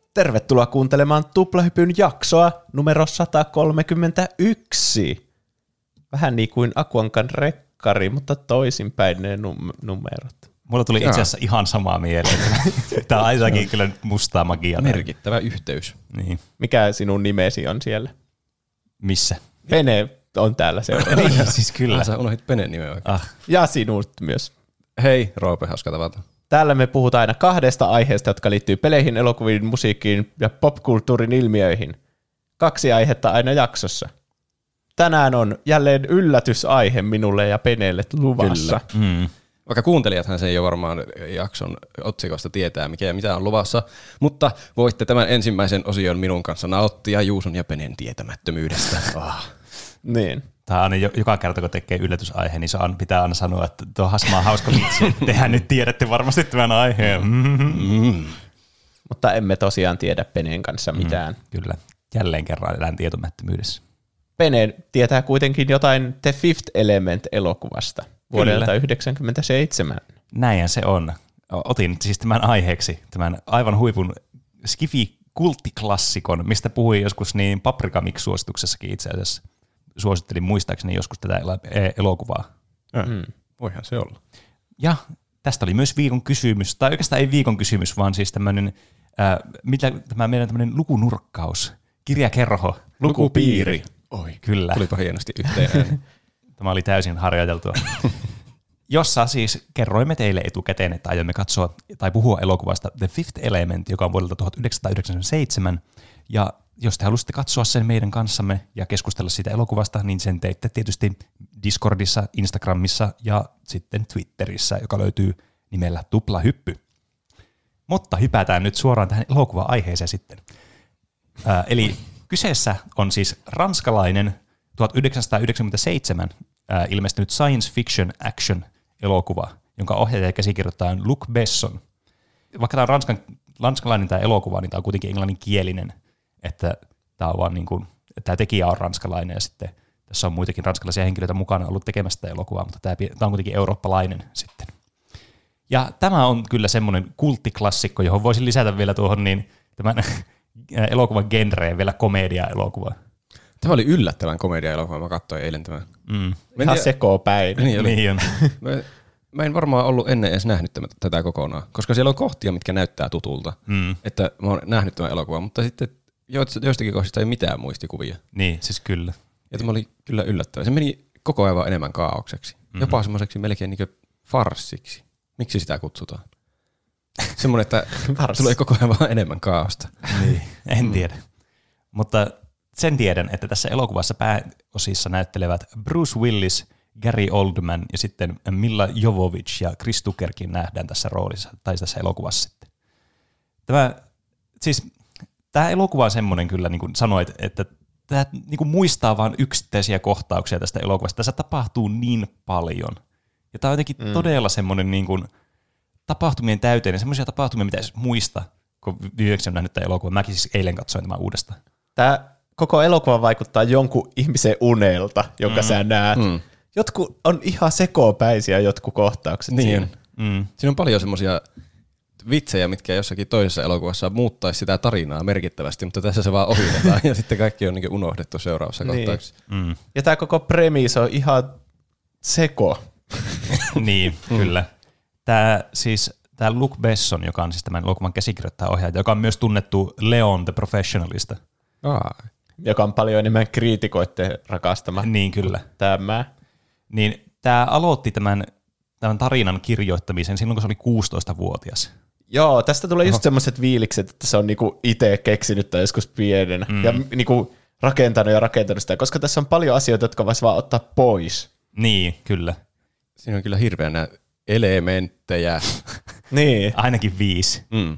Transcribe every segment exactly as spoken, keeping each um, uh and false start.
Tervetuloa kuuntelemaan Tuplahypyn jaksoa numero sata kolmekymmentäyksi. Vähän niin kuin Akuankan rekkari, mutta toisinpäin ne num- numerot. Mulla tuli itse asiassa ihan samaa mieleen. Tämä on ainakin kyllä mustaa magiaa. Merkittävä yhteys. Niin. Mikä sinun nimesi on siellä? Missä? Pene on täällä seuraava. Niin, siis kyllä. Ah, sä unohdit Penen nimen oikein. Ah. Ja sinut myös. Hei, Roope, hauska tavata. Täällä me puhutaan aina kahdesta aiheesta, jotka liittyy peleihin, elokuviin, musiikkiin ja popkulttuurin ilmiöihin. Kaksi aihetta aina jaksossa. Tänään on jälleen yllätysaihe minulle ja Peneelle luvassa. Mm. Vaikka kuuntelijathan se ei ole varmaan jakson otsikosta tietää, mikä ja mitä on luvassa, mutta voitte tämän ensimmäisen osion minun kanssa nauttia Juuson ja Penen tietämättömyydestä. Oh. Niin. Tämä on aina joka kerta, kun tekee yllätysaihe, niin se on, pitää aina sanoa, että tuo Hasma on hauska vitsi. Tehän nyt tiedätte varmasti tämän aiheen. Mm-hmm. Mm. Mutta emme tosiaan tiedä Peneen kanssa mitään. Mm, kyllä. Jälleen kerran elän tietomättömyydessä. Pene tietää kuitenkin jotain The Fifth Element-elokuvasta vuodelta yhdeksänkymmentäseitsemän. Näinhän se on. Otin siis tämän aiheeksi, tämän aivan huipun skifi-kulttiklassikon, mistä puhuin joskus niin Paprika Mix-suosituksessakin itse asiassa. Suosittelin muistaakseni joskus tätä elokuvaa. Mm. Voihan se olla. Ja tästä oli myös viikon kysymys, tai oikeastaan ei viikon kysymys, vaan siis tämmöinen, äh, mitä tämä meidän tämmöinen lukunurkkaus, kirjakerho. Lukupiiri. Oi, Kyllä. tulipa hienosti yhteen. Tämä oli täysin harjoiteltua. Jossa siis kerroimme teille etukäteen, että aiomme katsoa tai puhua elokuvasta The Fifth Element, joka on vuodelta tuhatyhdeksänsataayhdeksänkymmentäseitsemän. Ja jos te haluaisitte katsoa sen meidän kanssamme ja keskustella siitä elokuvasta, niin sen teitte tietysti Discordissa, Instagramissa ja sitten Twitterissä, joka löytyy nimellä Tuplahyppy. Mutta hypätään nyt suoraan tähän elokuva-aiheeseen sitten. Ää, eli kyseessä on siis ranskalainen tuhatyhdeksänsataayhdeksänkymmentäseitsemän ää, ilmestynyt science fiction action elokuva, jonka ohjaaja ja käsikirjoittaja on Luc Besson. Vaikka tämä on ranskan, ranskalainen tämä elokuva, niin tämä on kuitenkin englanninkielinen, että tämä, on vaan niin kuin, tämä tekijä on ranskalainen ja sitten tässä on muitakin ranskalaisia henkilöitä mukana ollut tekemässä tätä elokuvaa, mutta tämä, tämä on kuitenkin eurooppalainen sitten. Ja tämä on kyllä semmoinen kulttiklassikko, johon voisin lisätä vielä tuohon niin tämän elokuvan genreen vielä komedia-elokuva. Tämä oli yllättävän komedia-elokuva, mä katsoin eilen tämän. Mm. Ihan sekoopäin. Niin, niin on. mä, mä en varmaan ollut ennen edes nähnyt tämän, tätä kokonaan, koska siellä on kohtia, mitkä näyttää tutulta. Mm. Että mä oon nähnyt tämän elokuvan, mutta sitten joistakin kohdista ei mitään muistikuvia. Niin, siis kyllä. Ja tämä oli kyllä yllättävää. Se meni koko ajan vaan enemmän kaaokseksi. Mm-hmm. Jopa semmoiseksi melkein niin kuin farssiksi. Miksi sitä kutsutaan? Semmoinen, että tulee koko ajan vaan enemmän kaaosta. Niin, en tiedä. Mm. Mutta sen tiedän, että tässä elokuvassa pääosissa näyttelevät Bruce Willis, Gary Oldman ja sitten Milla Jovovich ja Chris Tuckerkin nähdään tässä roolissa, tai tässä elokuvassa sitten. Tämä, siis, tämä elokuva on semmoinen kyllä, niin kuin sanoit, että tämä niin kuin muistaa vain yksittäisiä kohtauksia tästä elokuvasta. Tässä tapahtuu niin paljon. Ja tämä on jotenkin mm. todella semmoinen niin kuin tapahtumien täyteinen, semmoisia tapahtumia, mitä edes muista, kun viimeksi on nähnyt tämä elokuva. Mäkin siis eilen katsoin tämän uudestaan. Tämä koko elokuva vaikuttaa jonkun ihmisen unelta, jonka mm. sä näet. Mm. Jotkut on ihan sekoopäisiä jotkut kohtaukset niin. siinä. Mm. Siinä on paljon semmoisia vitsejä, mitkä jossakin toisessa elokuvassa muuttaisi sitä tarinaa merkittävästi, mutta tässä se vaan ohitetaan ja sitten kaikki on niin unohdettu seuraavassa niin. kohtauksessa. Mm. Ja tämä koko premis on ihan seko. Niin, kyllä. Tämä siis tämä Luc Besson, joka on siis tämän elokuvan käsikirjoittaja ohjaaja, joka on myös tunnettu Leon the Professionalista. Aa. Joka on paljon enemmän kriitikoiden rakastama. Niin, kyllä. Tämä. Niin tämä aloitti tämän, tämän tarinan kirjoittamisen silloin, kun se oli kuusitoistavuotias. Joo, tästä tulee just semmoiset viilikset, että se on niinku itse keksinyt tai joskus pienenä mm. ja niinku rakentanut ja rakentanut sitä, koska tässä on paljon asioita, jotka voisi vaan ottaa pois. Niin, kyllä. Siinä on kyllä hirveänä elementtejä. Niin. Ainakin viisi. Mm.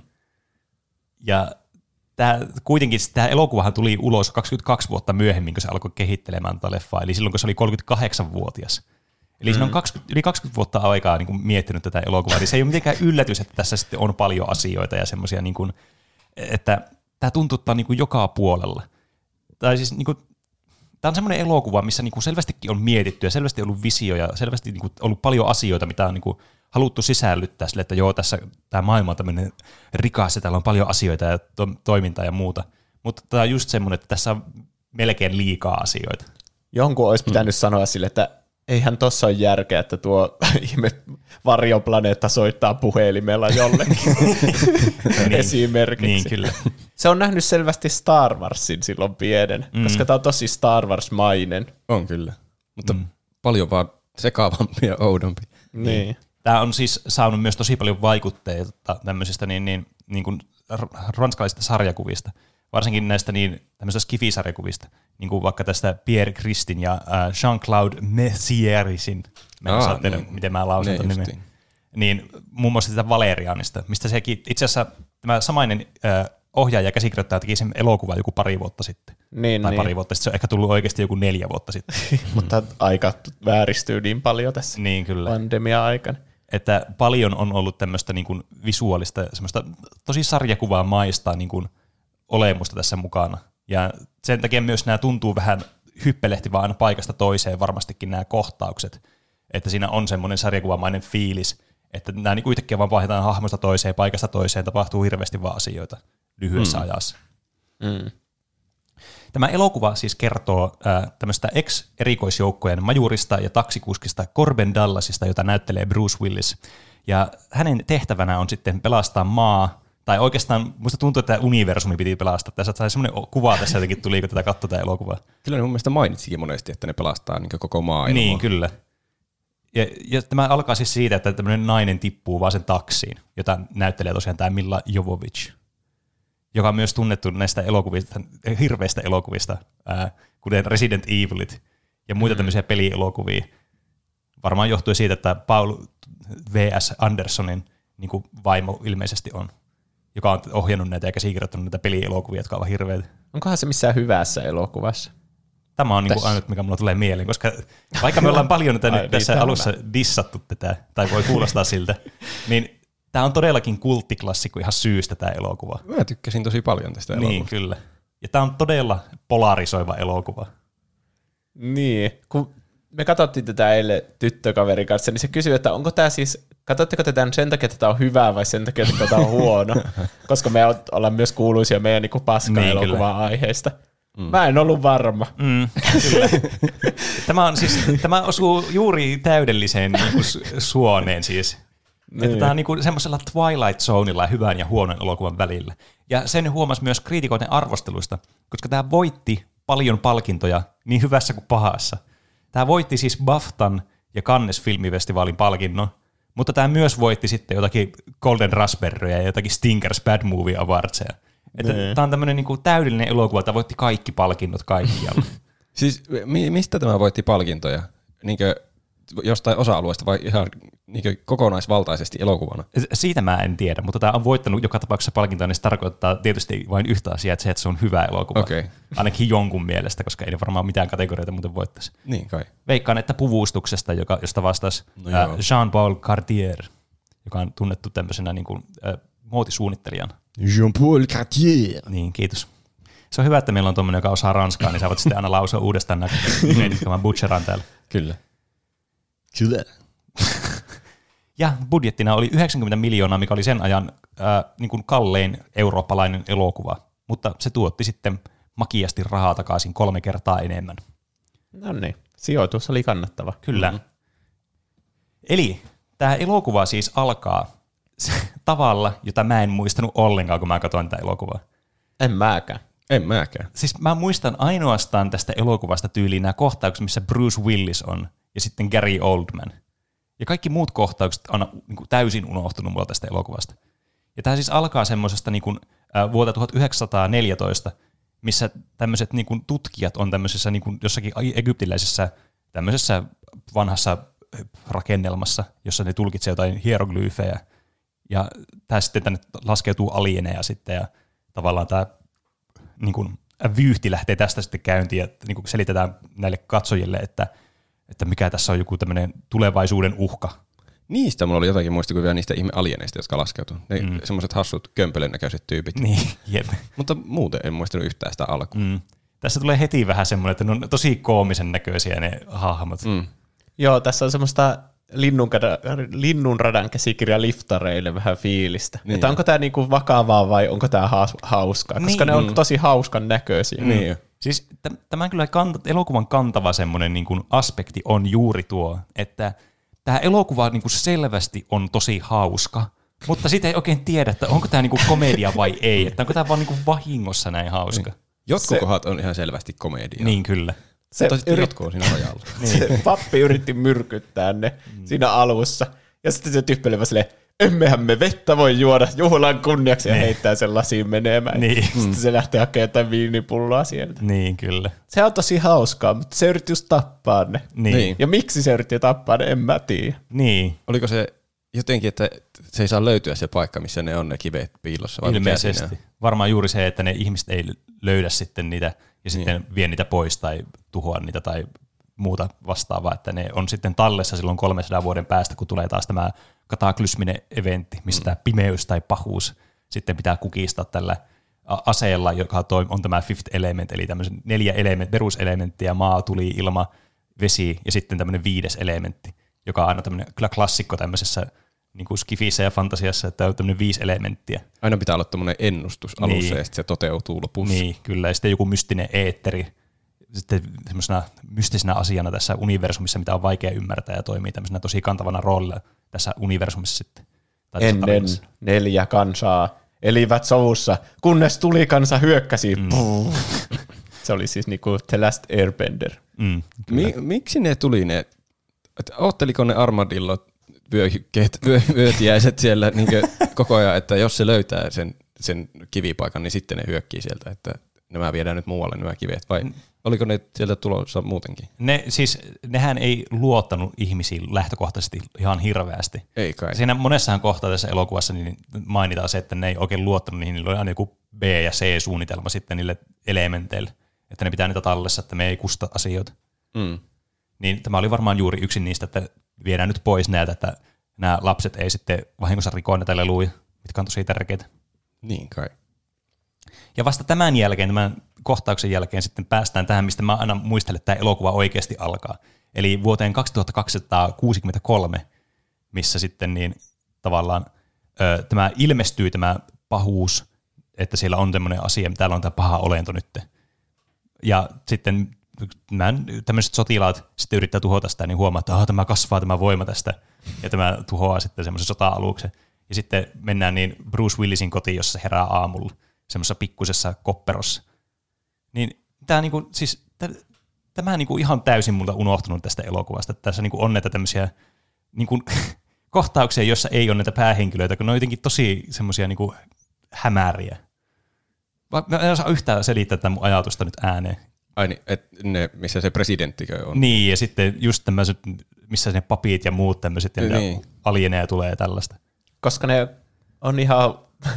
Ja tämä, kuitenkin tämä elokuvahan tuli ulos kaksikymmentäkaksi vuotta myöhemmin, kun se alkoi kehittelemään tätä leffaa, eli silloin, kun se oli kolmekymmentäkahdeksanvuotias. Eli mm. siinä on kaksikymmentä, yli kaksikymmentä vuotta aikaa niin kuin miettinyt tätä elokuvaa, niin se ei ole mitenkään yllätys, että tässä sitten on paljon asioita ja semmoisia, niin kuin, että tämä tuntuttaa niin kuin joka puolella. Tai siis, niin kuin, tämä on semmoinen elokuva, missä niin kuin selvästikin on mietitty ja selvästi ollut visio ja selvästi niin kuin ollut paljon asioita, mitä on niin kuin haluttu sisällyttää sille, että joo, tässä tämä maailma on tämmöinen rikas ja täällä on paljon asioita ja to- toimintaa ja muuta. Mutta tämä on just semmoinen, että tässä on melkein liikaa asioita. Jonkun olisi pitänyt hmm. sanoa sille, että eihän tossa ole järkeä, että tuo ihme varjoplaneetta soittaa puhelimella jollekin. niin, Esimerkiksi. Niin, kyllä. Se on nähnyt selvästi Star Warsin silloin pienen, mm. koska tämä on tosi Star Wars-mainen. On kyllä, mutta mm. paljon vaan sekaavampi ja oudompi. Niin. Tämä on siis saanut myös tosi paljon vaikutteita tämmöisistä niin, niin, niin kuin ranskalaisista sarjakuvista, varsinkin näistä niin, tämmöisistä skifi-sarjakuvista, niin kuin vaikka tästä Pierre Christin ja äh, Jean-Claude Messiersin, mä en saa tehdä, niin. miten mä lausun ton nimen, niin muun muassa sitä Valerianista, mistä sekin, itse asiassa tämä samainen äh, ohjaaja ja käsikirjoittaja teki sen elokuvan joku pari vuotta sitten. Niin, tai niin. pari vuotta sitten, se on ehkä tullut oikeasti joku neljä vuotta sitten. Mutta aika vääristyy niin paljon tässä niin, kyllä. pandemia-aikana. Että paljon on ollut tämmöistä niin kuin visuaalista, semmoista tosi sarjakuvaa maista niin kuin olemusta tässä mukana. Ja sen takia myös nämä tuntuu vähän hyppelehtivää aina paikasta toiseen varmastikin nämä kohtaukset, että siinä on semmoinen sarjakuvamainen fiilis, että nämä niin yhtäkkiä vaan vaihdetaan hahmosta toiseen, paikasta toiseen, tapahtuu hirveästi vaan asioita lyhyessä mm. ajassa. Mm. Tämä elokuva siis kertoo äh, tämmöistä ex-erikoisjoukkojen majurista ja taksikuskista Corben Dallasista, jota näyttelee Bruce Willis. Ja hänen tehtävänä on sitten pelastaa maa, tai oikeastaan musta tuntuu, että universumi piti pelastaa. Tässä sai semmoinen kuva tässä jotenkin tuli, kun tätä katsoi tätä elokuvaa. Kyllä ne mun mielestä mainitsikin monesti, että ne pelastaa niin koko maailmaa. Niin, kyllä. Ja, ja tämä alkaa siis siitä, että tämmöinen nainen tippuu vaan sen taksiin, jota näyttelee tosiaan tämä Milla Jovovich, joka on myös tunnettu näistä elokuvista, hirveistä elokuvista, ää, kuten Resident Evilit ja muita mm. tämmöisiä pelielokuvia. Varmaan johtuen siitä, että Paul V S Andersonin niin kuin vaimo ilmeisesti on, joka on ohjannut näitä ja käsikirjoittanut näitä pelielokuvia, jotka ovat hirveitä. Onkohan se missään hyvässä elokuvassa? Tämä on niin kuin ainut, mikä mulla tulee mieleen, koska vaikka me ollaan paljon nyt Ai, tässä niin, alussa dissattu tätä, tai voi kuulostaa siltä, niin tämä on todellakin kulttiklassikko ihan syystä tämä elokuva. Mä tykkäsin tosi paljon tästä elokuvasta. Niin, kyllä. Ja tämä on todella polarisoiva elokuva. Niin, kun me katsottiin tätä eilen tyttökaverin kanssa, niin se kysyi, että onko tämä siis, katsotteko tätä sen takia, että tämä on hyvää vai sen takia, että tämä on huono? Koska me ollaan myös kuuluisia meidän niin paska-elokuvan niin, aiheista. Mm. Mä en ollut varma. Mm, kyllä. Tämä, on siis, tämä osuu juuri täydelliseen niin kuin suoneen siis. Niin. Että tämä on niin semmoisella Twilight Zonella hyvän ja huonon elokuvan välillä. Ja sen huomasi myös kriitikoiden arvosteluista, koska tämä voitti paljon palkintoja niin hyvässä kuin pahassa. Tämä voitti siis BAFTAn ja Cannes filmifestivaalin palkinnon, mutta tämä myös voitti sitten jotakin Golden Raspberryä ja jotakin Stinkers Bad Movie Awardsia. Että tämä on tämmöinen niin kuin täydellinen elokuva, että voitti kaikki palkinnot kaikkialla. Siis mi- mistä tämä voitti palkintoja? Niinkö jostain osa-alueesta vai ihan niinkö kokonaisvaltaisesti elokuvana? Siitä mä en tiedä, mutta tämä on voittanut joka tapauksessa palkintoa, niin se tarkoittaa tietysti vain yhtä asiaa, että se, että se on hyvä elokuva. Okay. Ainakin jonkun mielestä, koska ei varmaan mitään kategorioita muuten voittaisi. Niin kai. Veikkaan, että puvustuksesta, joka, josta vastasi no äh, Jean-Paul Cartier, joka on tunnettu tämmöisenä niin kuin, äh, muotisuunnittelijana. Jean-Paul Cartier. Niin, kiitos. Se on hyvä, että meillä on tuommoinen, joka osaa ranskaa, niin sä voit sitten aina lausua uudestaan nämä nimet, jotka mä butcheraan täällä. Kyllä. Kyllä. Ja budjettina oli yhdeksänkymmentä miljoonaa, mikä oli sen ajan äh, niin kuin kallein eurooppalainen elokuva, mutta se tuotti sitten makiasti rahaa takaisin kolme kertaa enemmän. No niin, sijoitus oli kannattava. Kyllä. Mm-hmm. Eli tämä elokuva siis alkaa tavalla, jota mä en muistanut ollenkaan, kun mä katsoin tätä elokuvaa. En mäkään. En mäkään. Siis mä muistan ainoastaan tästä elokuvasta tyyliin nämä kohtaukset, missä Bruce Willis on ja sitten Gary Oldman. Ja kaikki muut kohtaukset on niin kuin täysin unohtunut mulla tästä elokuvasta. Ja tämä siis alkaa semmoisesta niin kuin, äh, vuotta tuhatyhdeksänsataaneljätoista, missä tämmöiset niin kuin tutkijat on tämmöisessä niin kuin jossakin egyptiläisessä tämmöisessä vanhassa rakennelmassa, jossa ne tulkitsee jotain hieroglyfejä. Ja tämä sitten tänne laskeutuu alieneja sitten ja tavallaan tämä niin kuin, vyyhti lähtee tästä sitten käyntiin ja niin kuin selitetään näille katsojille, että että mikä tässä on joku tämmöinen tulevaisuuden uhka. Niistä mulla oli jotakin muistikuvia niistä ihme alieneista, jotka laskeutuu. Ne mm. semmoiset hassut kömpelön näköiset tyypit. Niin, jep. Mutta muuten en muistanut yhtään sitä alkuun. Mm. Tässä tulee heti vähän semmoinen, että ne on tosi koomisen näköisiä ne hahmot. Mm. Joo, tässä on semmoista linnunradan, linnunradan käsikirja liftareille vähän fiilistä. Niin. Että onko tämä niinku vakavaa vai onko tämä hauskaa, koska niin. ne on tosi hauskan näköisiä. Niin. Siis t- tämän kyllä kant- elokuvan kantava semmoinen niin kuin aspekti on juuri tuo, että tämä elokuva niin kuin selvästi on tosi hauska, mutta sitä ei oikein tiedä, että onko tämä niin kuin komedia vai ei, että onko tämä vaan niin kuin vahingossa näin hauska. Niin. Jotkut se, kohdat on ihan selvästi komedia. Niin kyllä. Se mutta yrit... jotkut on siinä rajalla. Niin. Se pappi yritti myrkyttää ne mm. siinä alussa, ja sitten se typpelevä silleen, emmehän me vettä voi juoda juhlan kunniaksi ja niin. heittää sen lasiin menemään. Niin. Sitten se lähtee hakemaan jotain viinipulloa sieltä. Niin, kyllä. Se on tosi hauskaa, mutta se yritti just tappaa ne. Niin. Ja miksi se yritti tappaa ne, en mä tiedä. Niin. Oliko se jotenkin, että se ei saa löytyä se paikka, missä ne on ne kivet piilossa? Vai ilmeisesti. Varmaan juuri se, että ne ihmiset ei löydä sitten niitä ja sitten niin. vie niitä pois tai tuhoa niitä tai muuta vastaavaa, että ne on sitten tallessa silloin kolmesadan vuoden päästä, kun tulee taas tämä kataklysminen eventti, missä mm. tämä pimeys tai pahuus sitten pitää kukistaa tällä aseella, joka on tämä fifth element, eli tämmöisen neljä element, peruselementtiä, maa, tuli, ilma, vesi ja sitten tämmöinen viides elementti, joka on aina tämmöinen kyllä klassikko tämmöisessä niin kuin skifissä ja fantasiassa, että on tämmöinen viisi elementtiä. Aina pitää olla tämmöinen ennustus alussa niin. ja sitten se toteutuu lopussa. Niin, kyllä, ja sitten joku mystinen eetteri, sitten semmoisena mystisenä asiana tässä universumissa, mitä on vaikea ymmärtää ja toimii tämmöisenä tosi kantavana roolilla tässä universumissa sitten. Ennen neljä kansaa elivät sovussa, kunnes tuli kansa hyökkäsi. Mm. Se oli siis niinku The Last Airbender. Mm, Mi- miksi ne tuli ne, ootteliko ne armadillot vyöhykkeet, vyö, vyötiäiset siellä niin koko ajan, että jos se löytää sen, sen kivipaikan, niin sitten ne hyökkii sieltä, että nämä viedään nyt muualle nämä kivet, vai oliko ne sieltä tulossa muutenkin? Ne, siis, nehän ei luottanut ihmisiin lähtökohtaisesti ihan hirveästi. Ei kai. Siinä monessahan kohtaa tässä elokuvassa niin mainitaan se, että ne ei oikein luottanut niihin, niillä oli aina joku B- ja C-suunnitelma sitten niille elementeille, että ne pitää niitä tallessa, että me ei kusta asioita. Mm. Niin tämä oli varmaan juuri yksi niistä, että viedään nyt pois näitä, että nämä lapset ei sitten vahingossa rikoa näitä leluja, mitkä on tosi tärkeitä. Niin kai. Ja vasta tämän jälkeen, tämän kohtauksen jälkeen sitten päästään tähän, mistä mä aina muistelen, että tämä elokuva oikeasti alkaa. Eli vuoteen kaksituhattakaksisataakuusikymmentäkolme, missä sitten niin tavallaan ö, tämä ilmestyy tämä pahuus, että siellä on tämmöinen asia, täällä on tämä paha olento nyt. Ja sitten nämä tämmöiset sotilaat sitten yrittää tuhota sitä, niin huomaa, että tämä kasvaa tämä voima tästä, ja tämä tuhoaa sitten semmoisen sota-aluksen. Ja sitten mennään niin Bruce Willisin kotiin, jossa se herää aamulla, semmoisessa pikkuisessa kopperossa. Niin tämä niinku, siis tämä niinku ihan täysin multa unohtunut tästä elokuvasta, että tässä niinku on näitä tämmöisiä niinku, kohtauksia, joissa ei ole näitä päähenkilöitä, kun ne on jotenkin tosi semmoisia niinku hämäriä. Mä en osaa yhtään selittää tätä mun ajatusta nyt ääneen. Ai niin, että ne, missä se presidenttikö on. Niin, ja sitten just tämmöiset, missä ne papit ja muut tämmöiset, ja niin. alieneja tulee ja tällaista. Koska ne on ihan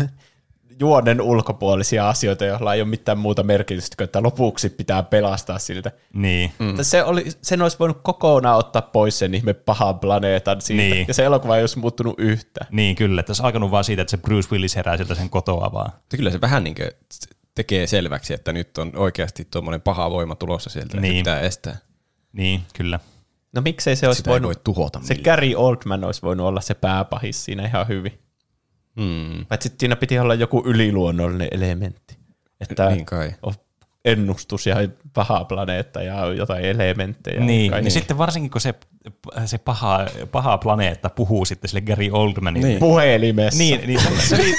juonen ulkopuolisia asioita, joilla ei ole mitään muuta merkitystä, että lopuksi pitää pelastaa siltä. Niin. Mm. Se oli, sen olisi voinut kokonaan ottaa pois sen ihme pahan planeetan siitä, niin. ja se elokuva ei olisi muuttunut yhtään. Niin, kyllä. Tässä on alkanut vaan siitä, että se Bruce Willis herää sieltä sen kotoa vaan. Kyllä se vähän niin kuin tekee selväksi, että nyt on oikeasti tuommoinen paha voima tulossa sieltä, niin. ja pitää estää. Niin, kyllä. No miksei se olisi Sitä voinut, voi tuhota se Gary Oldman olisi voinut olla se pääpahis siinä ihan hyvin. Hmm. Paitsi siinä piti olla joku yliluonnollinen elementti. Että niin kai. On ennustus ja paha planeetta ja jotain elementtejä. Niin, ja niin. Sitten varsinkin kun se, se paha, paha planeetta puhuu sitten sille Gary Oldmanille. Niin. Puhelimessa. Niin, niin se, se,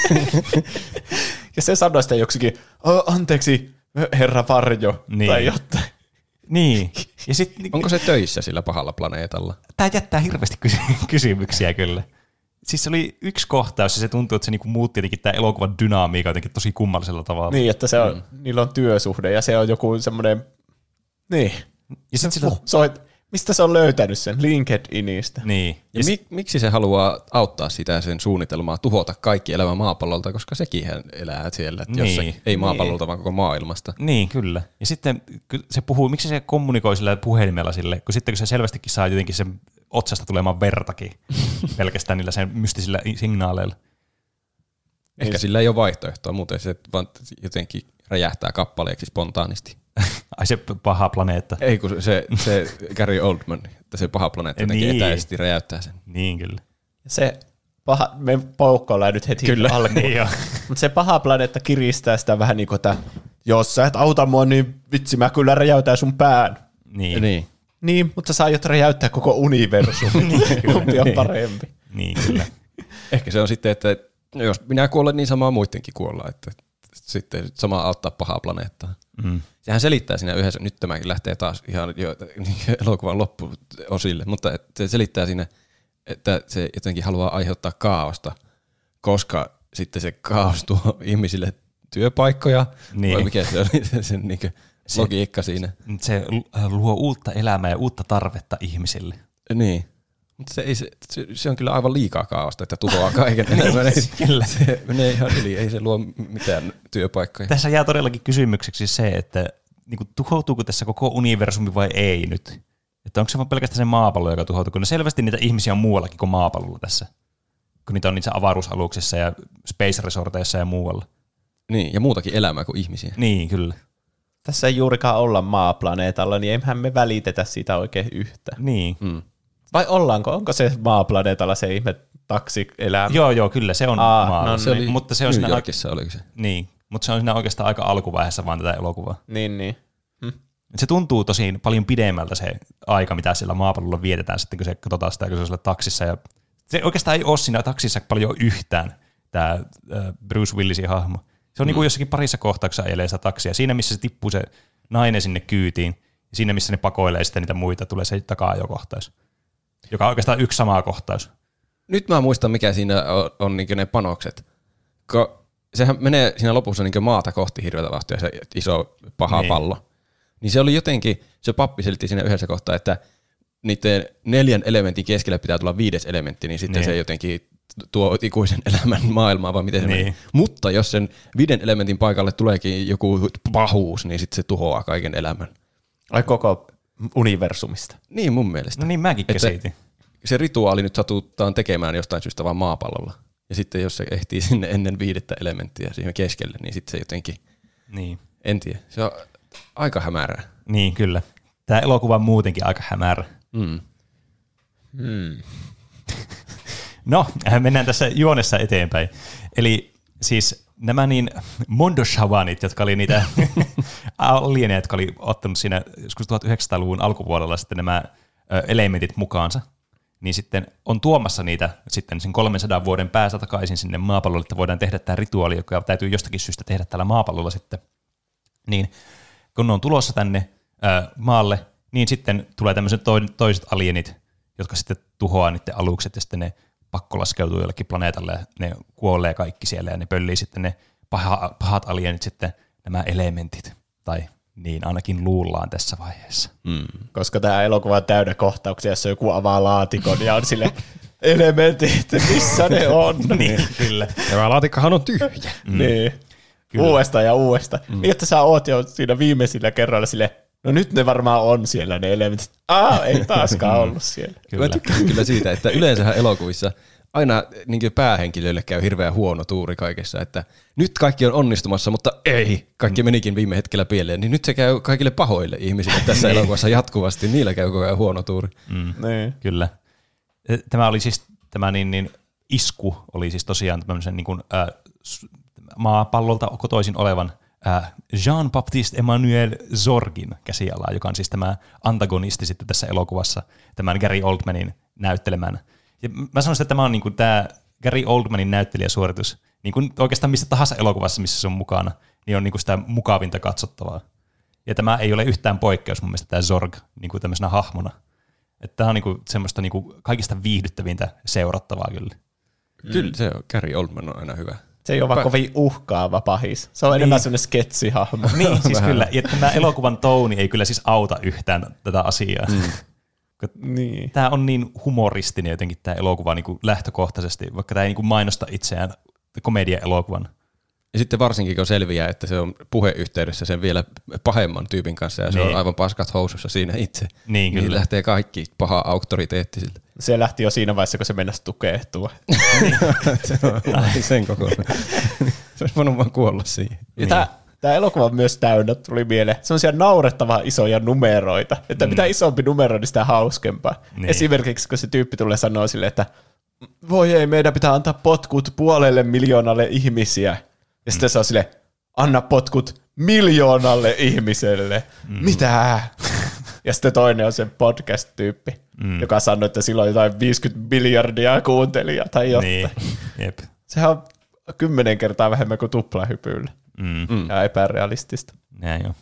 ja se sanoi sitä joksikin, anteeksi herra Varjo, niin. tai jotain. Niin. Ja sit, onko se töissä sillä pahalla planeetalla? Tämä jättää hirveästi kysy- kysymyksiä kyllä. Siis se oli yksi kohtaus ja se tuntuu, että se niinku muutti jotenkin tämä elokuvan dynamiikka jotenkin tosi kummallisella tavalla. Niin, että se on, mm. niillä on työsuhde ja se on joku semmoinen, niin. Ja sit sitä... Soit, mistä se on löytänyt sen? LinkedInistä. Niin. Ja, ja mik, miksi se haluaa auttaa sitä sen suunnitelmaa, tuhota kaikki elämä maapallolta, koska sekin elää siellä niin. jossakin, ei maapallolta, niin. vaan koko maailmasta. Niin, kyllä. Ja sitten se puhuu, miksi se kommunikoi sillä puhelimella sille, kun sitten kun se selvästikin saa jotenkin sen otsasta tulemaan vertakin pelkästään niillä sen mystisillä signaaleilla. Ehkä niin. Sillä ei ole vaihtoehtoa, muuten se vaan jotenkin räjähtää kappaleeksi spontaanisti. Ai se paha planeetta. Ei kun se, se Gary Oldman, että se paha planeetta jotenkin Niin. etäisesti räjäyttää sen. Niin kyllä. Se paha, me poukkoillaan nyt heti Kyllä. alkuun. Niin joo. Mutta se paha planeetta kiristää sitä vähän niin kuin, että jos sä et auta mua, niin vitsi, mä kyllä räjäytän sun pään. Niin. Niin. Niin, mutta sä aiot räjäyttää koko universumin. Kumpi on parempi? Niin kyllä. Ehkä se on sitten, että jos minä kuolen, niin samaa muidenkin kuolla. Että sitten sama auttaa pahaa planeettaa. Mm. Sehän selittää siinä yhdessä, nyt tämäkin lähtee taas ihan jo elokuvan loppuosille, mutta se selittää siinä, että se jotenkin haluaa aiheuttaa kaaosta, koska sitten se kaos tuo ihmisille työpaikkoja, Niin. vai mikä se oli sen niin logiikka siinä. Se luo uutta elämää ja uutta tarvetta ihmisille. Niin, mutta se, ei, se, se, se on kyllä aivan liikaa kaaosta, että tuhoaa kaiken enemmän. Kyllä. Se menee ihan yli, ei se luo mitään työpaikkoja. Tässä jää todellakin kysymykseksi se, että niin kuin, tuhoutuuko tässä koko universumi vai ei nyt? Että onko se vaan pelkästään se maapallo, joka tuhoutuu, kun selvästi niitä ihmisiä on muuallakin kuin maapallolla tässä. Kun niitä on niissä avaruusaluksissa ja space resorteissa ja muualla. Niin, ja muutakin elämää kuin ihmisiä. Niin, kyllä. Tässä ei juurikaan olla maaplaneetalla, niin eihän me välitetä siitä oikein yhtään. Niin. Mm. Vai ollaanko? Onko se maaplaneetalla se ihme taksielämä? Joo, joo, kyllä se on Aa, maa. no Se oli mutta se on New siinä Yorkissa, oliko se? Niin, mutta se on siinä oikeastaan aika alkuvaiheessa vaan tätä elokuvaa. Niin, niin. Hm. Se tuntuu tosi paljon pidemmältä se aika, mitä siellä maapallolla vietetään sitten, kun se katsotaan sitä, kun se on siellä taksissa. Ja se oikeastaan ei ole siinä taksissa paljon yhtään, tämä äh, Bruce Willisin hahmo. Se on mm. niin kuin jossakin parissa kohtauksessa ajelee sitä taksia. Siinä, missä se tippuu se nainen sinne kyytiin, ja siinä, missä ne pakoilee sitten niitä muita, tulee se takaa-ajokohtaus, joka on oikeastaan yksi sama kohtaus. Nyt mä muistan, mikä siinä on, on niin ne panokset. Ko, sehän menee siinä lopussa niin maata kohti hirveätä vahtia, se iso paha Niin. pallo. Niin se oli jotenkin, se pappi selitti siinä yhdessä kohtaa, että niiden neljän elementin keskellä pitää tulla viides elementti, niin sitten Niin. se jotenkin tuo ikuisen elämän maailmaa, vai miten se Niin. menee. Mutta jos sen viiden elementin paikalle tuleekin joku pahuus, niin sitten se tuhoaa kaiken elämän. Ai koko universumista. Niin mun mielestä. No niin, mäkin Että käsitin. se rituaali nyt satutaan tekemään jostain syystä vaan maapallolla. Ja sitten jos se ehtii sinne ennen viidettä elementtiä siihen keskelle, niin sitten se jotenkin, Niin. en tiedä, se on aika hämärää. Niin, kyllä. Tämä elokuva on muutenkin aika hämärä. Mm. Hmm. No, mennään tässä juonessa eteenpäin. Eli siis nämä niin Mondoshavanit, jotka oli niitä alieneja, jotka oli ottanut siinä joskus tuhatyhdeksänsataaluvun alkupuolella sitten nämä ö, elementit mukaansa, niin sitten on tuomassa niitä sitten sen kolmensadan vuoden päästä takaisin sinne maapallolle, että voidaan tehdä tämä rituaali, joka täytyy jostakin syystä tehdä täällä maapallolla sitten. Niin kun ne on tulossa tänne ö, maalle, niin sitten tulee tämmöiset toiset alienit, jotka sitten tuhoaa niiden alukset ja sitten ne pakko laskeutuu jollekin planeetalle ja ne kuolee kaikki siellä ja ne pöllii sitten ne paha, pahat alienit sitten nämä elementit. Tai niin ainakin luullaan tässä vaiheessa. Mm. Koska tämä elokuva on täynnä kohtauksia, jossa joku avaa laatikon ja on sille elementit, missä ne on. Niin, kyllä. Tämä laatikkohan on tyhjä. Mm. Niin. Kyllä. Uudestaan ja uudestaan. Mm. Niin, että sä oot jo siinä viimeisillä kerroilla sille, no nyt ne varmaan on siellä ne elementit. Ah, ei taaskaan ollut siellä. Kyllä. Mä tykkään kyllä siitä, että yleensähän elokuvissa aina niin päähenkilöille käy hirveän huono tuuri kaikessa, että nyt kaikki on onnistumassa, mutta ei, kaikki menikin viime hetkellä pieleen, niin nyt se käy kaikille pahoille ihmisille tässä elokuvassa jatkuvasti, niillä käy koko ajan huono tuuri. Mm. Niin. Kyllä. Tämä oli siis, tämä niin, niin isku oli siis tosiaan tämmöisen niin kuin, äh, maapallolta kotoisin olevan äh, Jean-Baptiste Emmanuel Zorgin käsialaa, joka on siis tämä antagonisti sitten tässä elokuvassa, tämän Gary Oldmanin näyttelemän. Ja mä sanoisin, että tämä on niin kuin tämä Gary Oldmanin näyttelijäsuoritus, niin kuin oikeastaan missä tahansa elokuvassa, missä se on mukana, niin on niin kuin sitä mukavinta katsottavaa. Ja tämä ei ole yhtään poikkeus mun mielestä tämä Zorg niin kuin tämmöisenä hahmona. Että tämä on niin kuin semmoista niin kuin kaikista viihdyttävintä seurattavaa kyllä. Mm. Kyllä se on, Gary Oldman on aina hyvä. Se ei ole vaan kovin uhkaava pahis. Se on niin. enemmän semmoinen sketsihahmo. Niin, siis kyllä. Ja tämä elokuvan touni ei kyllä siis auta yhtään tätä asiaa. Mm. Niin. Tämä on niin humoristinen jotenkin tämä elokuva niin kuin lähtökohtaisesti, vaikka tämä ei niin kuin mainosta itseään komediaelokuvan. Ja sitten varsinkin kun selviää, että se on puheyhteydessä sen vielä pahemman tyypin kanssa ja se niin. on aivan paskat housussa siinä itse. Niin, niin kyllä. lähtee kaikki paha auktoriteetti siltä. Se lähti jo siinä vaiheessa, kun se mennäisi tukehtua. Se on sen kokoinen. Se olisi voinut vaan kuolla siihen. Niin. Tämä Tämä elokuva on myös täynnä, tuli mieleen, sellaisia naurettavaa isoja numeroita, että mm. mitä isompi numero, niin sitä hauskempaa. Niin. Esimerkiksi kun se tyyppi tulee sanoa silleen, että voi ei, meidän pitää antaa potkut puolelle miljoonalle ihmisiä. Ja sitten mm. se on silleen, anna potkut miljoonalle ihmiselle. Mm. Mitä? Ja sitten toinen on se podcast-tyyppi, mm. joka sanoi, että sillä on jotain viisikymmentä miljardia kuuntelijaa tai jotain. Niin. Jep. Sehän on kymmenen kertaa vähemmän kuin tuplahypyllä. Mm. Ja epärealistista. Näin jo.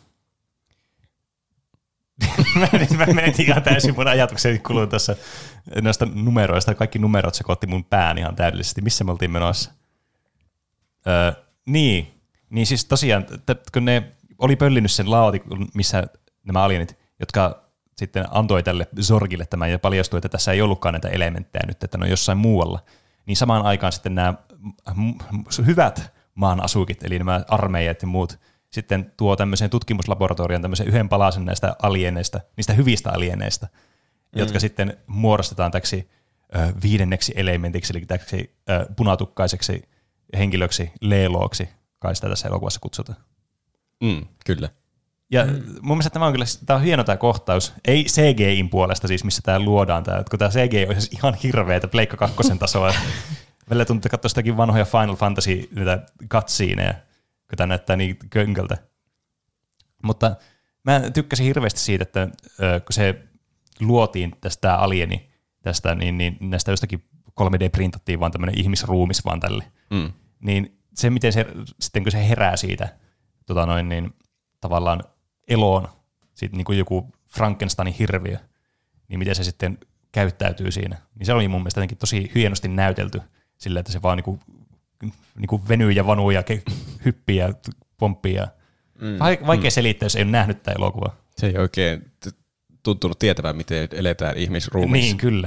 Mä menin ihan täysin mun ajatukseni kuluun tässä noista numeroista. Kaikki numerot sekoitti mun pään ihan täydellisesti. Missä me oltiin menossa? Öö, niin. niin, siis tosiaan, t- kun ne oli pöllinyt sen laatikon, missä nämä alienit, jotka sitten antoi tälle Zorgille tämän ja paljastui, että tässä ei ollutkaan näitä elementtejä nyt, että ne on jossain muualla, niin samaan aikaan sitten nämä hyvät maan asukit, eli nämä armeijat ja muut, sitten tuo tämmöiseen tutkimuslaboratorion tämmöisen yhden palasen näistä alieneista, niistä hyvistä alieneista, mm. jotka sitten muodostetaan täksi ö, viidenneksi elementiksi, eli täksi ö, punatukkaiseksi henkilöksi, leelooksi, kai sitä tässä elokuvassa kutsutaan. Mm, kyllä. Ja mm. mun mielestä tämä on kyllä tämä on hieno tämä kohtaus. Ei C G I:n puolesta siis, missä tämä luodaan. Tämä, kun tämä C G I on siis ihan hirveätä Pleikka kakkosen tasoa. Välillä tuntuu, että katsoa sitäkin vanhoja Final Fantasy cutsceneja, kun tämä näyttää niin könköltä. Mutta mä tykkäsin hirveästi siitä, että kun se luotiin tästä alieni, tästä, niin, niin näistä jostakin kolme D-printattiin vaan tämmöinen ihmisruumis vaan tälle. Mm. Niin se, miten se, sitten kun se herää siitä, tota noin, niin tavallaan eloon, sitten niin kuin joku Frankensteinin hirviö, niin miten se sitten käyttäytyy siinä. Niin se oli mun mielestä jotenkin tosi hienosti näytelty sillä, että se vaan niin kuin, niin kuin venyy ja vanuu ja hyppii ja pomppii. Ja mm. Vaikea selittää, jos ei ole nähnyt tätä elokuvaa. Se ei oikein tuntunut tietävän, miten eletään ihmisruumissa. Niin, kyllä.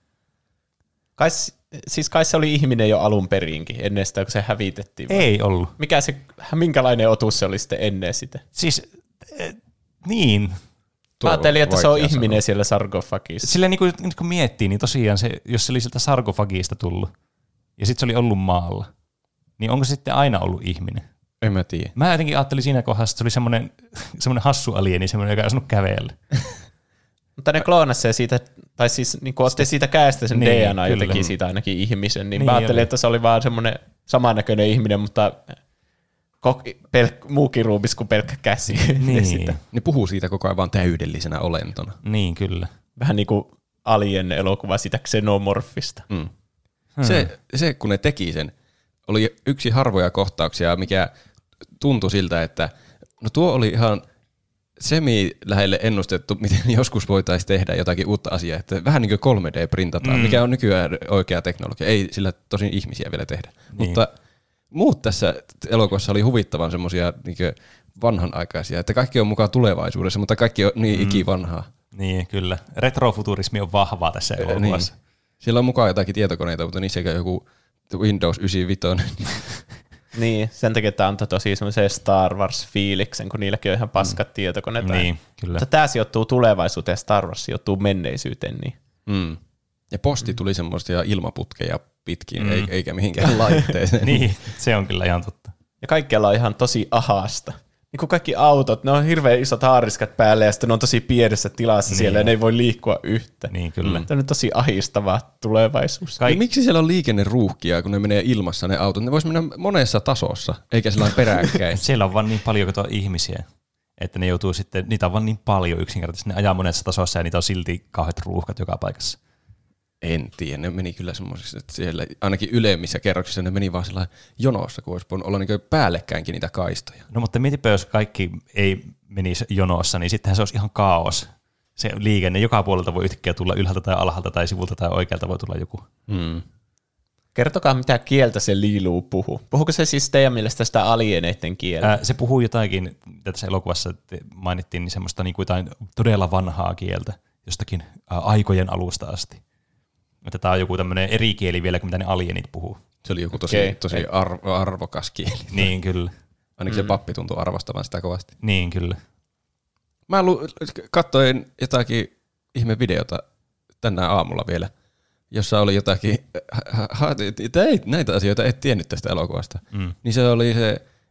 Kai, siis kai se oli ihminen jo alun perinkin, ennen sitä, kun se hävitettiin. Ei ollut. Mikä se, minkälainen otus se oli sitten ennen sitä? Siis, äh, niin. Mä ajattelin, että se on ihminen sanoa. Siellä sarkofagissa. Silleen niin kuin, niin kuin miettii, niin tosiaan se, jos se oli sieltä sarkofagista tullut, ja sitten se oli ollut maalla, niin onko se sitten aina ollut ihminen? En mä tiedä. Mä jotenkin ajattelin siinä kohdassa, että se oli semmoinen, semmoinen hassu alieni, semmoinen, joka ei osannut kävellä. Mutta ne kloonasi se siitä, tai siis niin otti siitä käestä sen niin, D N A ja teki siitä ainakin ihmisen, niin, niin mä ajattelin, oli. Että se oli vaan semmoinen samannäköinen ihminen, mutta pelk- muukin ruumis kuin pelkkä käsi. Niin. Ne puhuu siitä koko ajan vaan täydellisenä olentona. Niin, kyllä. Vähän niin kuin Alien-elokuva sitä xenomorfista. Mm. Hmm. Se, se, kun ne teki sen, oli yksi harvoja kohtauksia, mikä tuntui siltä, että no tuo oli ihan semi-lähelle ennustettu, miten joskus voitaisiin tehdä jotakin uutta asiaa. Että vähän niin kuin kolme D-printataan, mm. mikä on nykyään oikea teknologia. Ei sillä tosin ihmisiä vielä tehdä. Niin. Mutta muut tässä elokuvassa oli huvittavan semmoisia niin vanhanaikaisia, että kaikki on mukaan tulevaisuudessa, mutta kaikki on niin mm. ikivanhaa. Niin, kyllä. Retrofuturismi on vahvaa tässä elokuvassa. Niin. Siellä on mukaan jotakin tietokoneita, mutta niissä ei joku Windows yhdeksänkymmentäviisi. Niin, sen takia tämä antaa tosi semmoisen Star Wars-fiiliksen, kun niilläkin on ihan paskat mm. tietokoneita. Niin, kyllä. Mutta tämä sijoittuu tulevaisuuteen ja Star Wars sijoittuu menneisyyteen. Niin. Mm. Ja posti tuli semmoisia ilmaputkeja pitkin, mm. eikä mihinkään laitteeseen. Niin, se on kyllä ihan totta. Ja kaikkialla on ihan tosi ahasta. Niin kuin kaikki autot, ne on hirveän isot haariskat päälle ja sitten ne on tosi pienessä tilassa niin. Siellä ja ne ei voi liikkua yhtä. Niin, kyllä. Tämä on tosi ahistava tulevaisuus. Kaik- miksi siellä on liikenneruuhkia, kun ne menee ilmassa ne autot? Ne vois mennä monessa tasossa, eikä sellainen peräkkäin. Siellä on vaan niin paljon kato ihmisiä, että ne joutuu sitten, niitä on vaan niin paljon yksinkertaisesti. Ne ajaa monessa tasossa ja niitä on silti kauheat ruuhkat joka paikassa. En tiedä, ne meni kyllä semmoisiksi, että siellä ainakin ylemmissä kerroksissa ne meni vaan sellainen jonossa, kun olisi olla niin päällekkäinkin niitä kaistoja. No mutta mietipä, jos kaikki ei menisi jonossa, niin sittenhän se olisi ihan kaos. Se liikenne joka puolelta voi yhtäkkiä tulla ylhäältä tai alhaalta tai sivulta tai oikealta voi tulla joku. Hmm. Kertokaa, mitä kieltä se Lilu puhuu. Puhuuko se siis teidän mielestä sitä alieneiden kieltä? Ää, se puhuu jotakin, tässä elokuvassa mainittiin, niin semmoista niin kuin jotain todella vanhaa kieltä, jostakin ää, aikojen alusta asti. Että tämä on joku tämmöinen eri kieli vielä kuin mitä ne alienit puhuu. Se oli joku tosi, okay. tosi arv- arvokas kieli. Niin, kyllä. Ainakin mm. se pappi tuntui arvostavan sitä kovasti. Niin, kyllä. Mä lu- katsoin jotakin ihme videota tänään aamulla vielä, jossa oli jotakin, ha- ha- ei, näitä asioita et tiennyt tästä elokuvasta. Mm. Niin se oli se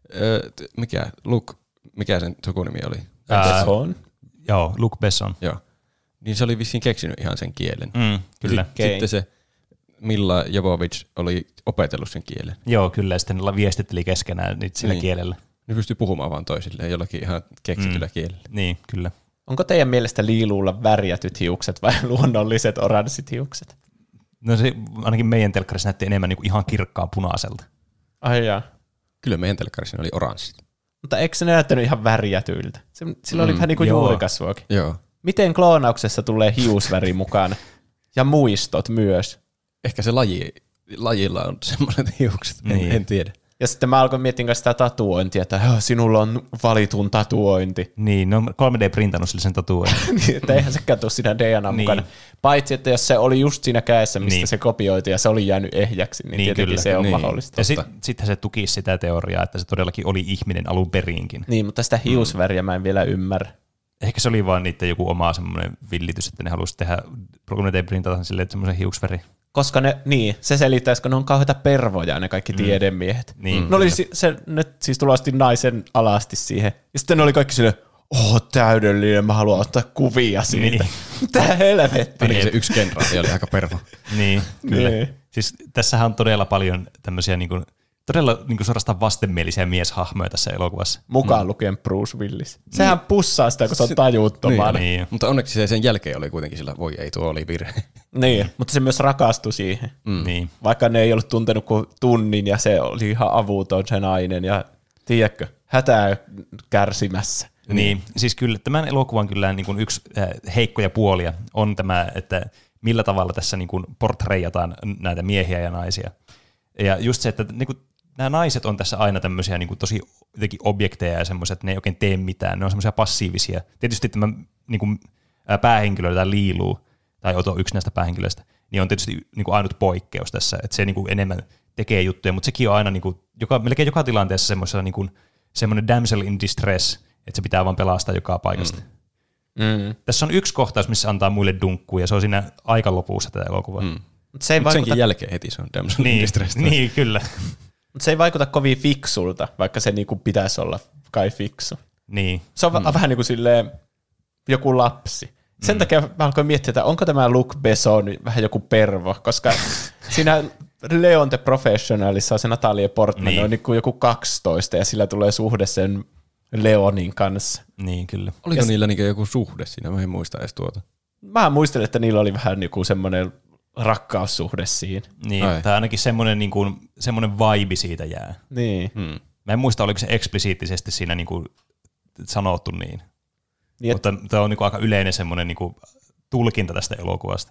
Öö, mikä, Luke, mikä sen sukunimi oli? Besson. Joo, Luc Besson. Joo. Niin se oli vissiin keksinyt ihan sen kielen. Mm, kyllä. Sitten, sitten se Milla Jovovich oli opetellut sen kielen. Joo, kyllä. Sitten ne viestitteli keskenään nyt sillä niin. kielellä. Ne pystyy puhumaan vaan toisilleen jollakin ihan keksityllä mm. kielellä. Niin, kyllä. Onko teidän mielestä Liiluulla värjätyt hiukset vai luonnolliset oranssit hiukset? No se ainakin meidän telkkarissa näytti enemmän niin kuin ihan kirkkaan punaiselta. Ai jaa. Kyllä meidän telkkarissa oli oranssit. Mutta eikö se näyttänyt ihan värjätyiltä? Se, sillä oli mm, vähän niin kuin juurikasvuakin. Joo. Miten kloonauksessa tulee hiusväri mukana? Ja muistot myös. Ehkä se laji, lajilla on semmoiset hiukset, en, niin. en tiedä. Ja sitten mä alkoin miettiä sitä tatuointia, että sinulla on valitun tatuointi. Niin, no kolme D-printannut sille sen tatuointi. Niin, että eihän se katso siinä D N A mukana. Niin. Paitsi, että jos se oli just siinä kädessä, mistä niin. se kopioiti ja se oli jäänyt ehjäksi, niin, niin tietenkin kyllä. se on niin. mahdollista. Ja sitten sit se tukisi sitä teoriaa, että se todellakin oli ihminen alun perinkin. Niin, mutta sitä hiusväriä mm. mä en vielä ymmärrä. Ehkä se oli vaan niiden joku oma semmoinen villitys, että ne halusi tehdä kolme D-printata silleen semmoisen hiusväri. Koska ne, niin, se selittäisi, kun ne on kauheita pervoja, ne kaikki mm. tiedemiehet. Niin. Ne oli se, ne siis tulosti naisen alasti siihen. Ja sitten ne oli kaikki silleen, oh, täydellinen, mä haluan ottaa kuvia siitä. Niin. Mitä helvettiä. Ainakin se yksi kenraali oli aika pervo. Niin, kyllä. Niin. Siis tässähän on todella paljon tämmöisiä niin kuin, todella niin kuin suorastaan vastenmielisiä mieshahmoja tässä elokuvassa. Mukaan mm. lukien Bruce Willis. Sehän niin. pussaa sitä, kun se on tajuttomaan. Niin. Niin. Mutta onneksi se sen jälkeen oli kuitenkin sillä, voi ei, tuo oli virhe. Niin, mutta se myös rakastui siihen. Mm. Niin. Vaikka ne ei ollut tuntenut kuin tunnin ja se oli ihan avuton se nainen ja tiedätkö, hätää kärsimässä. Niin, niin. Siis kyllä tämän elokuvan kyllä niin kuin yksi äh, heikkoja puolia on tämä, että millä tavalla tässä niin kuin portreijataan näitä miehiä ja naisia. Ja just se, että niin kuin, nämä naiset on tässä aina tämmöisiä niin kuin tosi jotenkin objekteja ja semmoisia, että ne ei oikein tee mitään. Ne on semmoisia passiivisia. Tietysti tämä niin kuin, ää, päähenkilö, tämä Liilu, tai Oto yksi näistä päähenkilöistä, niin on tietysti niin kuin ainut poikkeus tässä, että se niin kuin enemmän tekee juttuja, mutta sekin on aina niin kuin, joka, melkein joka tilanteessa semmoisessa niin kuin, semmoinen damsel in distress, että se pitää vaan pelastaa joka paikasta. Mm. Mm. Tässä on yksi kohtaus, missä antaa muille dunkkuun, ja se on siinä aika lopussa tätä elokuvaa. Mm. Se ei Mut vaikuta... senkin jälkeen heti se on damsel niin, in distress. Niin, kyllä. Mutta se ei vaikuta kovin fiksulta, vaikka se niinku pitäisi olla kai fiksu. Niin. Se on mm. vähän niin kuin silleen joku lapsi. Sen mm. takia mä alkoin miettiä, että onko tämä Luc Besson vähän joku pervo, koska siinä Leon the Professionalissa on se Natalie Portman, niin. on niin kuin joku kaksitoista ja sillä tulee suhde sen Leonin kanssa. Niin, kyllä. Oliko ja niillä niin joku suhde siinä? Mä en muista edes tuota. Mä muistelin, että niillä oli vähän niin kuin semmoinen rakkaussuhde siinä. Niin, tai ainakin semmoinen, niin kuin, semmoinen vibe siitä jää. Niin. Hmm. Mä en muista, oliko se eksplisiittisesti siinä niin kuin sanottu niin. niin Mutta et... tämä on niin kuin aika yleinen semmoinen niin kuin tulkinta tästä elokuvasta.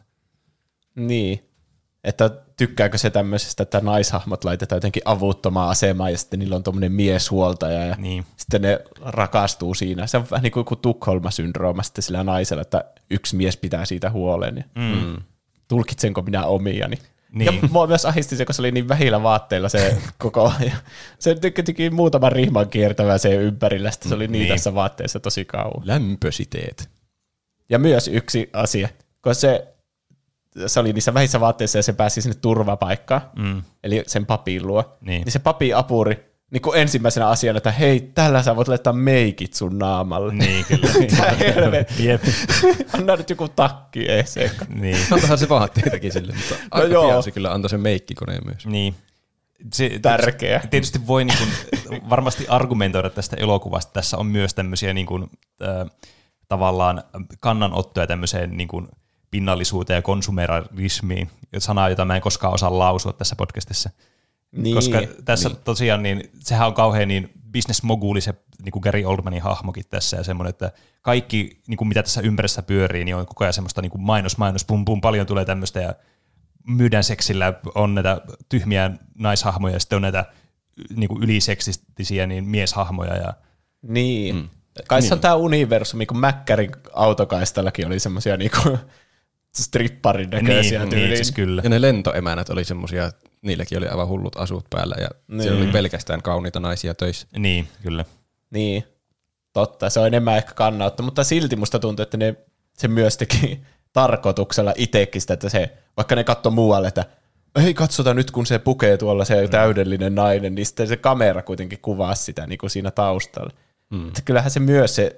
Niin. Että tykkääkö se tämmöisestä, että naishahmot laitetaan jotenkin avuttomaan asemaan ja sitten niillä on tommoinen mieshuoltaja ja niin. sitten ne rakastuu siinä. Se on vähän niin kuin joku Tukholma-syndrooma sitten sillä naisella, että yksi mies pitää siitä huolen. Mm. Tulkitsenko minä omiani? Niin. Ja mua myös ahisti se, kun se oli niin vähillä vaatteilla se koko ajan. Se teki muutaman rihman kiertävää se ympärillä, sitten se oli niin, niin tässä vaatteessa tosi kauan. Lämpösiteet. Ja myös yksi asia, kun se se oli niissä vähissä vaatteissa ja se pääsi sinne turvapaikkaan, mm. eli sen papin luo. Niin, niin se papin apuri niin kuin ensimmäisenä asiana, että hei, tällä sä voit laittaa meikit sun naamalle. Niin, kyllä. Mitä helvetti. Anna nyt joku takki eeseen. Niin. Antahan se vaatteitakin sille, mutta no aika joo. pian se kyllä antoi sen meikkikoneen myös. Niin. Se, tärkeä. Tietysti voi niin kuin, varmasti argumentoida tästä elokuvasta. Tässä on myös tämmöisiä niin kuin, äh, tavallaan kannanottoja tämmöiseen niin kuin pinnallisuuteen ja konsumerismiin, sanaa, jota mä en koskaan osaa lausua tässä podcastissa. Niin, koska tässä niin. tosiaan, niin, sehän on kauhean niin business-moguli se niin kuin Gary Oldmanin hahmokin tässä, ja semmoinen, että kaikki, niin kuin mitä tässä ympärissä pyörii, niin on koko ajan semmoista niin kuin mainos, mainos, pum, pum, paljon tulee tämmöistä, ja myydään seksillä, on näitä tyhmiä naishahmoja, ja sitten on näitä niin kuin yliseksistisiä niin mieshahmoja. Ja niin. Mm. Kai se niin. on tämä universumi, kun Mäkkärin autokaistallakin oli semmoisia niinku stripparin näköisiä niin, tyyliin. Niin, siis kyllä. Ja ne lentoemänät oli semmoisia, niilläkin oli aivan hullut asut päällä ja niin. siellä oli pelkästään kauniita naisia töissä. Niin, kyllä. Niin, totta. Se on enemmän ehkä kannautta, mutta silti musta tuntuu, että ne, se myös teki tarkoituksella itsekin sitä, että se, vaikka ne katsoi muualle, että ei katsota nyt, kun se pukee tuolla se täydellinen nainen, niin sitten se kamera kuitenkin kuvaa sitä niin kuin siinä taustalla. Mm. Kyllähän se myös se,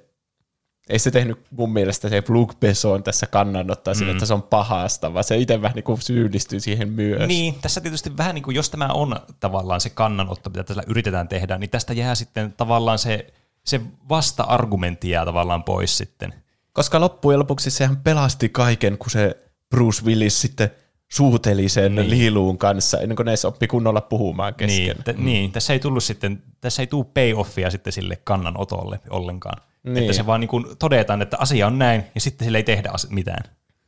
ei se tehnyt mun mielestä se Luc Besson tässä kannanottaa mm. sinne, että se on pahasta, vaan se itse vähän niin kuin syyllistyy siihen myös. Niin, tässä tietysti vähän niin kuin, jos tämä on tavallaan se kannanotto, mitä tässä yritetään tehdä, niin tästä jää sitten tavallaan se, se vasta-argumentti jää tavallaan pois sitten. Koska loppujen lopuksi sehän pelasti kaiken, kun se Bruce Willis sitten suuteli sen niin. Liiluun kanssa, ennen kuin ne edes oppi kunnolla puhumaan kesken. Niin, t- mm. niin, tässä ei tullut sitten, tässä ei tule payoffia sitten sille kannanotolle ollenkaan. Niin. Että se vaan niin kuin todetaan, että asia on näin, ja sitten sille ei tehdä mitään.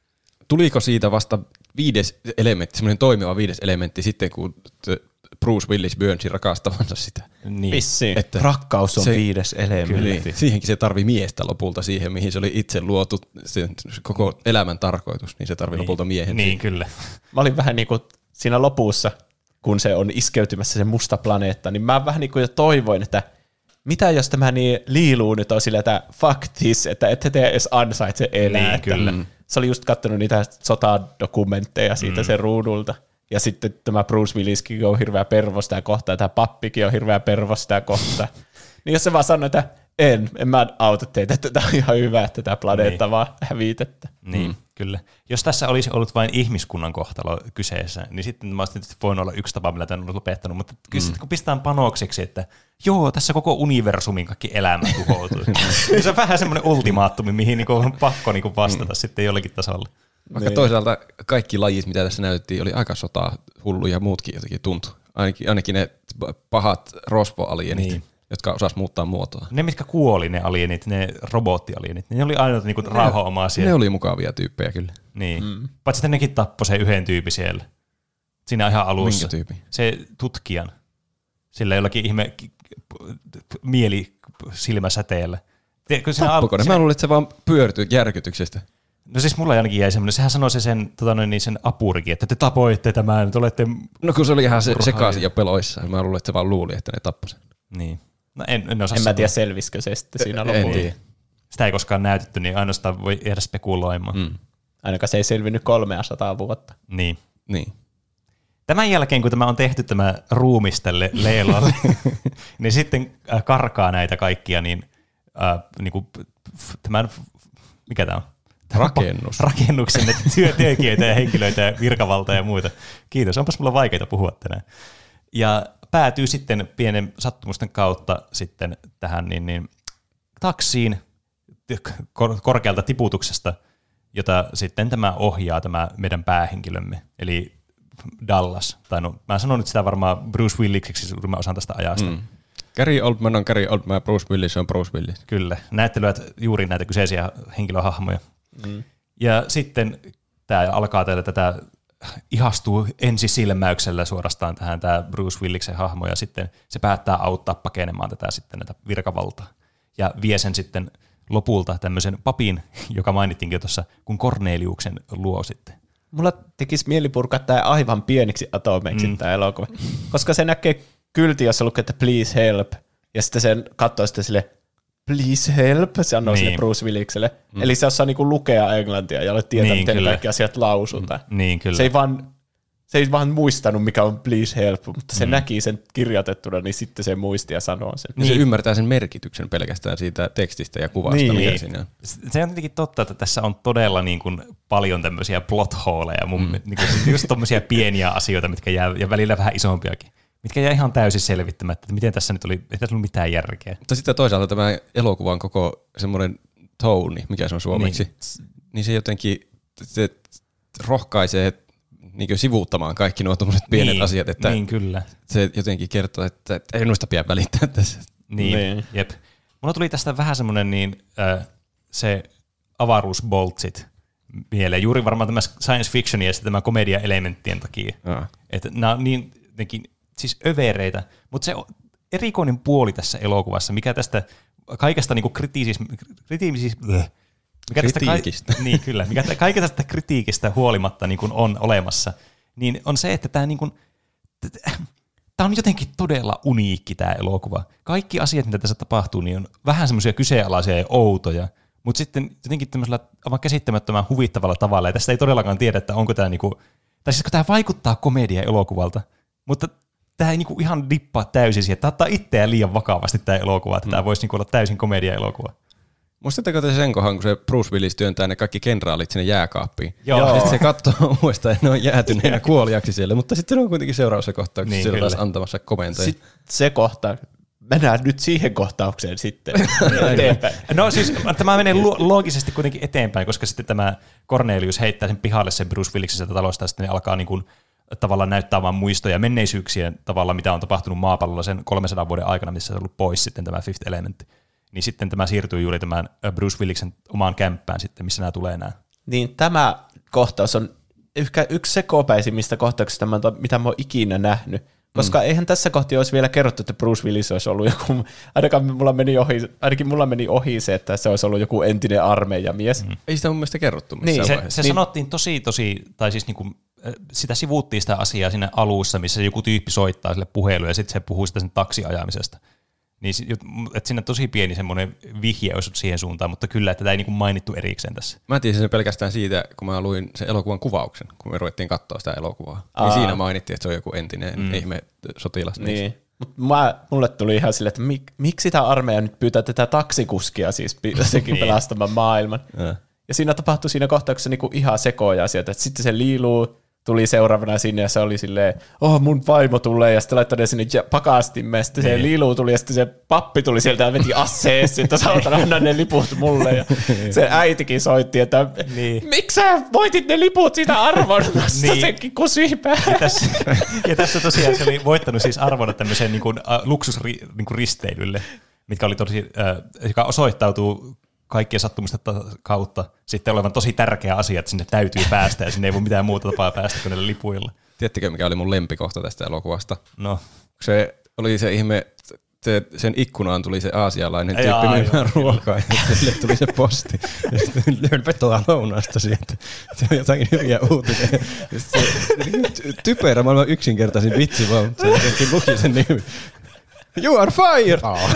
Tuliko siitä vasta viides elementti, semmoinen toimiva viides elementti sitten, kun Bruce Willis myönsi rakastavansa sitä? Niin. Vissiin. Että rakkaus on se, viides elementti. Siihenkin se tarvii miestä lopulta siihen, mihin se oli itse luotu, sen koko elämän tarkoitus, niin se tarvii niin. lopulta miehen. Niin, siihen. kyllä. Mä olin vähän niin kuin siinä lopussa, kun se on iskeytymässä se musta planeetta, niin mä vähän niin kuin jo toivoin, että mitä jos tämä niin liiluu nyt on sillä, että fuck this, että ette te edes ansaitse elää. Niin, kyllä. Se oli just katsonut niitä sotadokumentteja siitä mm. sen ruudulta. Ja sitten tämä Bruce Williskin on hirveä pervo sitä kohtaa, tämä pappikin on hirveä pervo sitä kohtaa. Niin jos se vaan sanoo, että en, en mä auta teitä, että tämä on ihan hyvä, että tämä planeetta niin. vaan hävitettä. Niin, mm. kyllä. Jos tässä olisi ollut vain ihmiskunnan kohtalo kyseessä, niin sitten mä olisin voinut olla yksi tapa, millä tämä on lopettanut. Mutta kyllä mm. kun pistetään panokseksi, että joo, tässä koko universumin kaikki elämä tuhoutuu. niin se on vähän semmoinen ultimaattumi, mihin niinku on pakko niinku vastata mm. sitten jollekin tasolla. Vaikka niin. toisaalta kaikki lajit, mitä tässä näytettiin, oli aika sota hullu ja muutkin jotenkin tuntui. Ainakin, ainakin ne pahat rosvoalienit, niin. jotka osas muuttaa muotoa. Ne, mitkä kuoli, ne alienit, ne robottialienit, ne oli ainoa niinku rauhanomaisia. Ne oli mukavia tyyppejä kyllä. Niin. Mm. Paitsi että nekin tappoi sen yhden tyypin siellä. Siinä ihan alussa. Minkä tyypin? Se tutkijan. Sillä jollakin ihme mieli silmäsäteellä. Tappuko ne? Mä luulin, että se vaan pyörtyi järkytyksestä. No siis mulla ainakin jäi semmoinen, sehän sanoi se sen, tota noin, niin sen apurikin, että te tapoitte tämän, te olette... No kun se oli ihan se, sekaisin ja peloissa, mä luulen, että se vaan luuli, että ne tappoi sen. Niin. No en, en osaa En mä tiedä selvisikö se sitten siinä lopulla. Sitä ei koskaan näytetty, niin ainoastaan voi jäädä spekuloimaan. Mm. Ainakaan se ei selvinnyt kolmeasataa vuotta. Niin. niin. Tämän jälkeen, kun tämä on tehty tämä ruumis tälle Leelolle, niin sitten karkaa näitä kaikkia, niin, äh, niin kuin, tämän, mikä tämä on? Rakennus. Rakennuksen työntekijöitä ja henkilöitä ja virkavaltaa ja muita. Kiitos, onpas mulla vaikeita puhua tänään. Ja päätyy sitten pienen sattumusten kautta sitten tähän niin, niin, taksiin kor- korkealta tiputuksesta, jota sitten tämä ohjaa tämä meidän päähenkilömme, eli Dallas. Tai no, mä sanon nyt sitä varmaan Bruce Williseksi suurimman osan tästä ajasta. Mm. Gary Oldman on Gary Oldman ja Bruce Willis on Bruce Willis. Kyllä, näyttelevät juuri näitä kyseisiä henkilöhahmoja. Mm. Ja sitten tämä alkaa tätä, tätä ihastuu ensisilmäyksellä suorastaan tähän tämä Bruce Williksen hahmo, ja sitten se päättää auttaa pakenemaan tätä sitten näitä virkavaltaa. Ja vie sen sitten lopulta tämmöisen papin, joka mainittiinkin jo tuossa, kun Corneliuksen luo sitten. Mulla tekisi mieli purkaa tämä aivan pieniksi atomeiksi mm. tämä elokuva, koska se näkee kylti, jossa lukee, että please help, ja sitten sen katsoo sitten sille please help, se sanoo niin. sille Bruce Willikselle. Mm. Eli se osaa niinku lukea englantia ja olet tietää, niin, miten kyllä. kaikki asiat lausutaan. Mm. Niin, kyllä. Se ei, vaan, se ei vaan muistanut, mikä on please help, mutta se mm. näki sen kirjoitettuna, niin sitten se muisti ja sanoo sen. Niin. Se ymmärtää sen merkityksen pelkästään siitä tekstistä ja kuvasta, niin. mikä siinä on. Se on tietenkin totta, että tässä on todella niin kuin paljon tämmöisiä plot holeja, mun, mm. niin kuin just tommosia pieniä asioita, mitkä jää, ja välillä vähän isompiakin. Mitkä jää ihan täysin selvittämättä, että miten tässä nyt oli, ei tässä ollut mitään järkeä. Mutta sitten toisaalta tämä elokuvan koko semmoinen tone, mikä se on suomeksi, niin, niin se jotenkin se rohkaisee niin sivuuttamaan kaikki nuo tommoset pienet niin, asiat, että niin, kyllä. se jotenkin kertoo, että, että ei noista pidä välittää tässä. Niin, niin. Jep. Mulla tuli tästä vähän semmoinen niin, äh, se avaruusboltsit mieleen, juuri varmaan tämä science fiction ja sitten tämä komedia-elementtien takia. Ah. Että nämä on niin jotenkin siis övereitä, mutta se erikoinen puoli tässä elokuvassa, mikä tästä kaikesta niinku kritiisis, kritiisis, mikä tästä kritiikistä. Ka, niin kyllä, mikä kaikesta tästä kritiikistä huolimatta niin kuin on olemassa, niin on se, että tämä niin kuin, tämä on jotenkin todella uniikki tämä elokuva. Kaikki asiat, mitä tässä tapahtuu, niin on vähän semmoisia kyseenalaisia ja outoja, mutta sitten jotenkin tämmöisellä aivan käsittämättömän huvittavalla tavalla, ja tästä ei todellakaan tiedä, että onko tämä niinku, tai siis kun tämä vaikuttaa komedia-elokuvalta, mutta tämä ei niinku ihan dippaa täysin siihen. Tämä ottaa itseään liian vakavasti tämä elokuva, että mm. tämä voisi niinku olla täysin komedia-elokuva. Muistatteko te sen kohan, kun se Bruce Willis työntää ne kaikki kenraalit sinne jääkaappiin? Joo. Ja sitten se katsoo uudestaan, että ne on jäätyneenä kuoliaksi siellä, mutta sitten ne on kuitenkin seuraavassa kohtauksessa niin, siellä taas antamassa komentoja. Sitten se kohta, mennään nyt siihen kohtaukseen sitten eteenpäin. No siis tämä menee loogisesti kuitenkin eteenpäin, koska sitten tämä Cornelius heittää sen pihalle sen Bruce Willisin sieltä talosta, ja sitten ne alkaa niin kuin tavallaan näyttää vaan muistoja menneisyyksien tavalla, mitä on tapahtunut maapallolla sen kolmensadan vuoden aikana, missä se on ollut pois sitten tämä Fifth Element. Niin sitten tämä siirtyy juuri tämän Bruce Willisin omaan kämppään sitten, missä nämä tulee nämä. Niin tämä kohtaus on yksi sekopäisimmistä kohtauksista, mitä mä oon ikinä nähnyt. Koska mm. eihän tässä kohti olisi vielä kerrottu, että Bruce Willis olisi ollut joku, ainakaan mulla meni ohi, ainakin mulla meni ohi se, että se olisi ollut joku entinen armeijamies. Mm. Ei sitä mun mielestä kerrottu missään niin, se, vaiheessa. se niin. sanottiin tosi, tosi, tai siis niinku, sitä sivuuttiin sitä asiaa siinä alussa, missä joku tyyppi soittaa sille puheluun ja sitten se puhuu sitä sen taksiajamisesta. Niin, että siinä tosi pieni semmoinen vihje olisi siihen suuntaan, mutta kyllä, että tämä ei niinku mainittu erikseen tässä. Mä tiesin sen pelkästään siitä, kun mä luin sen elokuvan kuvauksen, kun me ruvettiin katsoa sitä elokuvaa. Aa. Niin siinä mainittiin, että se on joku entinen mm. ihme sotilas. Niin. Mutta mulle tuli ihan silleen, että mik, miksi tämä armeija nyt pyytää tätä taksikuskia siis sekin pelastamaan maailman. Ja. ja siinä tapahtui siinä kohtauksessa niinku ihan sekoja asioita, että sitten se liiluu, tuli seuraavana sinne ja se oli silleen, oh mun vaimo tulee ja sitten laittoi ne sinne pakastimeen ja sitten se liiluu tuli ja sitten se pappi tuli sieltä ja veti asseessi, että saatan anna ne liput mulle ja se äitikin soitti, että niin. miksi sä voitit ne liput siitä arvonnasta niin. senkin kusipää. Ja tässä, ja tässä tosiaan se oli voittanut siis arvonnat tämmöiseen niin kuin, uh, luksusristeilylle, mitkä oli tosi, uh, joka osoittautuu kaikkien sattumista kautta sitten olevan tosi tärkeä asia, että sinne täytyy päästä ja sinne ei voi mitään muuta tapaa päästä kuin näillä lipuilla. Tiedättekö, mikä oli mun lempikohta tästä elokuvasta? No. Se oli se ihme, se, sen ikkunaan tuli se aasialainen tyyppi myymään ruokaa ja sille tuli se posti. Ja sitten lyön vetoa lounasta sieltä. Se on jotakin hyviä uutisia. Se, typerä, maailman yksinkertaisin vitsi vaan. Se jotenkin luki sen nimi. You are fired! Oh.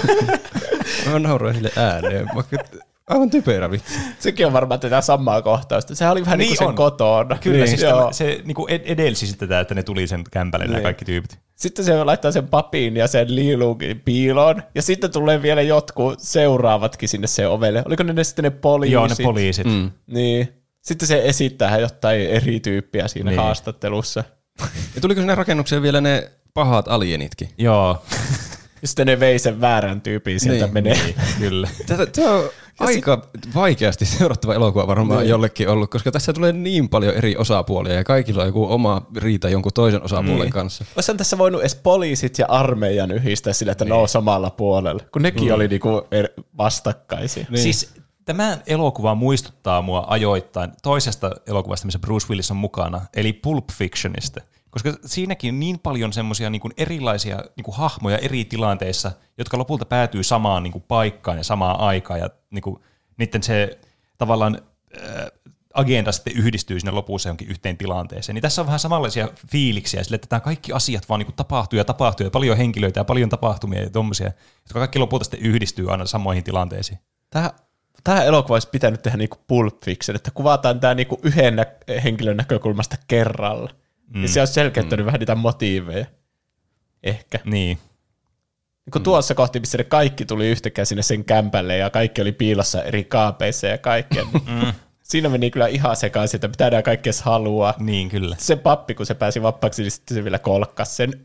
Mä nauroin sille ääneen. Aivan typerä vitsi. Sekin on varmaan tätä samaa kohtausta. Sehän oli vähän niin kuin sen kotona. Kyllä, niin. siis tämä, se niin kuin edelsi sitten tätä, että ne tuli sen kämpälle niin. nämä kaikki tyypit. Sitten se laittaa sen papin ja sen liiluun piiloon. Ja sitten tulee vielä jotkut seuraavatkin sinne sen ovelle. Oliko ne, ne sitten ne poliisit? Joo, ne poliisit. Mm. Niin. Sitten se esittää jotain eri tyyppiä siinä niin. haastattelussa. Ja tuliko sinne rakennukseen vielä ne pahat alienitkin? Joo. Ja sitten ne vei sen väärän tyypin sieltä niin, menee. Niin, kyllä. Tämä on aika vaikeasti seurattava elokuva varmaan niin. jollekin ollut, koska tässä tulee niin paljon eri osapuolia ja kaikilla on joku oma riita jonkun toisen osapuolen niin. kanssa. Olisihan tässä voinut edes poliisit ja armeijan yhdistää sillä, että niin. ne on samalla puolella, kun nekin mm. oli niinku vastakkaisia. Niin. Siis tämä elokuva muistuttaa mua ajoittain toisesta elokuvasta, missä Bruce Willis on mukana, eli Pulp Fictionista. Koska siinäkin on niin paljon semmoisia niin kuin erilaisia niin kuin hahmoja eri tilanteissa, jotka lopulta päätyy samaan niin kuin paikkaan ja samaan aikaan, ja niin kuin, niiden se tavallaan äh, agenda sitten yhdistyy sinne lopussa jonkin yhteen tilanteeseen. Niin tässä on vähän samanlaisia fiiliksiä, sille, että tämä kaikki asiat vaan niin kuin tapahtuu ja tapahtuu, ja paljon henkilöitä ja paljon tapahtumia ja tommosia, jotka kaikki lopulta sitten yhdistyy aina samoihin tilanteisiin. Tämä Tämä elokuva olisi pitänyt tehdä niin kuin Pulp Fiction, että kuvataan tämä niin kuin yhden nä- henkilön näkökulmasta kerralla. Mm. Ja se olisi selkeyttänyt mm. vähän niitä motiiveja. Ehkä. Niin. Niin kun mm. tuossa kohti, missä ne kaikki tuli yhtäkkiä sinne sen kämpälle ja kaikki oli piilossa eri kaapeissa ja kaikkea. mm. Siinä meni kyllä ihan sekaisin, että mitä nämä kaikki edes haluaa. Niin, kyllä. Se pappi, kun se pääsi vapaaksi, niin sitten se vielä kolkkasi sen.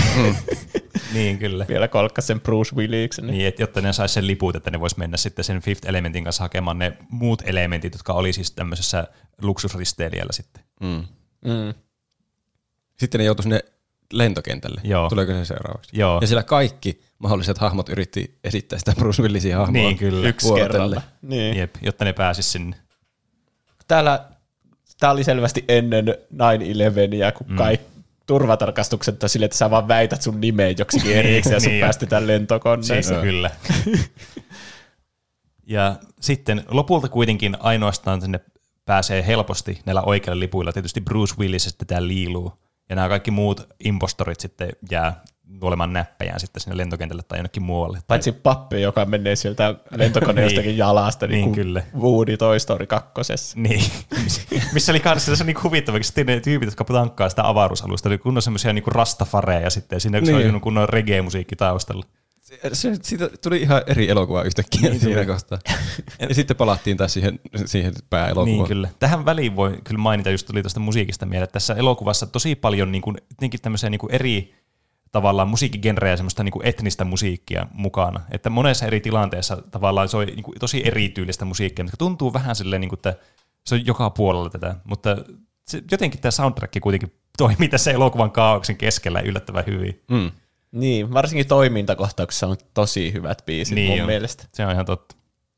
Niin, kyllä. Vielä kolkkasi sen Bruce Williksen. Niin, että jotta ne saisi sen liput, että ne vois mennä sitten sen Fifth Elementin kanssa hakemaan ne muut elementit, jotka oli siis tämmöisessä luksusristeilijällä sitten. Mm. Mm. Sitten ne joutui sinne lentokentälle. Joo. Tuleeko se seuraavaksi? Joo. Ja siellä kaikki mahdolliset hahmot yritti esittää sitä Bruce Willisin hahmoa. Niin, kyllä. Yksi kerralla. Niin. Jep, jotta ne pääsisi sinne. Täällä, tää oli selvästi ennen nine eleveniä, kun mm. kaikki turvatarkastukset on silleen, että sä vaan väität sun nimeen joksikin erikseen ja sun niin päästetään lentokoneeseen. Siis kyllä. Ja sitten lopulta kuitenkin ainoastaan sinne pääsee helposti näillä oikeilla lipuilla. Tietysti Bruce Willis ja sitten tämä liiluu. Ja nämä kaikki muut impostorit sitten jää nuolemaan näppejään sitten sinne lentokentälle tai jonnekin muualle. Paitsi pappi, joka menee sieltä lentokoneestakin niin, jalasta, niin, niin kuin kyllä. Woody Toy Story kakkosessa. Niin, missä oli kanssa se on niin huvittava, sitten ne tyypit, jotka tankkaa sitä avaruusalusta, oli kunnon semmoisia niin rastafareja sitten, siinä niin. oli kunnon reggae-musiikki taustalla. Se, siitä tuli ihan eri elokuva yhtäkkiä niin siinä kohtaa. Ja sitten palattiin taas siihen, siihen pääelokuvaan. Niin kyllä. Tähän väliin voi kyllä mainita, just tuli tuosta musiikista mieleen, että tässä elokuvassa tosi paljon niin kuin, tämmöisiä niin kuin eri tavallaan musiikkigenrejä ja semmoista niin kuin etnistä musiikkia mukana. Että monessa eri tilanteessa tavallaan se on niin kuin tosi erityylistä musiikkia, mutta tuntuu vähän silleen, niin kuin, että se on joka puolella tätä. Mutta se, jotenkin tämä soundtrack kuitenkin toimii tässä elokuvan kaaoksen keskellä yllättävän hyvin. Mm. Niin, varsinkin toimintakohtauksessa on tosi hyvät biisit niin mun on. mielestä. Se on ihan totta.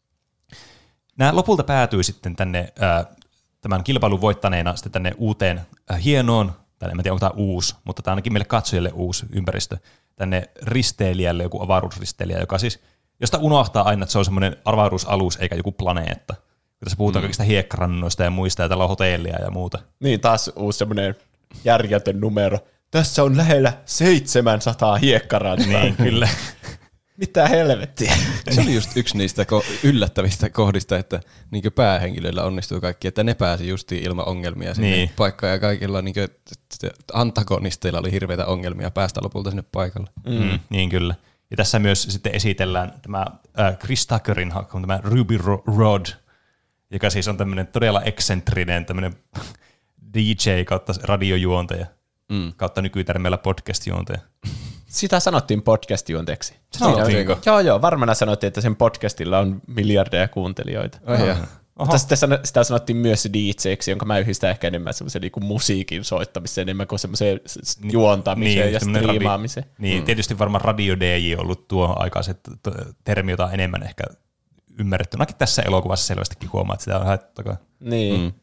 Nämä lopulta päätyi sitten tänne äh, tämän kilpailun voittaneena sitten tänne uuteen äh, hienoon, tai en tiedä onko tämä uusi, mutta tämä on ainakin meille katsojille uusi ympäristö, tänne risteilijälle, joku avaruusristeilijä, joka siis, josta unohtaa aina, että se on semmoinen avaruusalus eikä joku planeetta. Kun tässä puhutaan mm. kaikista hiekkarannoista ja muista, ja täällä on hotellia ja muuta. Niin, taas uusi semmoinen järjetön numero. Tässä on lähellä seitsemänsataa hiekkarantaa. Niin, kyllä. Mitä helvettiä. Se oli just yksi niistä ko- yllättävistä kohdista, että niin päähenkilöillä onnistuu kaikki, että ne pääsi justiin ilman ongelmia sinne niin. paikkaan, ja kaikilla niin antagonisteilla oli hirveitä ongelmia päästä lopulta sinne paikalle. Mm. Mm, niin kyllä. Ja tässä myös sitten esitellään tämä äh, Chris Tuckerin hakku, tämä Ruby Rod, joka siis on tämmöinen todella eksentrinen tämmöinen D J kautta radiojuontaja. Mm. kautta nykytermeillä podcast-juontaja. Sitä sanottiin podcast-juonteeksi. Sanottiinko? Joo, joo. Varmana sanottiin, että sen podcastilla on miljardeja kuuntelijoita. Oh, mutta sitten sitä sanottiin myös D J:ksi, jonka mä yhdistän ehkä enemmän semmoisen niinku musiikin soittamiseen, enemmän kuin semmoiseen juontamiseen niin, ja striimaamiseen. Radi- niin, mm. tietysti varmaan radio D J on ollut tuo aikaiset termi, jota on enemmän ehkä ymmärretty. Ainakin tässä elokuvassa selvästikin huomaa, että sitä on haettu. Niin. Mm.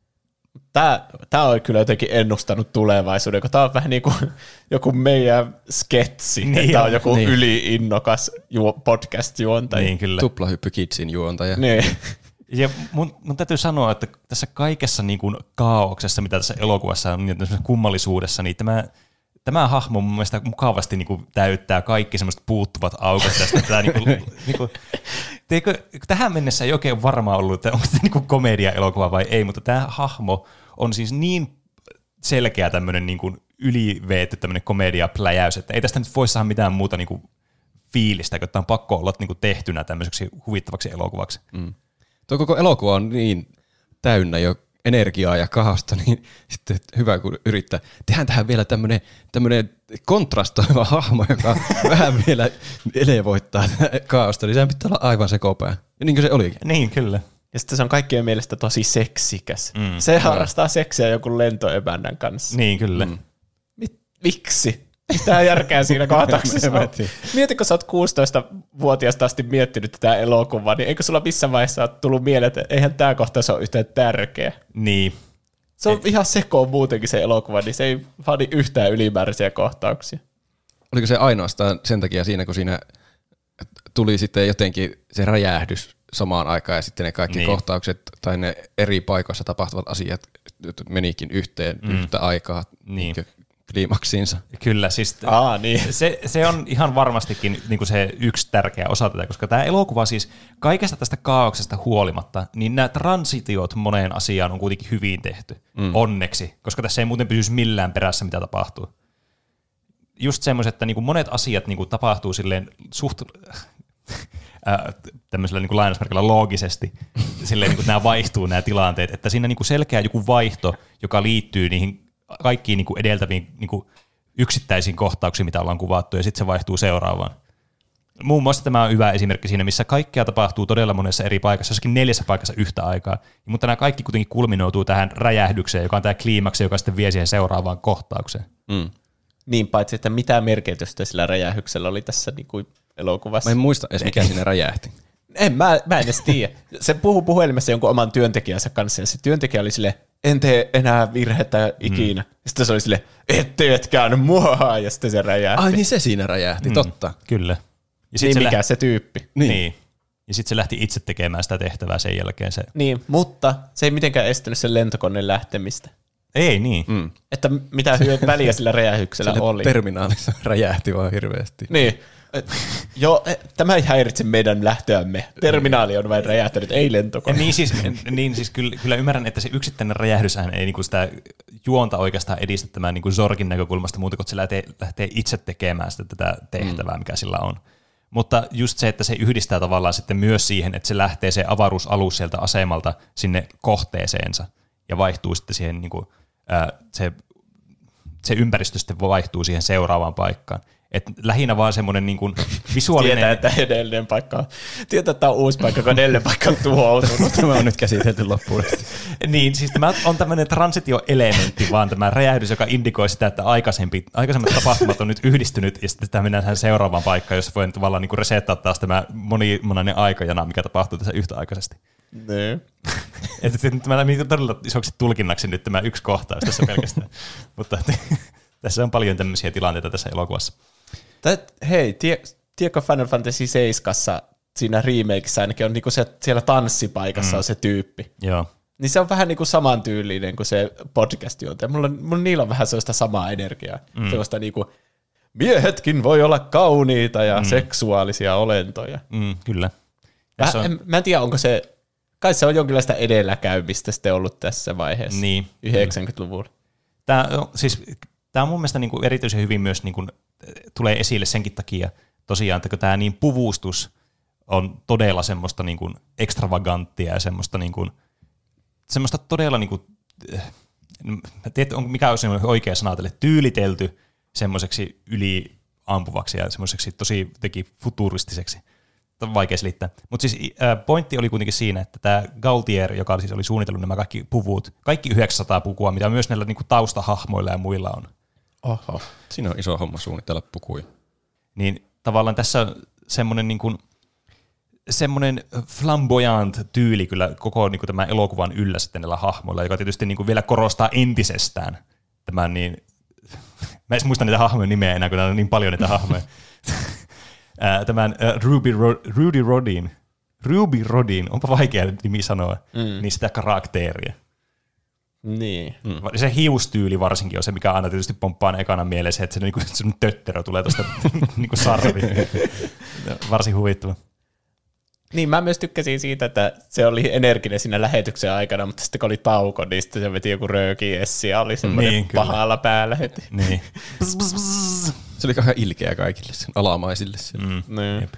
Tämä, tämä on kyllä jotenkin ennustanut tulevaisuuden, kun tämä on vähän niin kuin joku meidän sketsi, niin että on joku niin. yli-innokas juo, podcast-juontaja. Niin, kyllä. Tuplahyppy Kidsin juontaja. Niin. Ja mun, mun täytyy sanoa, että tässä kaikessa niin kuin kaauksessa, mitä tässä elokuvassa on, niin kummallisuudessa, niin tämä, tämä hahmo mun mielestä mukavasti niin kuin täyttää kaikki semmoiset puuttuvat aukot tästä. Tämä, niin kuin, niin kuin, teikö, tähän mennessä ei oikein varmaan ollut, että onko tämä niin kuin komedia-elokuva vai ei, mutta tämä hahmo on siis niin selkeä tämmöinen niin kuin yliveetty tämmöinen komedia-pläjäys, että ei tästä nyt voi saada mitään muuta niin kuin fiilistä, kun tämä on pakko olla niin kuin tehtynä tämmöiseksi huvittavaksi elokuvaksi. Mm. Tuo koko elokuva on niin täynnä jo energiaa ja kaosta, niin sitten hyvä, kun yrittää. Tehdään tähän vielä tämmöinen, tämmöinen kontrastoiva hahmo, joka vähän vielä elevoittaa kaosta, niin sehän pitää olla aivan sekopää. Ja niin kuin se olikin. Niin, kyllä. Ja sitten se on kaikkien mielestä tosi seksikäs. Mm. Se harrastaa seksiä jonkun lentoemännän kanssa. Niin, kyllä. Mm. Miksi? Mitä järkeä siinä kohtauksessa on? Mieti, kun sä oot kuusitoistavuotiaasta asti miettinyt tätä elokuvaa, niin eikö sulla missään vaiheessa ole tullut mieleen, että eihän tämä kohtaus ole yhtään tärkeä? Niin. Se on ei. ihan sekoon muutenkin se elokuva, niin se ei vaadi yhtään ylimääräisiä kohtauksia. Oliko se ainoastaan sen takia siinä, kun siinä tuli sitten jotenkin se räjähdys samaan aikaan ja sitten ne kaikki niin. kohtaukset tai ne eri paikoissa tapahtuvat asiat menikin yhteen mm. yhtä aikaa niin. kliimaksiinsa. Kyllä, siis Aa, niin. se, se on ihan varmastikin niin kuin se yksi tärkeä osa tätä, koska tämä elokuva siis kaikesta tästä kaauksesta huolimatta, niin nämä transitiot moneen asiaan on kuitenkin hyvin tehty, mm. onneksi, koska tässä ei muuten pysyisi millään perässä, mitä tapahtuu. Just semmoiset, että niin kuin monet asiat niin kuin tapahtuu silleen suht Äh, tämmöisellä niin kuin lainausmerkillä loogisesti, silleen niin kuin nämä vaihtuu nämä tilanteet, että siinä niin kuin selkeä joku vaihto, joka liittyy niihin kaikkiin niin kuin edeltäviin niin kuin yksittäisiin kohtauksiin, mitä ollaan kuvattu, ja sitten se vaihtuu seuraavaan. Muun muassa tämä on hyvä esimerkki siinä, missä kaikkea tapahtuu todella monessa eri paikassa, jossakin neljässä paikassa yhtä aikaa, mutta nämä kaikki kuitenkin kulminoituu tähän räjähdykseen, joka on tämä kliimaksi, joka sitten vie siihen seuraavaan kohtaukseen. Mm. Niin, paitsi että mitä merkitystä sillä räjähdyksellä oli tässä niin kuin elokuvassa. Mä en muista edes, mikä siinä räjähti. En, mä, mä en edes tiedä. Se puhui puhelimessa jonkun oman työntekijänsä kanssa, ja se työntekijä oli silleen, en tee enää virhettä ikinä. Mm. Ja sitten se oli silleen, et teetkään mua, ja sitten se räjähti. Ai niin se siinä räjähti, mm. totta. Kyllä. Ja niin se mikä lähti... se tyyppi. Niin. niin. Ja sitten se lähti itse tekemään sitä tehtävää sen jälkeen. Se... Niin, mutta se ei mitenkään estänyt sen lentokoneen lähtemistä. Ei niin. Mm. Että mitä hyö väliä sillä räjähyksellä Sillä oli. terminaalissa räjähti vaan hirveästi. Niin. Et, joo, tämä ei häiritse meidän lähtöämme. Terminaali on vain räjähtänyt, ei lentokone. Niin siis, niin siis kyllä, kyllä ymmärrän, että se yksittäinen räjähdyshän ei niinku sitä juonta oikeastaan edistä tämän niinku Zorgin näkökulmasta muuta, kun se lähtee, lähtee itse tekemään sitä tätä tehtävää, mikä sillä on. Mutta just se, että se yhdistää tavallaan sitten myös siihen, että se lähtee se avaruusalus sieltä asemalta sinne kohteeseensa ja vaihtuu sitten siihen, niinku, ää, se, se ympäristö sitten vaihtuu siihen seuraavaan paikkaan. Että lähinnä vaan semmoinen niin kuin visuaalinen... Tietää, että edellinen paikka on... Tietää, että tämä on uusi paikka, kun edellinen paikka on tuhoutunut. Tämä on nyt käsitelty loppuun. Niin, siis tämä on tämmöinen transitioelementti, vaan tämä räjähdys, joka indikoi sitä, että aikaisempi, aikaisemmat tapahtumat on nyt yhdistynyt, ja sitten tämä mennään tähän seuraavaan paikkaan, jossa voi tavallaan niin kuin resettaa taas tämä monimonainen aikajana, mikä tapahtuu tässä yhtäaikaisesti. Niin. Että tämä meni todella isoksi tulkinnaksi nyt tämä yksi kohtaus tässä pelkästään. Mutta tässä on paljon tämmöisiä tilanteita tässä elokuvassa. Tät, hei, tie, tiedätkö Final Fantasy seitsemän siinä remakeissa ainakin on niinku se, siellä tanssipaikassa mm. on se tyyppi. Joo. Niin se on vähän niinku samantyylinen kuin se podcast-juontaja. Mulla, mulla niillä on vähän sellaista samaa energiaa. Mm. Sellaista niinku, miehetkin voi olla kauniita ja mm. seksuaalisia olentoja. Mm, kyllä. Väh, on... en, mä en tiedä, onko se, kai se on jonkinlaista edelläkäymistä sitten ollut tässä vaiheessa, niin. yhdeksänkymmentäluvulla. Tämä, siis, tämä on mun mielestä niin kuin erityisen hyvin myös niin kuin, tulee esille senkin takia tosiaan, että kun tämä niin puvustus on todella semmoista niin kuin ekstravaganttia ja semmoista, niin kuin, semmoista todella, niin kuin, mä tiedän, onko mikä on oikea sana tälle, tyylitelty semmoiseksi yliampuvaksi ja semmoiseksi tosi jotenkin futuristiseksi. Vaikea selittää. Mutta siis äh, pointti oli kuitenkin siinä, että tämä Gaultier, joka siis oli suunnitellut nämä kaikki puvut, kaikki yhdeksänsataa pukua, mitä myös näillä niinku taustahahmoilla ja muilla on. Oho, siinä on iso homma suunnitella pukuja. Niin tavallaan tässä on semmoinen niinku, semmoinen flamboyant tyyli kyllä koko niinku tämän elokuvan yllä sitten näillä hahmoilla, joka tietysti niinku vielä korostaa entisestään tämän niin... Mä en muista niitä hahmojen nimeä enää, kun on niin paljon niitä hahmoja. Tämän uh, Ruby, Ro- Rudy Rodin, Ruby Rodin, onpa vaikea nimi sanoa, mm. niin sitä karakteria. Niin. Mm. Se hiustyyli varsinkin on se, mikä aina tietysti pomppaa ekana mieleen, se, että se, niinku, se tötterö tulee tuosta niinku sarvi. Varsin huvittava. Niin, mä myös tykkäsin siitä, että se oli energinen siinä lähetyksen aikana, mutta sitten kun oli tauko, niin sitten se veti joku rööki essi ja oli semmoinen niin, pahalla päällä heti. Niin. Se oli ihan ilkeä kaikille, sen alamaisille. Mm. Niin.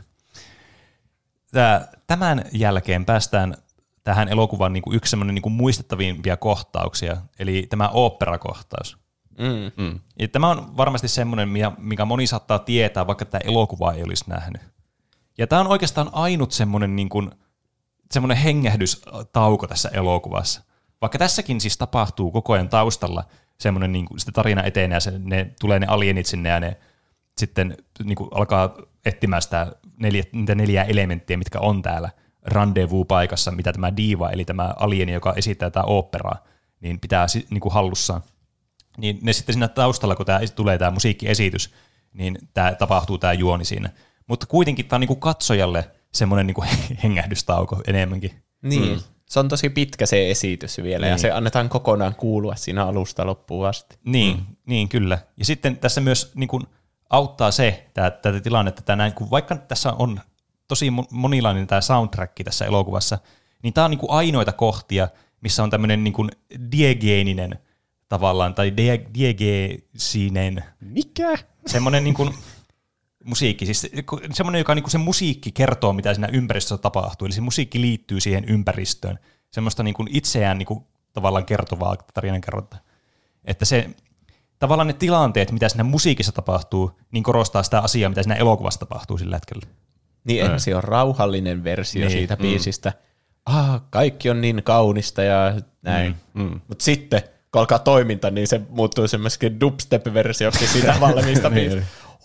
Tämän jälkeen päästään tähän elokuvan niin kuin yksi semmoinen niin kuin muistettavimpia kohtauksia, eli tämä oopperakohtaus. Mm. Mm. Ja tämä on varmasti semmoinen, mikä moni saattaa tietää, vaikka tämä elokuva ei olisi nähnyt. Ja tämä on oikeastaan ainut semmoinen, niin kuin, semmoinen hengähdystauko tässä elokuvassa. Vaikka tässäkin siis tapahtuu koko ajan taustalla semmoinen niin kuin, tarina etenee ja se, ne, tulee ne alienit sinne ja ne sitten niin kuin, alkaa etsimään sitä neljä, niitä neljää elementtiä, mitkä on täällä rendezvous-paikassa, mitä tämä diiva, eli tämä alieni, joka esittää tätä oopperaa, niin pitää niin kuin hallussaan. Niin ne sitten siinä taustalla, kun tämä, tulee tämä musiikkiesitys, niin tämä, tapahtuu tämä juoni siinä. Mutta kuitenkin tämä on niin kuin katsojalle semmoinen niin kuin hengähdystauko enemmänkin. Niin, mm. se on tosi pitkä se esitys vielä, niin. Ja se annetaan kokonaan kuulua siinä alusta loppuun asti. Niin, mm. niin kyllä. Ja sitten tässä myös niin kuin auttaa se, tätä tilannetta, että näin, kun vaikka tässä on tosi monilainen tämä soundtrack tässä elokuvassa, niin tämä on niin kuin ainoita kohtia, missä on tämmöinen niin kuin diegeeninen tavallaan, tai diegeesinen. Mikä? Semmoinen niin kuin musiikki, siis semmoinen, joka niinku se musiikki kertoo, mitä siinä ympäristössä tapahtuu, eli se musiikki liittyy siihen ympäristöön, semmoista niinku itseään niinku tavallaan kertovaa tarinankerrontaa. Että se tavallaan ne tilanteet, mitä siinä musiikissa tapahtuu, niin korostaa sitä asiaa, mitä siinä elokuvassa tapahtuu sillä hetkellä. Niin mm. ensin on rauhallinen versio niin. siitä biisistä. Mm. Ah, kaikki on niin kaunista ja näin. Mm. Mm. Mutta sitten, kun alkaa toiminta, niin se muuttuu semmoisikin dubstep-versioksi siitä valmiista biisistä.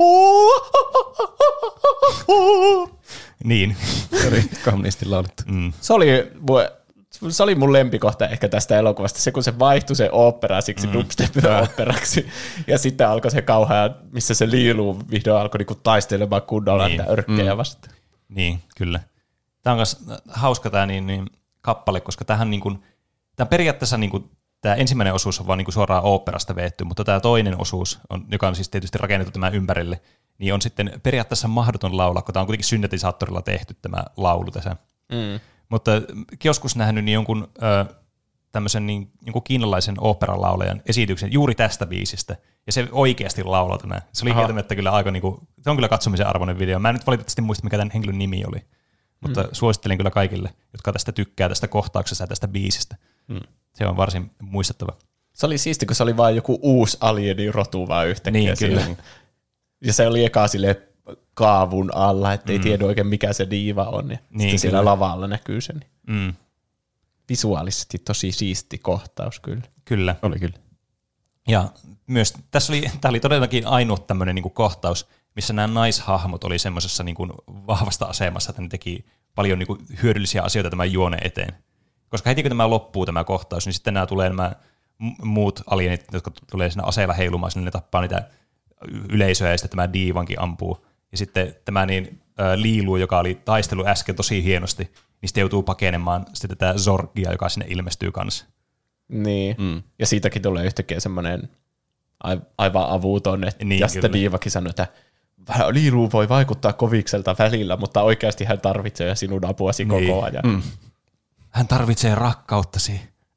Niin. Se oli kauniisti laulettu. Mm. Se oli, se oli mun lempikohta ehkä tästä elokuvasta, se kun se vaihtui se opera siksi mm. dubstep-operaksi, ja sitten alkoi se kauhea, missä se liiluu vihdoin alkoi niinku taistelemaan kunnolla niin. örkkejä mm. vastaan. Niin, kyllä. Tämä on myös hauska tämä niin, niin, kappale, koska tämähän niin kuin, tämä periaatteessa niin kuin, tämä ensimmäinen osuus on vaan niin kuin suoraan oopperasta veetty, mutta tämä toinen osuus, on, joka on siis tietysti rakennettu tämän ympärille, niin on sitten periaatteessa mahdoton laulaa, kun tämä on kuitenkin syntetisaattorilla tehty tämä laulu tässä. Mm. Mutta joskus nähnyt niin jonkun ö, tämmöisen niin, jonkun kiinalaisen oopperalaulajan esityksen juuri tästä biisistä, ja se oikeasti laulaa tämä. Se oli kieltämättä kyllä aika, niin kuin, se on kyllä katsomisen arvoinen video. Mä en nyt valitettavasti muista, mikä tämän henkilön nimi oli, mutta mm. suosittelen kyllä kaikille, jotka tästä tykkää tästä kohtauksesta ja tästä biisistä. Mm. Se on varsin muistettava. Se oli siisti, kun se oli vain joku uusi alienin rotu vaan yhtäkkiä. Niin, kyllä. Ja se oli eka silleen kaavun alla, ettei mm. tiedä oikein mikä se diiva on. Ja niin, sitten siellä lavalla näkyy se. Mm. Visuaalisesti tosi siisti kohtaus kyllä. Kyllä. Oli kyllä. Ja myös tässä oli, tämä oli todellakin ainut tämmöinen niin kuin kohtaus, missä nämä naishahmot oli semmoisessa niin kuin vahvasta asemassa, että ne teki paljon niin kuin hyödyllisiä asioita tämän juoneen eteen. Koska heti kun tämä loppuu tämä kohtaus, niin sitten nämä tulee nämä muut alienit, jotka tulee siinä aseella heilumaan, niin ne tappaa niitä yleisöä ja sitten tämä diivankin ampuu. Ja sitten tämä niin, ä, Liilu, joka oli taistelu äsken tosi hienosti, niin sitten joutuu pakenemaan sitten tätä Zorgia, joka sinne ilmestyy kanssa. Niin, mm. ja siitäkin tulee yhtäkkiä semmoinen aivan avuton, että niin, ja sitten kyllä. Diivakin sanoi, että Liilu voi vaikuttaa kovikselta välillä, mutta oikeasti hän tarvitsee sinun apuasi niin. koko ajan. Mm. Hän tarvitsee rakkauttasi.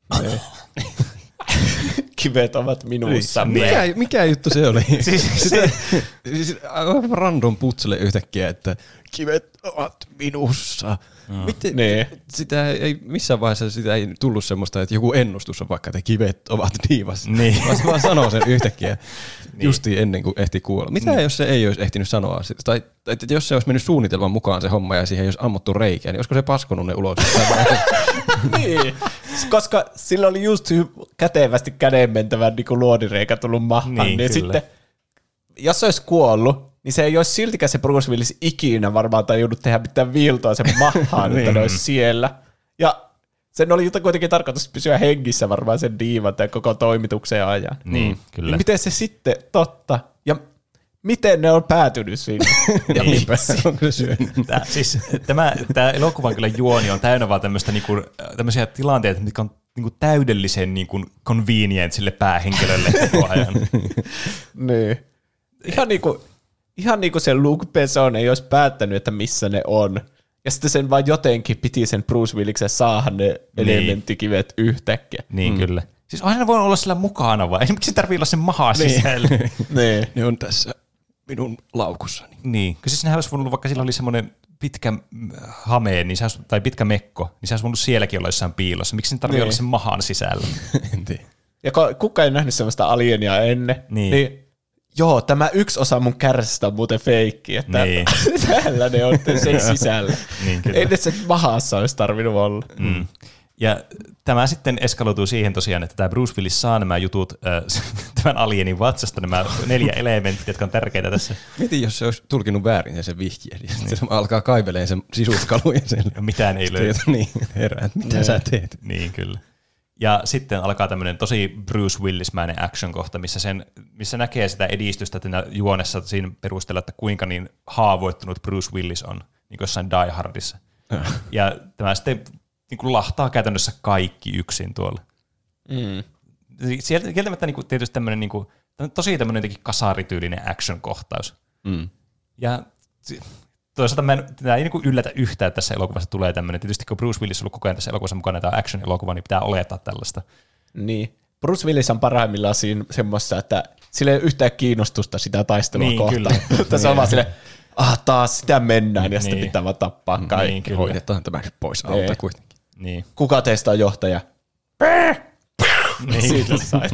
Kivet ovat minussa. Mikä, mikä juttu se oli? siis, Sitä, siis aivan random putselle yhtäkkiä, että kivet ovat minussa. Mm. Miten, nee. Sitä ei, missään vaiheessa sitä ei tullut semmoista, että joku ennustus on vaikka, että kivet ovat diivassa. Niin. Vaan vaan sanoo sen yhtäkkiä niin. justiin ennen kuin ehti kuolla. Mitä niin. jos se ei olisi ehtinyt sanoa? Tai että jos se olisi mennyt suunnitelman mukaan se homma ja siihen ei olisi ammuttu reikää, niin olisiko se paskonut ne ulos? niin, koska sillä oli just kätevästi kädenmentävän niin luodireikä tullut mahaan. Niin, niin sitten, jos se olisi kuollut, niin se ei olisi siltikään se Bruce Willis ikinä varmaan tajunnut tehdä mitään viiltoa sen mahaan, niin. että ne olisi siellä. Ja sen oli kuitenkin tarkoitus pysyä hengissä varmaan sen diivan tai koko toimituksen ajan. Niin, kyllä. Niin miten se sitten, totta, ja miten ne on päätynyt sinne? ja niin. Onko se tämä, siis, tämä, tämä elokuvan kyllä juoni on täynnä vaan tämmöistä, niinku, tämmöisiä tilanteita, mitkä on niinku täydellisen niinku convenient sille päähenkilölle koko ajan. niin. Ihan niin kuin Ihan niin kuin se Luke Besson ei olisi päättänyt, että missä ne on. Ja sitten sen vaan jotenkin piti sen Bruce Williksen saada ne niin. elementtikivet yhtäkkiä. Niin mm. kyllä. Siis aina ne voi olla sillä mukana vai? Miksi tarvii olla sen mahaa niin. sisällä? niin. Ne on tässä minun laukussani. Niin. Kyllä siis nehän olisi voinut, vaikka sillä oli semmoinen pitkä hame, niin se olisi, tai pitkä mekko, niin se olisi voinut sielläkin olla jossain piilossa. Miksi ne tarvii niin. olla sen mahaan sisällä? En tiedä. Ja kuka ei nähnyt semmoista alienia ennen, niin, niin joo, tämä yksi osa mun kärsästä on muuten feikki, että niin. täällä ne on sen sisällä. niin, ei ne sen mahassa olisi tarvinnut olla. Mm. Ja tämä sitten eskaloituu siihen tosiaan, että tämä Bruce Willis saa nämä jutut äh, tämän alienin vatsasta, nämä neljä elementtiä, jotka on tärkeitä tässä. Mietin, jos se olisi tulkinut väärin sen, sen vihjeen, ja sitten se alkaa kaiveleen sen sisuskaluja siellä. Ja mitään ei löydy. Niin, herää, mitä sä teet? Niin, kyllä. Ja sitten alkaa tämmöinen tosi Bruce Willis-mäinen action-kohta, missä, sen, missä näkee sitä edistystä että juonessa siinä perusteella, että kuinka niin haavoittunut Bruce Willis on, niin kuin jossain Die Hardissa. ja tämä sitten niin kuin lahtaa käytännössä kaikki yksin tuolla. Mm. Sieltä kieltämättä niin kuin, tietysti tämmöinen niin kuin, tosi tämmöinen jotenkin kasarityylinen action-kohtaus. Mm. Ja toisaalta mä en, tämä ei niin kuin yllätä yhtään, että tässä elokuvassa tulee tämmöinen. Tietysti kun Bruce Willis on ollut koko ajan tässä elokuvassa mukana, tämä action-elokuva, niin pitää olettaa tällaista. Niin. Bruce Willis on parhaimmillaan siinä semmoista, että sillä ei ole yhtään kiinnostusta sitä taistelua niin, kohtaan. Mutta se on vaan silleen, ah taas sitä mennään ja niin. sitten pitää vaan tappaa kaikki. Niin, hoidetaan tämä pois alta kuitenkin. Niin. Kuka teistä on johtaja? niin. Siitä sait.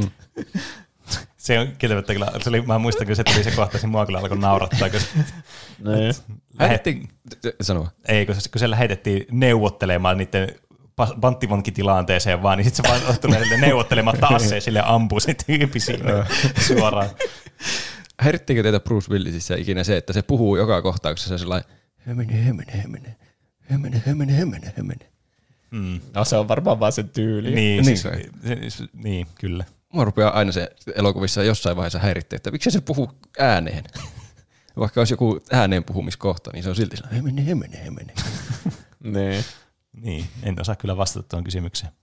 Se on kieltämättä kyllä, se oli, mä muistan, kun se tuli se kohta, niin mua kyllä alkoi naurattaa. Kun lähetettiin, sanoa. Ei, kun se, kun se lähetettiin neuvottelemaan niiden panttivankitilanteeseen vaan, niin sitten se vaan tulee neuvottelemaan taas ja sille ampuu se tyyppi siinä suoraan. Häirittiinkö teitä Bruce Willisissä ikinä se, että se puhuu joka kohtauksessa sellainen hömene, hömene, hömene, hömene, hömene, hömene, hömene. Mm. No se on varmaan vaan sen tyyli. Niin, niin, siis, siis, niin kyllä. Mua rupeaa aina se elokuvissa jossain vaiheessa häirittää, että miksi se puhuu ääneen? Vaikka olisi joku ääneen puhumiskohta, niin se on silti sellainen hemene, hemene, hemene. niin. niin, en osaa kyllä vastata tuon kysymykseen.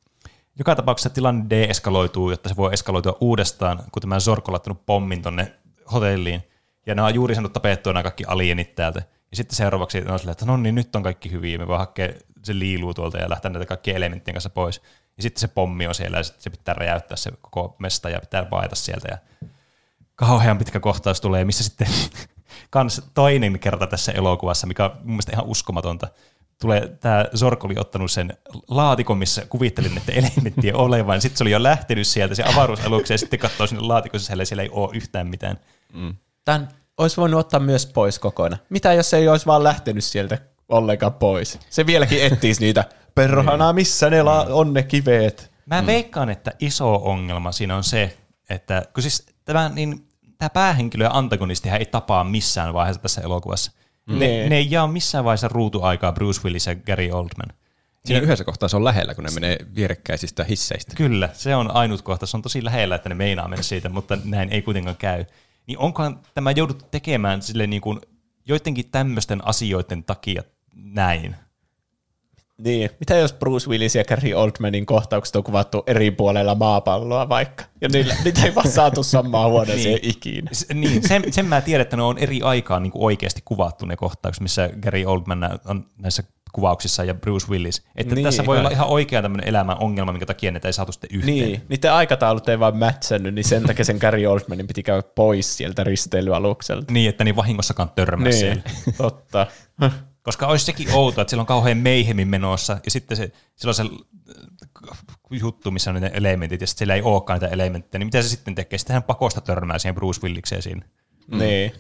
joka tapauksessa tilanne de-eskaloituu, jotta se voi eskaloitua uudestaan, kun tämä Zork on laittanut pommin tonne hotelliin. Ja ne on juuri saanut tapettua nämä kaikki alienit täältä. Ja sitten seuraavaksi on silleen, että no niin, nyt on kaikki hyviä, me voi hakea se liiluu tuolta ja lähteä näitä kaikkien elementtien kanssa pois. Ja sitten se pommi on siellä ja sitten se pitää räjäyttää se koko mesta ja pitää vaeta sieltä. Ja kauhean pitkä kohtaus tulee, missä sitten kans toinen kerta tässä elokuvassa, mikä on mun mielestä ihan uskomatonta. Tulee, tämä Zork oli ottanut sen laatikon, missä kuvittelin, että elementtien olevan. Sitten se oli jo lähtenyt sieltä se avaruusaluksi ja sitten katsoo sinne laatikon sisälle ja siellä ei ole yhtään mitään. Mm. Tämän olisi voinut ottaa myös pois kokonaan. Mitä jos ei olisi vaan lähtenyt sieltä ollenkaan pois? Se vieläkin etsisi niitä, perhana, missä ne la- on ne kiveet. Mä mm. veikkaan, että iso ongelma siinä on se, että kun siis tämä, niin, tämä päähenkilö ja antagonistihan ei tapaa missään vaiheessa tässä elokuvassa. Mm. Ne, ne ei jaa missään vaiheessa ruutuaikaa Bruce Willis ja Gary Oldman. Siinä yhdessä kohtaa se on lähellä, kun ne menee vierekkäisistä hisseistä. Kyllä, se on ainut kohta. Se on tosi lähellä, että ne meinaa mennä siitä, mutta näin ei kuitenkaan käy. Niin onkohan tämä jouduttu tekemään sille niin kuin joidenkin tämmöisten asioiden takia näin? Niin. Mitä jos Bruce Willis ja Gary Oldmanin kohtaukset on kuvattu eri puolella maapalloa vaikka? Ja niillä, niitä ei vaan saatu samaan huoneeseen niin. ikinä. S- niin, sen, sen mä tiedän, että ne on eri aikaan niin kuin oikeasti kuvattu ne kohtaukset, missä Gary Oldman on näissä kuvauksissa ja Bruce Willis. Että niin, tässä voi olla ihan oikea tämmöinen elämän ongelma, minkä takia ne ei saatu sitten yhteen. Niin, niiden aikataulut ei vaan mätsännyt, niin sen takia sen Gary Oldmanin piti käydä pois sieltä risteilyalukselta. Niin, että niin vahingossakaan törmää niin, siellä. totta. Koska olisi sekin outoa, että siellä on kauhean meihemin menossa, ja sitten se, siellä on se juttu, missä on ne elementit, ja sitten siellä ei olekaan niitä elementtejä, niin mitä se sitten tekee? Sitten hän pakosta törmää siihen Bruce Willikseen siinä. Mm. Niin.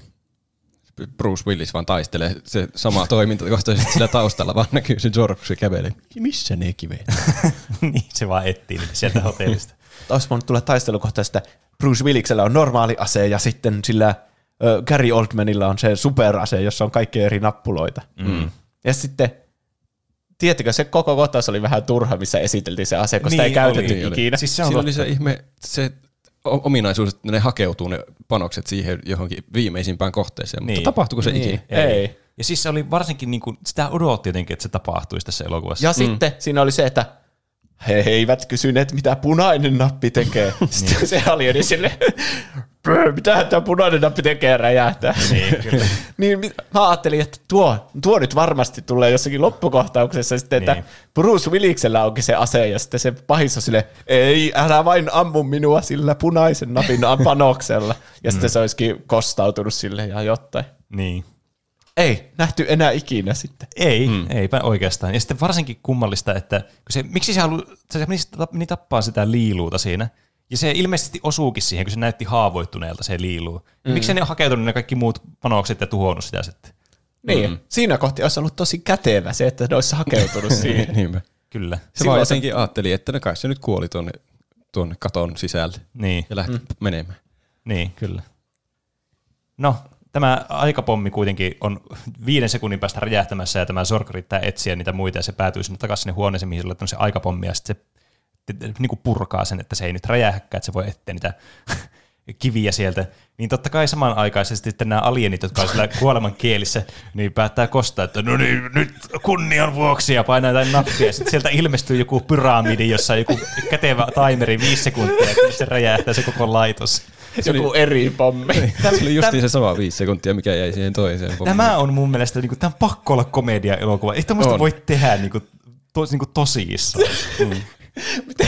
Bruce Willis vaan taistelee se sama toiminta, koska sillä taustalla vaan näkyy se Zork, se kävelee. Missä ne kiveet? Niin, se vaan etsii sieltä hotellista. Olisi voinut tulla taistelukohtaista, että Bruce Williksellä on normaali ase, ja sitten sillä Uh, Gary Oldmanilla on se superase, jossa on kaikkia eri nappuloita. Mm. Ja sitten, tiedättekö, se koko kohtaus oli vähän turha, missä esiteltiin se ase, koska niin, sitä ei käytetty oli, ikinä. Siis se on Siinä oli se ihme, se ominaisuus, että ne hakeutuu ne panokset siihen johonkin viimeisimpään kohteeseen, niin. Mutta tapahtuiko se niin. ikinä? Ei. ei. Ja siis se oli varsinkin, niin kuin, sitä odotti jotenkin, että se tapahtuisi tässä elokuvassa. Ja mm. sitten siinä oli se, että he eivät kysyneet, mitä punainen nappi tekee. Sitten niin. se alieni silleen, mitähän tämä punainen nappi tekee ja räjähtää. Niin, kyllä. niin mä ajattelin, että tuo, tuo nyt varmasti tulee jossakin loppukohtauksessa sitten, niin. että Bruce Williksellä onkin se ase ja sitten se pahis on silleen, ei, älä vain ammu minua sillä punaisen napin panoksella. Ja mm. sitten se olisikin kostautunut sille ja jotain. Niin. Ei nähty enää ikinä sitten. Ei, hmm. eipä oikeastaan. Ja sitten varsinkin kummallista, että se, miksi se haluaa, se niin tappaa sitä liiluuta siinä. Ja se ilmeisesti osuukin siihen, kun se näytti haavoittuneelta se liiluu. Mm. Miksi ne on hakeutunut ne kaikki muut panokset ja tuhonnut sitä sitten? Niin, mm. siinä kohti olisi ollut tosi kätevä se, että ne olisi hakeutunut siihen. Niinpä. Kyllä. Se Silloin vaan jotenkin se ajatteli, että ne kai se nyt kuoli tuonne, tuonne katon sisälle. Niin. Ja lähti mm. menemään. Niin, kyllä. No, tämä aikapommi kuitenkin on viiden sekunnin päästä räjähtämässä ja tämä Zork yrittää etsiä niitä muita ja se päätyy sinne takaisin sinne huoneeseen, mihin se on laittanut se aikapommi ja sitten se niin kuin purkaa sen, että se ei nyt räjähäkään, että se voi etsiä niitä kiviä sieltä. Niin totta kai samanaikaisesti sitten nämä alienit, jotka on sillä kuoleman kielissä, niin päättää kostaa, että no niin, nyt kunnian vuoksi ja painaa jotain nappia. Ja sitten sieltä ilmestyy joku pyramidi, jossa on joku kätevä timeri viisi sekuntia, että se räjähtää se koko laitos. Joku eri pommi. Tämä oli justiin se sama viisi sekuntia, mikä jäi siihen toiseen pommiin. Tämä on mun mielestä, niin kuin, tämä on pakko olla komedia-elokuva. Ei tämmöistä voi tehdä niin kuin, to, niin kuin tosissaan. Mm. Miten,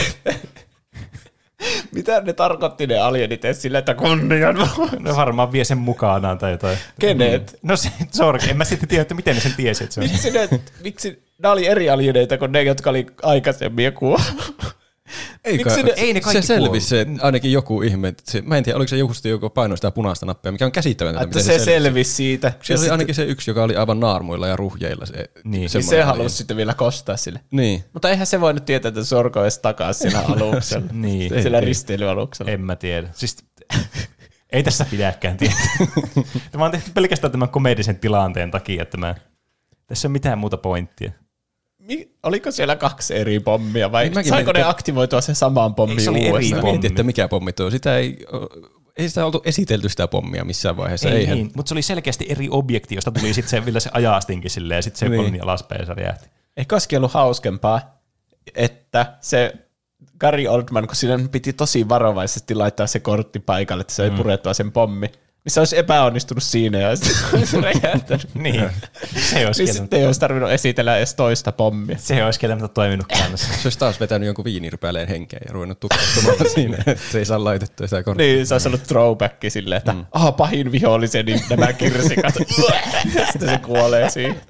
mitä ne tarkoitti ne alienit sillä, että kunnian? No varmaan vie sen mukanaan tai jotain. Kenet? No se Zork. En mä sitten tiedä, että miten ne sen tiesi, että se on. Miksi ne, miksi ne oli eri alieneita kuin ne, jotka oli aikaisemmin ja kuollut? Ei, kai, ne, ei ne kaikki se selvisi se, ainakin joku ihme. Se, mä en tiedä, oliko se joku, joka painoi sitä punaista nappia, mikä on käsittämätöntä. Että se, se selvisi siitä. Se oli ainakin se yksi, joka oli aivan naarmuilla ja ruhjeilla. Se, niin, niin se halusi sitten vielä kostaa sille. Niin. Mutta eihän se voinut tietää, että Zork olisi takaisin siinä aluksella. niin. Sillä risteilyaluksella. En mä tiedä. Siis, ei tässä pidäkään tietää. Tämä on tehty pelkästään tämän komedisen tilanteen takia, että mä, tässä ei ole mitään muuta pointtia. Oliko siellä kaksi eri pommia vai niin saiko ne aktivoitua sen samaan pommiin uudestaan? Mietin, että mikä pommi tuo. Sitä ei, ei sitä oltu esitelty sitä pommia missään vaiheessa. Ei, Eihän. Niin, mutta se oli selkeästi eri objekti, josta tuli sitten se, vielä se ajastinkin silleen, ja sitten se niin. Ponni alaspäin ja se räjähti. Eikö olisikin ollut hauskempaa, että se Gary Oldman, kun siinä piti tosi varovaisesti laittaa se kortti paikalle, että se ei mm. purettua sen pommi, niin se olisi epäonnistunut siinä ja sitten se olisi räjähtänyt. Niin, se olisi niin sitten ei olisi tarvinnut esitellä edes toista pommia. Se olisi kieltämättä toiminut kanssa. Se olisi taas vetänyt jonkun viinirypäleen henkeä ja ruvennut tukahtumaan siinä, että se ei saa laitettua sitä korttia. Niin, se olisi ollut throwback silleen, että mm. aha, pahin viholliseni nämä kirsikat. Sitten se kuolee siihen.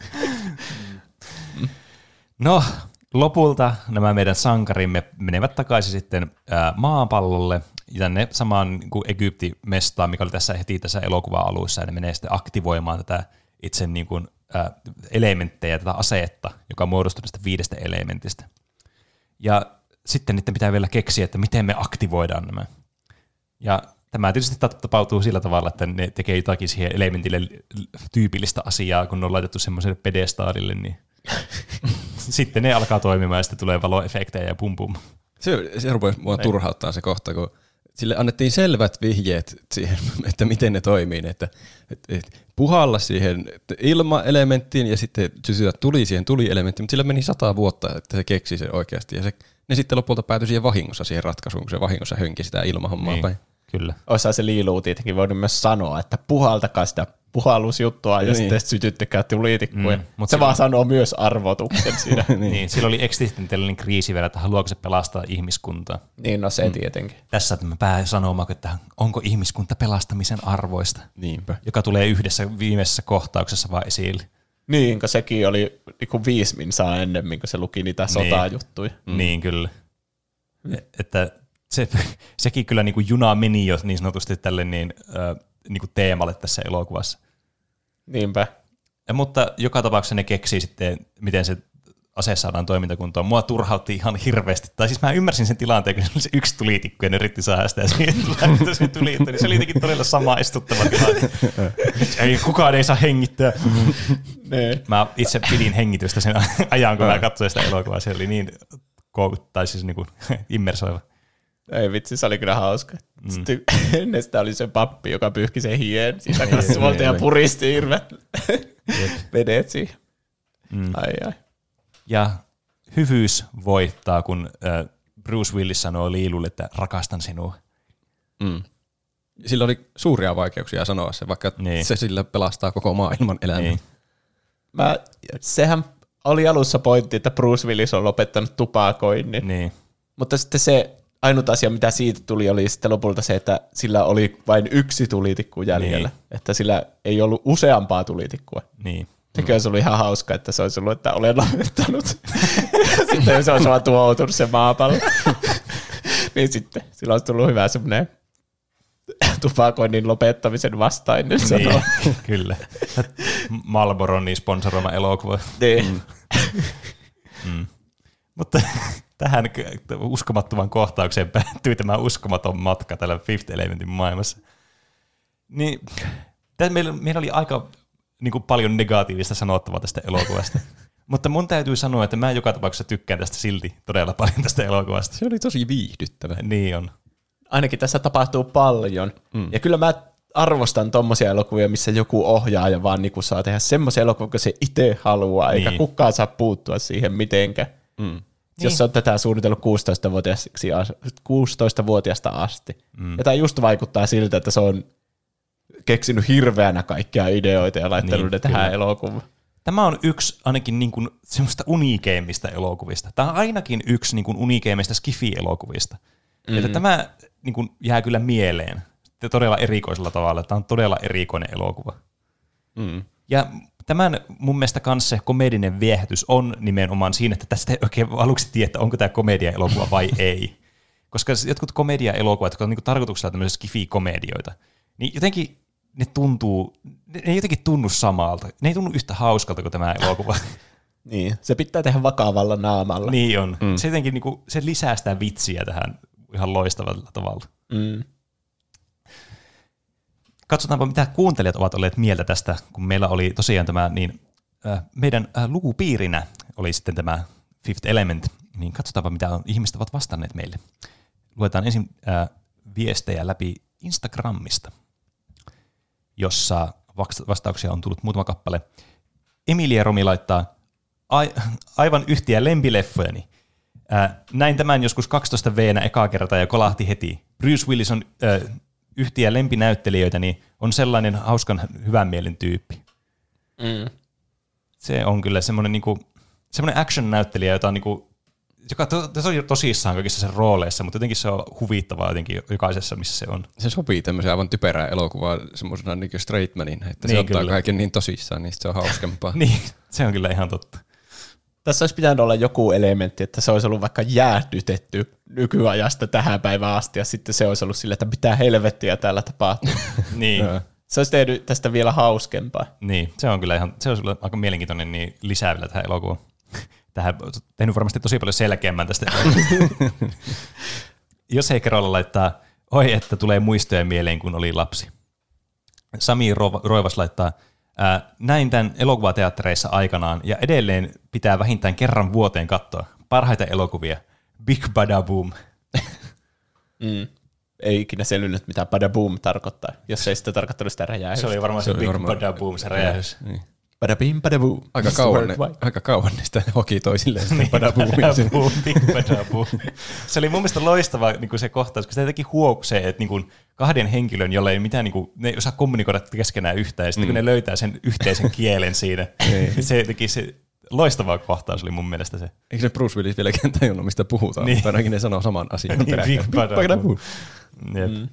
No, lopulta nämä meidän sankarimme menevät takaisin sitten ää, maapallolle ja tänne samaan niin kuin Egypti-mestaan, mikä oli tässä heti tässä elokuvan alussa, ja ne menee sitten aktivoimaan tätä itse niin kuin, ää, elementtejä, tätä asetta, joka muodostuu näistä viidestä elementistä. Ja sitten niiden pitää vielä keksiä, että miten me aktivoidaan nämä. Ja tämä tietysti tapahtuu sillä tavalla, että ne tekee jotakin siihen elementille tyypillistä asiaa, kun ne on laitettu semmoiselle pedestaalille, niin sitten ne alkaa toimimaan ja sitten tulee valoefektejä ja pum pum. Se, se rupesi mua turhauttaa se kohta, kun sille annettiin selvät vihjeet siihen, että miten ne toimii. Että, että, että puhalla siihen ilmaelementtiin ja sitten sytyä tuli siihen tulielementtiin, mutta sillä meni sata vuotta, että se keksi sen oikeasti. Ja se, ne sitten lopulta päätyi siihen vahingossa siihen ratkaisuun, kun se vahingossa hönki sitä ilmahommaa niin, päin. Kyllä. Osaa se liiluu tietenkin voinut myös sanoa, että puhaltakaa sitä puhallusjuttua ja niin. sitten sytyttäkää tulitikkuja. Mm, mutta se vaan sanoo myös arvotuksen siinä. niin. niin, sillä oli eksistentiaalinen kriisi vielä, että haluaako se pelastaa ihmiskuntaa. Niin, no se mm. tietenkin. Tässä mä pääsen sanomaan, että onko ihmiskunta pelastamisen arvoista, niinpä, joka tulee yhdessä viimeisessä kohtauksessa vaan esille. Niin, kun sekin oli niin viisi minsaa ennemmin, kun se luki niitä niin. sotajuttuja. Mm. Niin, kyllä. Mm. Että se, sekin kyllä niin kuin juna meni jo niin sanotusti tälle niin, äh, niin kuin teemalle tässä elokuvassa. Niinpä. Ja, mutta joka tapauksessa ne keksii sitten, miten se ase saadaan toimintakuntoon. Mua turhautti ihan hirveästi. Tai siis mä ymmärsin sen tilanteen, kun se oli se yksi tulitikku ja ne yritti saada sitä ja siihen tuli, niin se oli jotenkin todella sama istuttava tilanne. Ei, kukaan ei saa hengittää. Mä itse pidin hengitystä sen ajan, kun mä katsoin sitä elokuvaa. Se oli niin koukuttaa, siis niin kuin immersoiva. Ei vitsi, se oli kyllä hauska. Mm. Sitten ennen sitä oli se pappi, joka pyyhki sen hien siitä kasvolta ja puristi hirveät vedet siihen. Mm. Ai ai. Ja hyvyys voittaa, kun äh, Bruce Willis sanoo Liilulle, että rakastan sinua. Mm. Sillä oli suuria vaikeuksia sanoa se, vaikka niin. se sillä pelastaa koko maailman elämän. Niin. Mä, sehän oli alussa pointti, että Bruce Willis on lopettanut tupakoinnin. Niin. Mutta sitten se ainut asia, mitä siitä tuli, oli sitten lopulta se, että sillä oli vain yksi tulitikku jäljellä. Niin. Että sillä ei ollut useampaa tulitikkua. Niin. Sekin olisi ollut ihan hauska, että se olisi ollut, että olen lopettanut. Sitten se olisi vaan tuhoutunut se maapallo. Niin sitten sillä olisi tullut hyvä semmoinen tupakoinnin lopettamisen vastainen niin, sano. Kyllä. Marlboron niin sponsoroima elokuva. Niin. Mm. Mm. Mutta tähän uskomattoman kohtaukseen päättyy tämä uskomaton matka tällä Fifth Elementin maailmassa. Niin, meillä, meillä oli aika niin kuin paljon negatiivista sanottavaa tästä elokuvasta. Mutta mun täytyy sanoa, että mä joka tapauksessa tykkään tästä silti todella paljon tästä elokuvasta. Se oli tosi viihdyttävä. Niin on. Ainakin tässä tapahtuu paljon. Mm. Ja kyllä mä arvostan tommosia elokuvia, missä joku ohjaaja vaan niinku saa tehdä semmoisia elokuvia, kun se itse haluaa, eikä niin. kukaan saa puuttua siihen mitenkään. Mm. Jos niin. on tätä suunnitellut kuusitoistavuotiaasta asti. Mm. Ja tämä just vaikuttaa siltä, että se on keksinyt hirveänä kaikkia ideoita ja laittanut niin, ne tähän elokuvaan. Tämä on yksi ainakin niin kuin semmoista uniikeimmista elokuvista. Tämä on ainakin yksi niin kuin uniikeimmista skifi-elokuvista. Mm-hmm. Että tämä niin kuin jää kyllä mieleen todella erikoisella tavalla. Tämä on todella erikoinen elokuva. Mm. Ja tämän mun mielestä kanssa se komedinen viehätys on nimenomaan siinä, että tästä ei oikein aluksi tiedä, että onko tämä komedia-elokuva vai ei. Koska jotkut komedia-elokuvat, jotka on niin kuin tarkoituksella tämmöisiä skifi-komedioita, niin jotenkin ne tuntuu, ne ei jotenkin tunnu samalta. Ne ei tunnu yhtä hauskalta kuin tämä elokuva. Niin, se pitää tehdä vakavalla naamalla. Niin on. Mm. Se jotenkin niinku, se lisää sitä vitsiä tähän ihan loistavalla tavalla. Mm. Katsotaanpa, mitä kuuntelijat ovat olleet mieltä tästä, kun meillä oli tosiaan tämä, niin äh, meidän äh, lukupiirinä oli sitten tämä Fifth Element, niin katsotaanpa, mitä on, ihmiset ovat vastanneet meille. Luetaan ensin äh, viestejä läpi Instagramista, jossa vastauksia on tullut muutama kappale. Emilia Romi laittaa, aivan yhtiä lempileffojani. Äh, näin tämän joskus kaksitoista vuotiaana ekaa kertaa ja kolahti heti. Bruce Willis on äh, yhtiä lempinäyttelijöitä, niin on sellainen hauskan hyvän mielen tyyppi. Mm. Se on kyllä semmoinen, niinku, semmoinen action-näyttelijä, jota on, niinku, joka to, to, on tosissaan kaikissa sen rooleissa, mutta jotenkin se on huvittavaa jotenkin jokaisessa, missä se on. Se sopii tämmöiseen aivan typerään elokuvaan semmoisena niin straight manina, että niin, se ottaa kyllä kaiken niin tosissaan, niin se on hauskempaa. Niin, se on kyllä ihan totta. Tässä olisi pitänyt olla joku elementti, että se olisi ollut vaikka jäädytetty nykyajasta tähän päivään asti, ja sitten se olisi ollut sille, että mitä helvettiä täällä tapahtuu. Niin. Se olisi tehnyt tästä vielä hauskempaa. Niin, se on kyllä ihan, se on kyllä aika mielenkiintoinen niin lisää vielä tähän elokuvaan. Tähän on tehnyt varmasti tosi paljon selkeämmän tästä. Jos ei kerralla laittaa, oi että tulee muistoja mieleen, kun oli lapsi. Sami Roivas laittaa, ää, näin tämän elokuvateattereissa aikanaan ja edelleen pitää vähintään kerran vuoteen katsoa. Parhaita elokuvia. Big Badaboom. Mm. Ei ikinä selvinnyt, mitä Badaboom tarkoittaa, jos ei sitä tarkoittanut sitä räjähystä. Se oli varmaan se, se Big varmaan Badaboom, se räjähys. Niin. Badabim, badaboom. Aika kauan, ne, aika kauan ne sitä hoki toisilleen sitä badaboomia. Badaboom, Big Badaboom. Se oli mun mielestä loistava niin se kohtaus, kun se teki huokseen, että niin kahden henkilön, jolle ei mitään, niin kuin, ne ei osaa kommunikoida keskenään yhtään, ja sitten mm. kun ne löytää sen yhteisen kielen siinä, se teki se loistava kohtaus oli mun mielestä se. Eikö se Bruce Willis vieläkään tajunnut, mistä puhutaan? Niin. Tai ainakin ne sanoo saman asian niin, peräkkäin. Big Badaboom. Mm.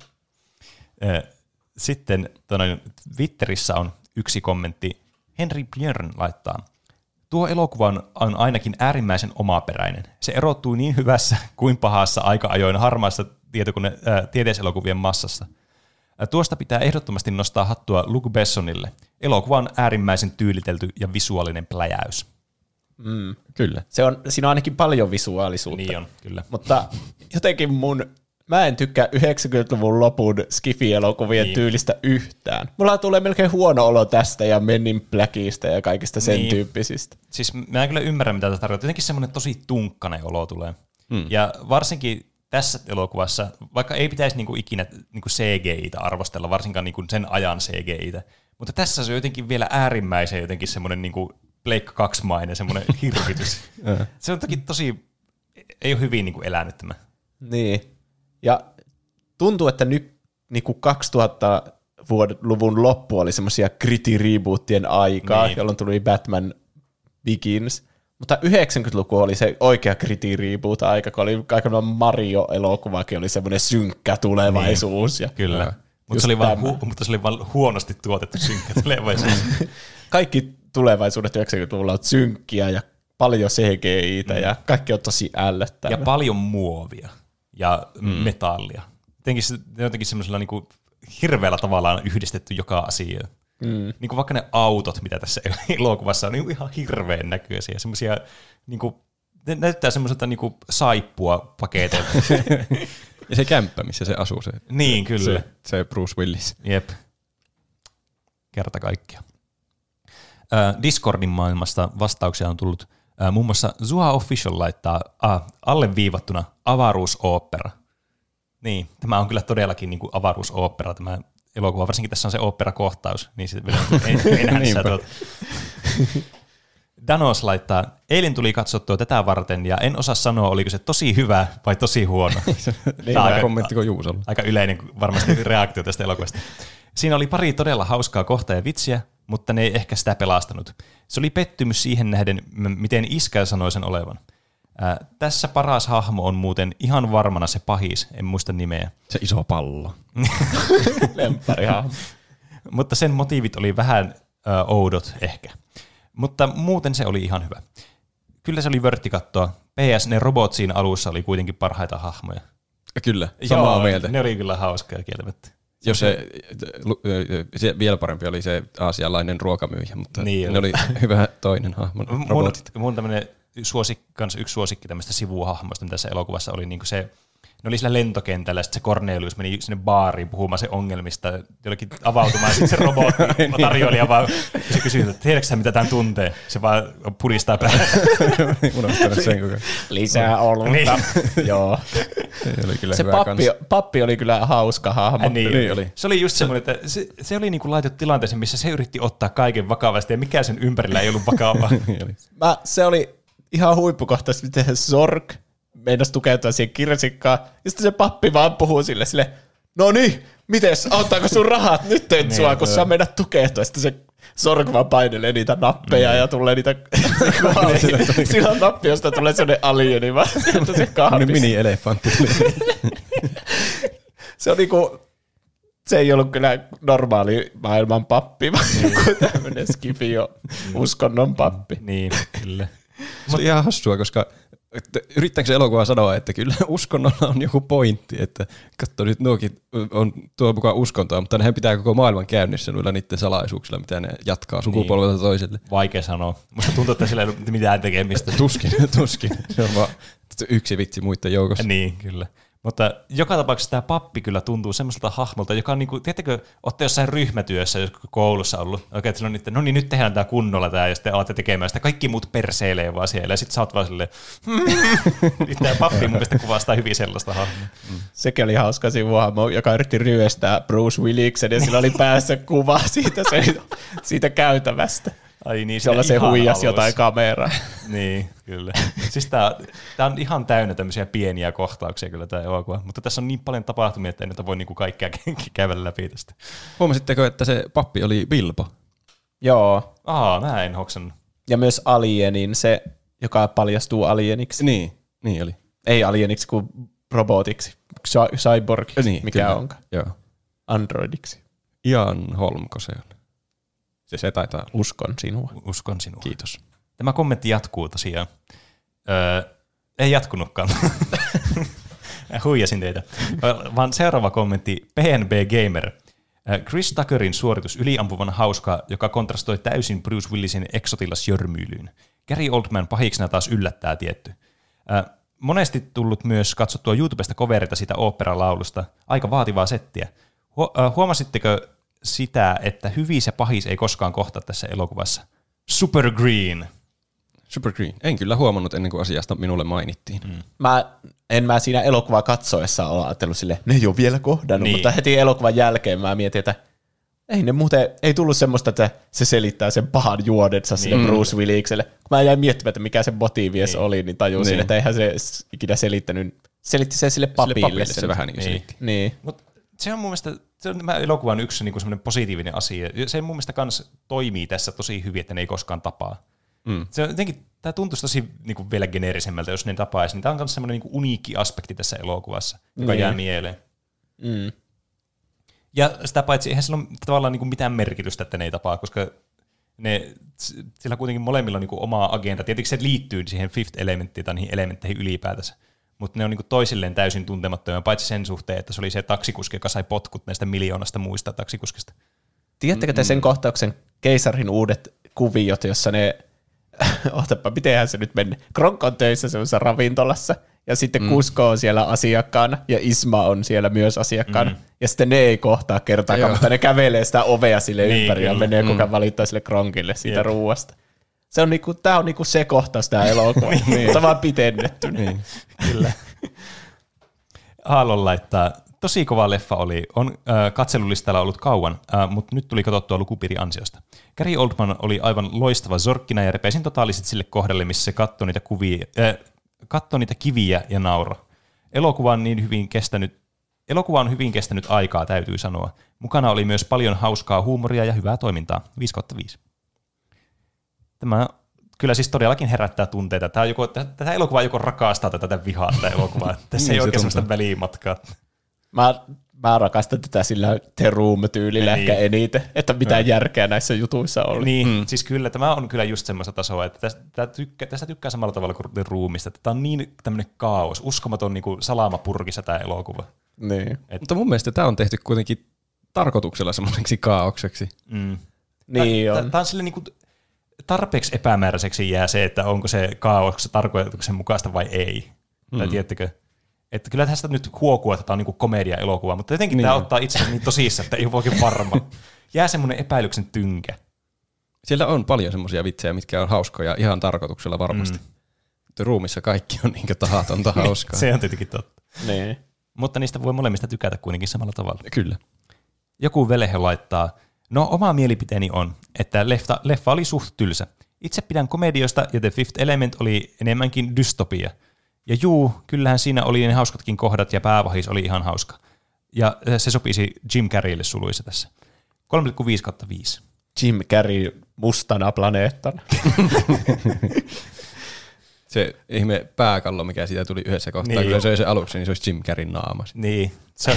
Sitten Twitterissä on yksi kommentti. Henry Björn laittaa. Tuo elokuva on ainakin äärimmäisen omaperäinen. Se erottuu niin hyvässä kuin pahassa aika-ajoin harmaassa tietokone, ää, tieteiselokuvien massassa. Ää, tuosta pitää ehdottomasti nostaa hattua Luc Bessonille. Elokuva on äärimmäisen tyylitelty ja visuaalinen pläjäys. Mm, kyllä. Se on, siinä on ainakin paljon visuaalisuutta. Niin on, kyllä. Mutta jotenkin mun... Mä en tykkää yhdeksänkymmentäluvun lopun Skifi-elokuvien niin. tyylistä yhtään. Mulla tulee melkein huono olo tästä ja Men in Blackista ja kaikista sen niin. tyyppisistä. Siis mä en kyllä ymmärrä, mitä tämä tarkoittaa. Jotenkin semmoinen tosi tunkkainen olo tulee. Hmm. Ja varsinkin tässä elokuvassa, vaikka ei pitäisi niinku ikinä niinku C G I-tä arvostella, varsinkaan niinku sen ajan C G I-tä, mutta tässä se on jotenkin vielä äärimmäisen jotenkin semmoinen niinku Pleikka kaksimainen semmoinen hirvitys. Se on toki tosi, ei ole hyvin niinku elänyt tämä. Niin. Ja tuntuu, että nyt niin kuin kaksituhattaluvun loppu oli semmoisia gritty-rebootien aikaa, niin. jolloin tuli Batman Begins. Mutta yhdeksänkymmentäluku oli se oikea gritty-reboot-aika, kun oli kaikenlainen Mario-elokuvakin, oli semmoinen synkkä tulevaisuus. Niin. Ja Kyllä, mutta se, oli vaan hu- mutta se oli vaan huonosti tuotettu synkkä tulevaisuus. Kaikki tulevaisuudet yhdeksänkymmentäluvulla on synkkiä ja paljon C G I-tä mm. ja kaikki on tosi ällöttävää. Ja paljon muovia. Ja mm. metallia. Jotenkin, jotenkin semmoisella niin kuin hirveällä tavalla on yhdistetty joka asia. Mm. Niin kuin vaikka ne autot, mitä tässä elokuvassa on, niin ihan hirveän näköisiä. Semmoisia, niin kuin, ne näyttää semmoiselta niin kuin saippua paketeilta. Ja se kämppä, missä se asuu. Se, niin, kyllä. Se, se Bruce Willis. Jep. Kerta kaikkiaan. Äh, Discordin maailmasta vastauksia on tullut. Äh, muun muassa Zuha Official laittaa äh, alleviivattuna avaruusooppera. Niin, tämä on kyllä todellakin niin kuin avaruusooppera tämä elokuva, varsinkin tässä on se oopperakohtaus, niin sitten vielä ei, ei nähdä sitä tuolta. Danos laittaa, eilen tuli katsottua tätä varten ja en osaa sanoa, oliko se tosi hyvä vai tosi huono. Niin aika, kommentti kuin Juusolla. Aika yleinen varmasti reaktio tästä elokuvasta. Siinä oli pari todella hauskaa kohtaa ja vitsiä, mutta ne ei ehkä sitä pelastanut. Se oli pettymys siihen nähden, miten iskä sanoi sen olevan. Ää, tässä paras hahmo on muuten ihan varmana se pahis, en muista nimeä. Se iso pallo. Lempparihahmo. Mutta sen motiivit oli vähän ää, oudot ehkä. Mutta muuten se oli ihan hyvä. Kyllä se oli vörtti katsoa. P S ne robot siinä alussa oli kuitenkin parhaita hahmoja. Kyllä, samaa Joo, mieltä. Ne oli kyllä hauskaa kieltämättä. Jos se, se vielä parempi oli se aasialainen ruokamyyjä, mutta niin ne oli hyvä toinen hahmo, robotit. Mun, mun tämmönen suosik, kans yksi suosikki tämmöistä sivuhahmoista, mitä tässä elokuvassa oli, niin se, ne oli sillä lentokentällä, ja sitten se Cornelius meni sinne baariin puhumaan se ongelmista, jollekin avautumaan, ja sitten se robotti tarjoilija vaan, se kysyi, että tiedätkö mitä tämän tuntee? Se vaan puristaa päälle. Unohtanut sen koko. Lisää olutta. Niin. Joo. Oli kyllä se pappi, pappi oli kyllä hauska hahmo. Äh, niin, niin oli. Se oli just semmoinen, että se, se oli niin kuin laitettu tilanteeseen, missä se yritti ottaa kaiken vakavasti, ja mikä sen ympärillä ei ollut vakavaa. Mä, se oli ihan huippukohtaisesti, miten Zorg meinasi tukeutua siihen kirsikkaan, ja sitten se pappi vaan puhuu sille, sille no niin, mites, auttaako sun rahat nyt teet sua, kun saa mennä tukehtua. Sitten se sork vaan painelee niitä nappeja ja tulee niitä sillä on nappi, josta tulee sellainen alieni vaan, että se kahvissa. Mini-elefantti. Se on niinku, se ei ollut kyllä normaali maailman pappi, vaan joku tämmöinen skifio uskonnon pappi. Niin, kyllä. Se on ihan hassua, koska yrittääkö se elokuva sanoa, että kyllä uskonnolla on joku pointti, että katso nyt nuokin on tuo mukaan uskontoa, mutta nehän pitää koko maailman käynnissä noilla niiden salaisuuksilla, mitä ne jatkaa sukupolvelta niin. toiselle. Vaikea sanoa. Musta tuntuu, että sillä ei ole mitään tekemistä. Tuskin, tuskin. Se on vaan yksi vitsi muiden joukossa. Niin, kyllä. Mutta joka tapauksessa tämä pappi kyllä tuntuu semmoiselta hahmolta, joka on niin kuin, tiedättekö, olette jossain ryhmätyössä, jos koulussa ollut, oikein, että niitä, no niin, nyt tehdään tämä kunnolla tämä, ja sitten alatte tekemään sitä, kaikki muut perseilee vaan siellä, ja sitten sä oot vaan silleen, tämä pappi mun mielestä kuvastaa hyvin sellaista hahmoa. Mm. Sekin oli hauska sivuhahmo, joka yritti ryöstää Bruce Williksen, ja sillä oli päässä kuva siitä, siitä käytävästä. Ai niin, jolla se huijasi jotain kameraa. Niin, kyllä. Siis tää, tää on ihan täynnä tämmöisiä pieniä kohtauksia kyllä tää elokuva, mutta tässä on niin paljon tapahtumia, että ei nyt voi niinku kaikkea käydä läpi tästä. Huomasitteko, että se pappi oli Bilbo? Joo. Aa, mä en hoksannut. Ja myös Alienin, se, joka paljastuu alieniksi. Niin, niin oli. Ei alieniksi, kuin robotiksi. Cyborg, niin, mikä kyllä. onkaan. Joo. Androidiksi. Ian Holmko se on. Se, se taitaa. Uskon sinua. Uskon sinua. Kiitos. Tämä kommentti jatkuu tosiaan. Öö, ei jatkunutkaan. Huijasin teitä. Vaan seuraava kommentti. P N B Gamer. Chris Tuckerin suoritus yliampuvan hauskaa, joka kontrastoi täysin Bruce Willisin eksotilasjörmyylyyn. Gary Oldman pahiksena taas yllättää tietty. Öö, monesti tullut myös katsottua YouTubesta coverita sitä oopperalaulusta. Aika vaativaa settiä. Hu- huomasitteko sitä, että hyvis ja pahis ei koskaan kohtaa tässä elokuvassa? Super Green. Super Green. En kyllä huomannut ennen kuin asiasta minulle mainittiin. Mm. Mä, en mä siinä elokuvaa katsoessa ole ajatellut silleen, ne ei ole vielä kohdannut, niin. Mutta heti elokuvan jälkeen mä mietin, että ei ne muuten, ei tullut semmoista, että se selittää sen pahan juodensa niin. sille Bruce Willikselle. Kun mä jäin miettimään, että mikä se motiivi niin. oli, niin tajusin, niin. että eihän se ikinä selittänyt. Selitti se sille papille. Sille papille se, se vähän niin kuin selitti. Niin. Mut se on mun mielestä, se on, tämä elokuva on yksi niin semmoinen positiivinen asia. Se mun mielestä kans toimii tässä tosi hyvin, että ne ei koskaan tapaa. Mm. Se on jotenkin, tämä tuntuisi tosi niin kuin vielä geneerisemmältä, jos ne tapaisi. Niin tämä on myös semmoinen niin kuin uniikki aspekti tässä elokuvassa, joka niin. jää mieleen. Mm. Ja sitä paitsi eihän sillä ole tavallaan niin kuin mitään merkitystä, että ne ei tapaa, koska ne, sillä kuitenkin molemmilla on niin kuin oma agenda. Tietenkin se liittyy siihen Fifth Elementtiin tai niihin elementteihin ylipäätänsä. Mutta ne on niinku toisilleen täysin tuntemattomia, paitsi sen suhteen, että se oli se taksikuski, joka sai potkut näistä miljoonasta muista taksikuskista. Tiedättekö te sen kohtauksen Keisarin uudet kuviot, jossa ne, ootapa, mitenhän se nyt meni, Kronk on töissä semmoisessa ravintolassa, ja sitten mm. Kusko on siellä asiakkaana, ja Isma on siellä myös asiakkaana, mm. ja sitten ne ei kohtaa kertaakaan, mutta ne kävelee sitä ovea sille niin, ympäri, ja menee mm. koko ajan valittaa sille Kronkille siitä Jep. ruuasta. Se on niinku, tää on niinku se kohtaus tää elokuva, niin. mutta vaan pitennetty. Niin. Kyllä. Aallon laittaa, tosi kova leffa oli, on äh, katselulistalla ollut kauan, äh, mutta nyt tuli katsottua lukupiiri ansiosta. Gary Oldman oli aivan loistava zorkkina ja repesin totaalisesti sille kohdalle, missä se katsoi niitä, kuvia, äh, katsoi niitä kiviä ja nauro. Elokuva on niin hyvin kestänyt, elokuva on hyvin kestänyt aikaa, täytyy sanoa. Mukana oli myös paljon hauskaa huumoria ja hyvää toimintaa. viisi kautta viisi. Tämä kyllä siis todellakin herättää tunteita. Tämä joko, tätä elokuvaa joko rakastaa tai tätä vihaa tätä elokuvaa. Tässä niin, ei oikein sellaista välimatkaa. Mä, mä rakastan tätä sillä The Room-tyylillä niin. ehkä eniten, että mitään järkeä näissä jutuissa oli. Niin, mm. siis kyllä tämä on kyllä just semmoista tasoa, että tästä tykkää, tästä tykkää samalla tavalla kuin The Roomista. Tämä on niin tämmöinen kaos, uskomaton niin kuin salamapurkissa tämä elokuva. Niin. Et, mutta mun mielestä tämä on tehty kuitenkin tarkoituksella semmoiseksi kaaokseksi. Mm. Niin on. Tämä on silleen niin kuin tarpeeksi epämääräiseksi jää se, että onko se kaaos tarkoituksen mukaista vai ei. Mm. Tai tiedättekö? Että kyllä tästä nyt huokuu, että tämä on niin kuin komedia-elokuva, mutta jotenkin niin. tämä ottaa itsensä niin tosissaan, että ei ole oikein varma. Jää semmoinen epäilyksen tynkä. Siellä on paljon semmoisia vitsejä, mitkä on hauskoja ihan tarkoituksella varmasti. Mm. Ruumissa kaikki on niin kuin tahatonta hauskaa. Se on tietenkin totta. Niin. Mutta niistä voi molemmista tykätä kuitenkin samalla tavalla. Kyllä. Joku velehe laittaa, no oma mielipiteeni on, että leffa, leffa oli suht tylsä. Itse pidän komedioista ja The Fifth Element oli enemmänkin dystopia. Ja juu, kyllähän siinä oli ne hauskatkin kohdat ja päävahis oli ihan hauska. Ja se sopisi Jim Carreylle suluissa tässä. kolme pilkku viisi kautta viisi. Jim Carrey mustana planeettana. Se ihme pääkallo, mikä siitä tuli yhdessä kohtaa, niin. Kun se söi se aluksi, niin se olisi Jim Carreyn naama. Niin, se on,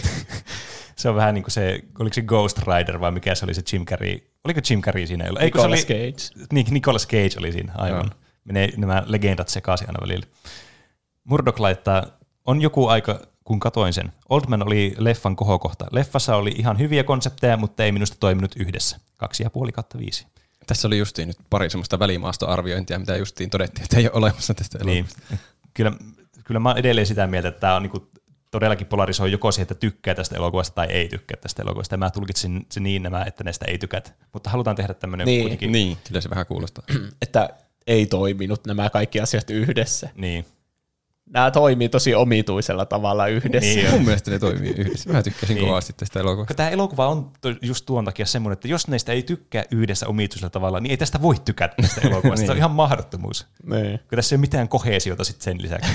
se on vähän niin kuin se, oliko se Ghost Rider vai mikä se oli se Jim Carrey, oliko Jim Carrey siinä? Nicolas Cage. Niin, Nicolas Cage oli siinä, aivan. No. Menee nämä legendat sekaisin aina välillä. Murdoch laittaa, on joku aika, kun katoin sen. Oldman oli leffan kohokohta. Leffassa oli ihan hyviä konsepteja, mutta ei minusta toiminut yhdessä. Kaksi ja puoli kautta viisi. Tässä oli justiin nyt pari semmoista välimaastoarviointia, mitä justiin todettiin, että ei ole olemassa tästä elokuvasta. Niin. Kyllä, kyllä mä oon edelleen sitä mieltä, että tämä on niinku todellakin polarisoi joko siihen, että tykkää tästä elokuvasta tai ei tykkää tästä elokuvasta. Ja mä tulkitsin se niin nämä, että näistä ei tykätä. Mutta halutaan tehdä tämmöinen niin. kuitenkin. Niin, kyllä se vähän kuulostaa. Että ei toiminut nämä kaikki asiat yhdessä. Niin. Nämä toimii tosi omituisella tavalla yhdessä. Niin, mun mielestä ne toimii yhdessä. Mä tykkäsin niin. kovasti tästä elokuvasta. Tämä elokuva on just tuon takia semmoinen, että jos näistä ei tykkää yhdessä omituisella tavalla, niin ei tästä voi tykätä tästä elokuvasta. niin. Se on ihan mahdottomuus. Niin. Kun tässä ei ole mitään koheesiota sit sen lisäksi.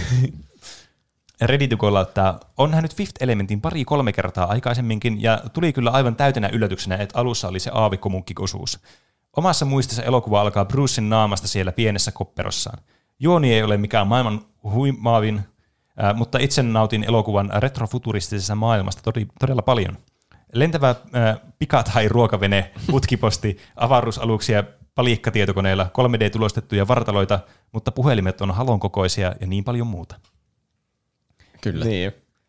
Ready to go laittaa, on nähnyt Fifth Elementin pari-kolme kertaa aikaisemminkin, ja tuli kyllä aivan täytenä yllätyksenä, että alussa oli se aavikkomunkkikosuus. Omassa muistissa elokuva alkaa Brucen naamasta siellä pienessä kopperossaan. Juoni ei ole mikään maailman huimaavin, äh, mutta itse nautin elokuvan retrofuturistisessa maailmasta todella paljon. Lentävä äh, pikathai-ruokavene, putkiposti, avaruusaluksia palikkatietokoneilla, kolme D-tulostettuja vartaloita, mutta puhelimet on halon kokoisia ja niin paljon muuta. Kyllä. Niin.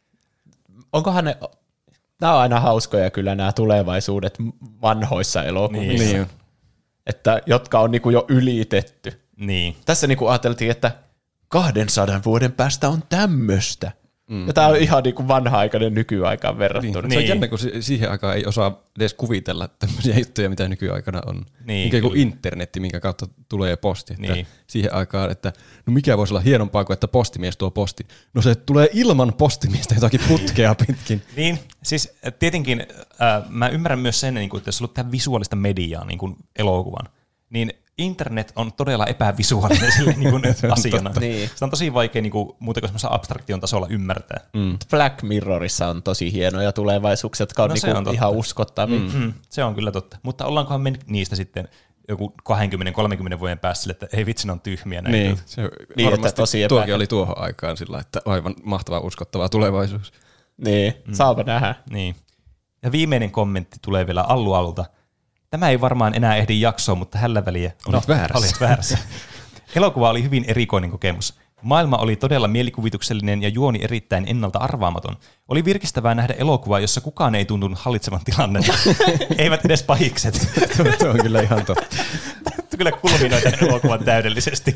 Onkohan ne, nämä on aina hauskoja kyllä nämä tulevaisuudet vanhoissa elokuvissa, niin. että, jotka on niinku jo ylitetty. Niin. Tässä niinku ajateltiin, että kahdensadan vuoden päästä on tämmöistä. Mm. Ja tämä on ihan niinku vanha-aikainen nykyaikaan verrattuna. Niin. Se on jännä, kun siihen aikaan ei osaa edes kuvitella tämmöisiä juttuja, mitä nykyaikana on. Niin, Mikä kuin internetti, minkä kautta tulee posti. Niin. Siihen aikaan, että no mikä voisi olla hienompaa kuin, että postimies tuo posti. No se tulee ilman postimiestä jotakin putkea pitkin. Niin, siis tietenkin äh, mä ymmärrän myös sen, että jos sulla on tähän visuaalista mediaa, niin kuin elokuvan, niin internet on todella epävisuaalinen sille niin kuin asiana. Niin. Sitä on tosi vaikea niin kuin, muuten kuin semmoisella abstraktion tasolla ymmärtää. Mm. Black Mirrorissa on tosi hienoja tulevaisuuksia, jotka on, no, niin on ihan uskottavia. Mm. Mm. Se on kyllä totta. Mutta ollaankohan me niistä sitten joku kaksikymmentä kolmekymmentä vuoden päästä sille, että ei vitsi, ne on tyhmiä. Näin. Niin, se niin varmasti tosi tuokin oli tuohon aikaan sillä, että aivan mahtava uskottava tulevaisuus. Niin, mm. saapa nähdä. Niin. Ja viimeinen kommentti tulee vielä Allu Alulta. Tämä ei varmaan enää ehdi jaksoa, mutta hällä väliä. Olit no, väärässä. Olit väärässä. Elokuva oli hyvin erikoinen kokemus. Maailma oli todella mielikuvituksellinen ja juoni erittäin ennalta arvaamaton. Oli virkistävää nähdä elokuva, jossa kukaan ei tuntunut hallitsevan tilannetta. Eivät edes pahikset. Tuo on kyllä ihan totta. Kyllä kulminoi tämän elokuvan täydellisesti.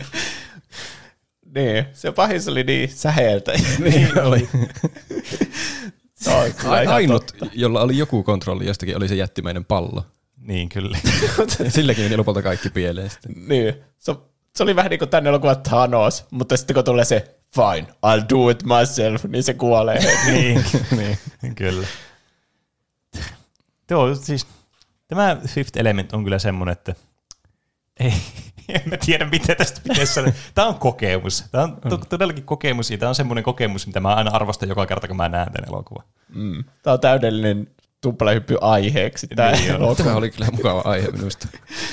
Niin, se pahis oli niin säheeltä. Niin oli. No, ainut, totta. Jolla oli joku kontrolli jostakin, oli se jättimäinen pallo. Niin, kyllä. Silläkin meni lopulta kaikki pieleen sitten. Niin, se, se oli vähän niin kuin tänne elokuva Thanos, mutta sitten kun tulee se fine, I'll do it myself, niin se kuolee. niin, niin, kyllä. Tuo, siis, tämä Fifth Element on kyllä semmoinen, että ei, en mä tiedä, mitä tästä pitäisi sanoa. Tämä on kokemus. Tämä on to- todellakin kokemus, ja tämä on semmoinen kokemus, mitä mä aina arvostan joka kerta, kun mä näen tämän elokuvan. Mm. Tämä on täydellinen tuplahyppy aiheeksi. Tämä, niin tämä oli kyllä mukava aihe minusta.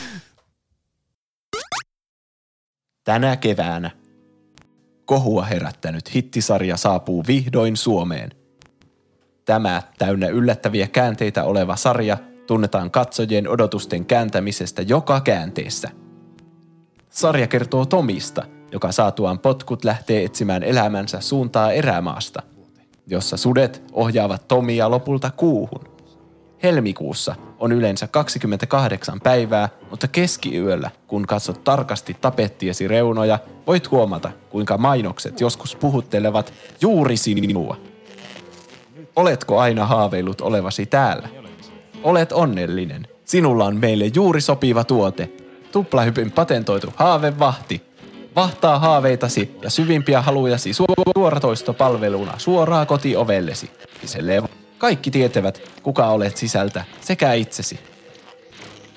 Tänä keväänä kohua herättänyt hittisarja saapuu vihdoin Suomeen. Tämä täynnä yllättäviä käänteitä oleva sarja tunnetaan katsojien odotusten kääntämisestä joka käänteessä. Sarja kertoo Tomista, joka saatuaan potkut lähtee etsimään elämänsä suuntaa erämaasta, jossa sudet ohjaavat Tomia lopulta kuuhun. Helmikuussa on yleensä kaksikymmentäkahdeksan päivää, mutta keskiyöllä, kun katsot tarkasti tapettiesi reunoja, voit huomata, kuinka mainokset joskus puhuttelevat juuri sinua. Oletko aina haaveillut olevasi täällä? Olet onnellinen. Sinulla on meille juuri sopiva tuote. Tuplahypyn patentoitu haavevahti. Vahtaa haaveitasi ja syvimpiä halujasi suoratoistopalveluna suoraa kotiovellesi. Kaikki tietävät, kuka olet sisältä, sekä itsesi.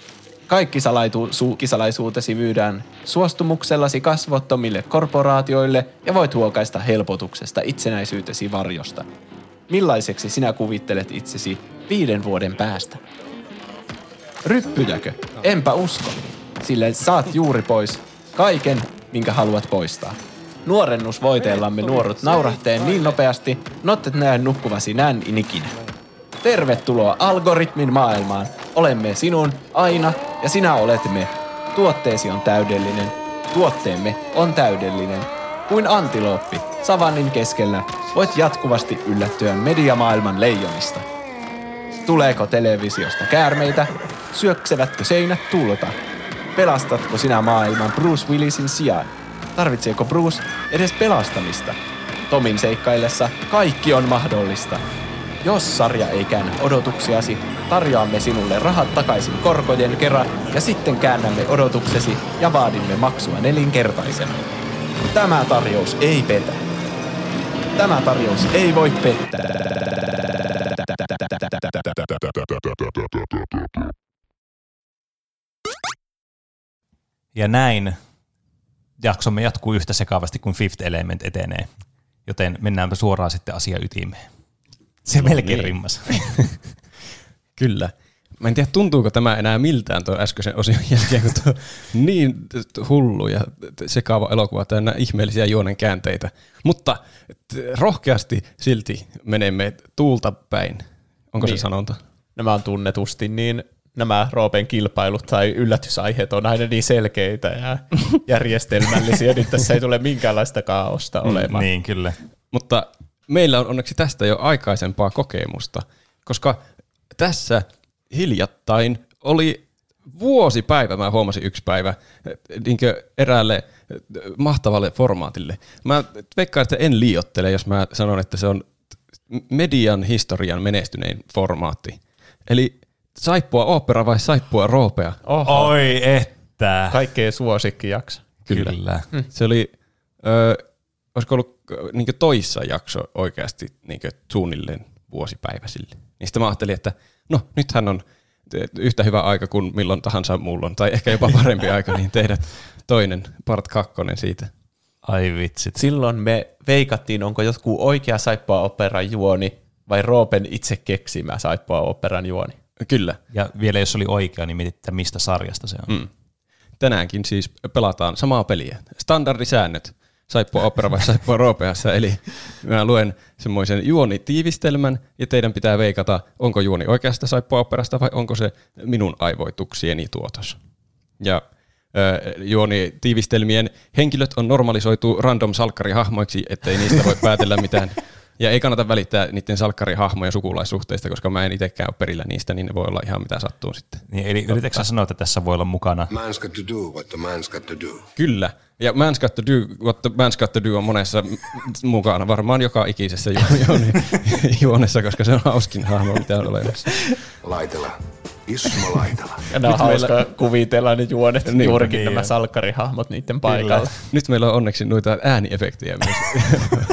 Kaikki salaisuutesi myydään suostumuksellasi kasvottomille korporaatioille ja voit huokaista helpotuksesta itsenäisyytesi varjosta. Millaiseksi sinä kuvittelet itsesi viiden vuoden päästä? Ryppyjäkö? Enpä usko, sillä saat juuri pois kaiken, minkä haluat poistaa. Nuorennusvoiteellamme nuorut naurahteen niin nopeasti, nottet näe nukkuvasi nään ikinä. Tervetuloa algoritmin maailmaan. Olemme sinun aina ja sinä olet me. Tuotteesi on täydellinen. Tuotteemme on täydellinen. Kuin antilooppi savannin keskellä voit jatkuvasti yllättyä mediamaailman leijonista. Tuleeko televisiosta käärmeitä? Syöksevätkö seinät tulta? Pelastatko sinä maailman Bruce Willisin sijaan? Tarvitseeko Bruce edes pelastamista? Tomin seikkaillessa kaikki on mahdollista. Jos sarja ei käännä odotuksiasi, tarjoamme sinulle rahat takaisin korkojen kerran ja sitten käännämme odotuksesi ja vaadimme maksua nelinkertaisena. Tämä tarjous ei petä. Tämä tarjous ei voi pettää. Ja näin jaksomme jatkuu yhtä sekavasti kuin Fifth Element etenee, joten mennäänpä suoraan sitten asian ytimeen. Se no, melkein niin. rimmas. Kyllä. Mä en tiedä, tuntuuko tämä enää miltään tuon äskeisen osion jälkeen, kun tuo niin hullu ja sekaava elokuva täynnä ihmeellisiä juonen käänteitä. Mutta rohkeasti silti menemme tuulta päin. Onko niin. se sanonta? Nämä on tunnetusti niin, nämä Roopen kilpailut tai yllätysaiheet on aina niin selkeitä ja järjestelmällisiä, nyt tässä ei tule minkäänlaista kaaosta olemaan. Niin, kyllä. Mutta meillä on onneksi tästä jo aikaisempaa kokemusta, koska tässä hiljattain oli vuosipäivä, mä huomasin yksi päivä, niin eräälle mahtavalle formaatille. Mä veikkaan, että en liioittele, jos mä sanon, että se on median historian menestynein formaatti. Eli saippua opera vai saippua roopea? Oho. Oi että. Kaikkein suosikkijakso. Kyllä. Kyllä. Mm. Se oli, ö, olisiko ollut niin toissa jakso oikeasti niin suunnilleen vuosipäivä sille. Niin sitten mä ajattelin, että no nythän on yhtä hyvä aika kuin milloin tahansa mulla on, tai ehkä jopa parempi aika, niin tehdä toinen, part kakkonen siitä. Ai vitsit. Silloin me veikattiin, onko jotkut oikea saippua operan juoni vai Roopen itse keksimä saippua operan juoni. Kyllä. Ja vielä jos oli oikea, niin mietitte, mistä sarjasta se on. Mm. Tänäänkin siis pelataan samaa peliä. Standardisäännöt. Saippua opera vai saippua roopeassa, eli mä luen semmoisen juonitiivistelmän, ja teidän pitää veikata, onko juoni oikeasta saippua operasta vai onko se minun aivoituksieni tuotos. Ja äh, juonitiivistelmien henkilöt on normalisoitu random salkkarihahmoiksi, ettei niistä voi päätellä mitään. Ja ei kannata välittää niiden salkkarihahmojen sukulaissuhteista, koska mä en itsekään ole perillä niistä, niin ne voi olla ihan mitä sattuu sitten. Niin, eli yritätkö sä sanoa, että tässä voi olla mukana? Man's got to do what the man's got to do. Kyllä. Ja man's got to do what the man's got to do on monessa mukana. Varmaan joka ikisessä ju- ju- juonessa, koska se on hauskin hahmo, mitä on olemassa. Laitela. Ismo Laitela. Ja nämä on hauska meillä kuvitella ne juonet, niin, juurikin niin nämä salkkarihahmot niiden paikalla. Kyllä. Nyt meillä on onneksi noita ääniefektejä myös.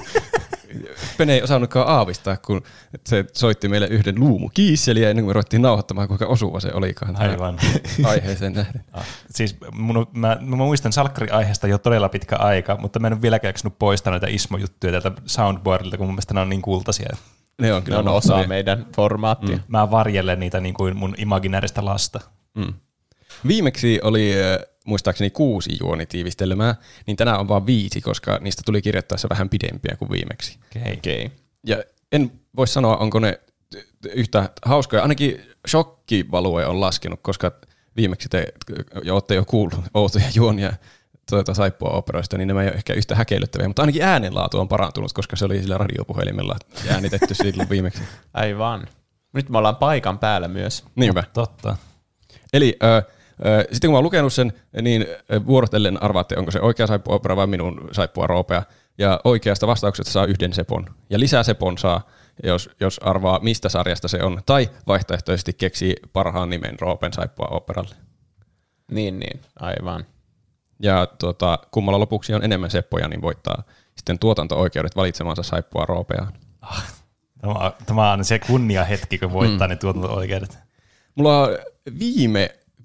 Pene ei osannutkaan aavistaa, kun se soitti meille yhden luumukiisseliä ennen kuin me ruvettiin nauhoittamaan, kuinka osuva se olikaan. Aivan. Aiheeseen nähden. Ah, siis mun, mä, mä muistan salkkariaiheesta jo todella pitkä aika, mutta mä en ole vieläkään jaksanut poistaa näitä Ismo-juttuja täältä soundboardilta, kun mun mielestä ne on niin kultaisia. Ne on kyllä ne on osa niin meidän formaattia. Mm. Mä varjellen niitä niin kuin mun imaginääristä lasta. Mm. Viimeksi oli muistaakseni kuusi juonitiivistelmää, niin tänään on vaan viisi, koska niistä tuli kirjoittaessa vähän pidempiä kuin viimeksi. Okay. Okay. Ja en voi sanoa, onko ne yhtä hauskoja. Ainakin shokkivalue on laskenut, koska viimeksi te jo olette jo kuullut outoja juonia tuota saippua operoista, niin nämä ei ole ehkä yhtä häkeilyttäviä, mutta ainakin äänenlaatu on parantunut, koska se oli sillä radiopuhelimella äänitetty silloin viimeksi. Aivan. Nyt me ollaan paikan päällä myös. Niinpä. Totta. Eli äh, äh, sitten kun mä oon lukenut sen, niin vuorotellen arvaatte, onko se oikea saippua opera vai minun saippua roopea. Ja oikeasta vastauksesta saa yhden sepon. Ja lisää sepon saa, jos, jos arvaa, mistä sarjasta se on. Tai vaihtoehtoisesti keksii parhaan nimen Roopen saippua operalle. Niin, niin. Aivan. Ja tuota, kummalla lopuksi on enemmän seppoja, niin voittaa sitten tuotanto-oikeudet valitsemansa saippua roopeaan. Ah, tämä on se kunnia hetki, kun voittaa mm. ne tuotanto-oikeudet. Mulla on viime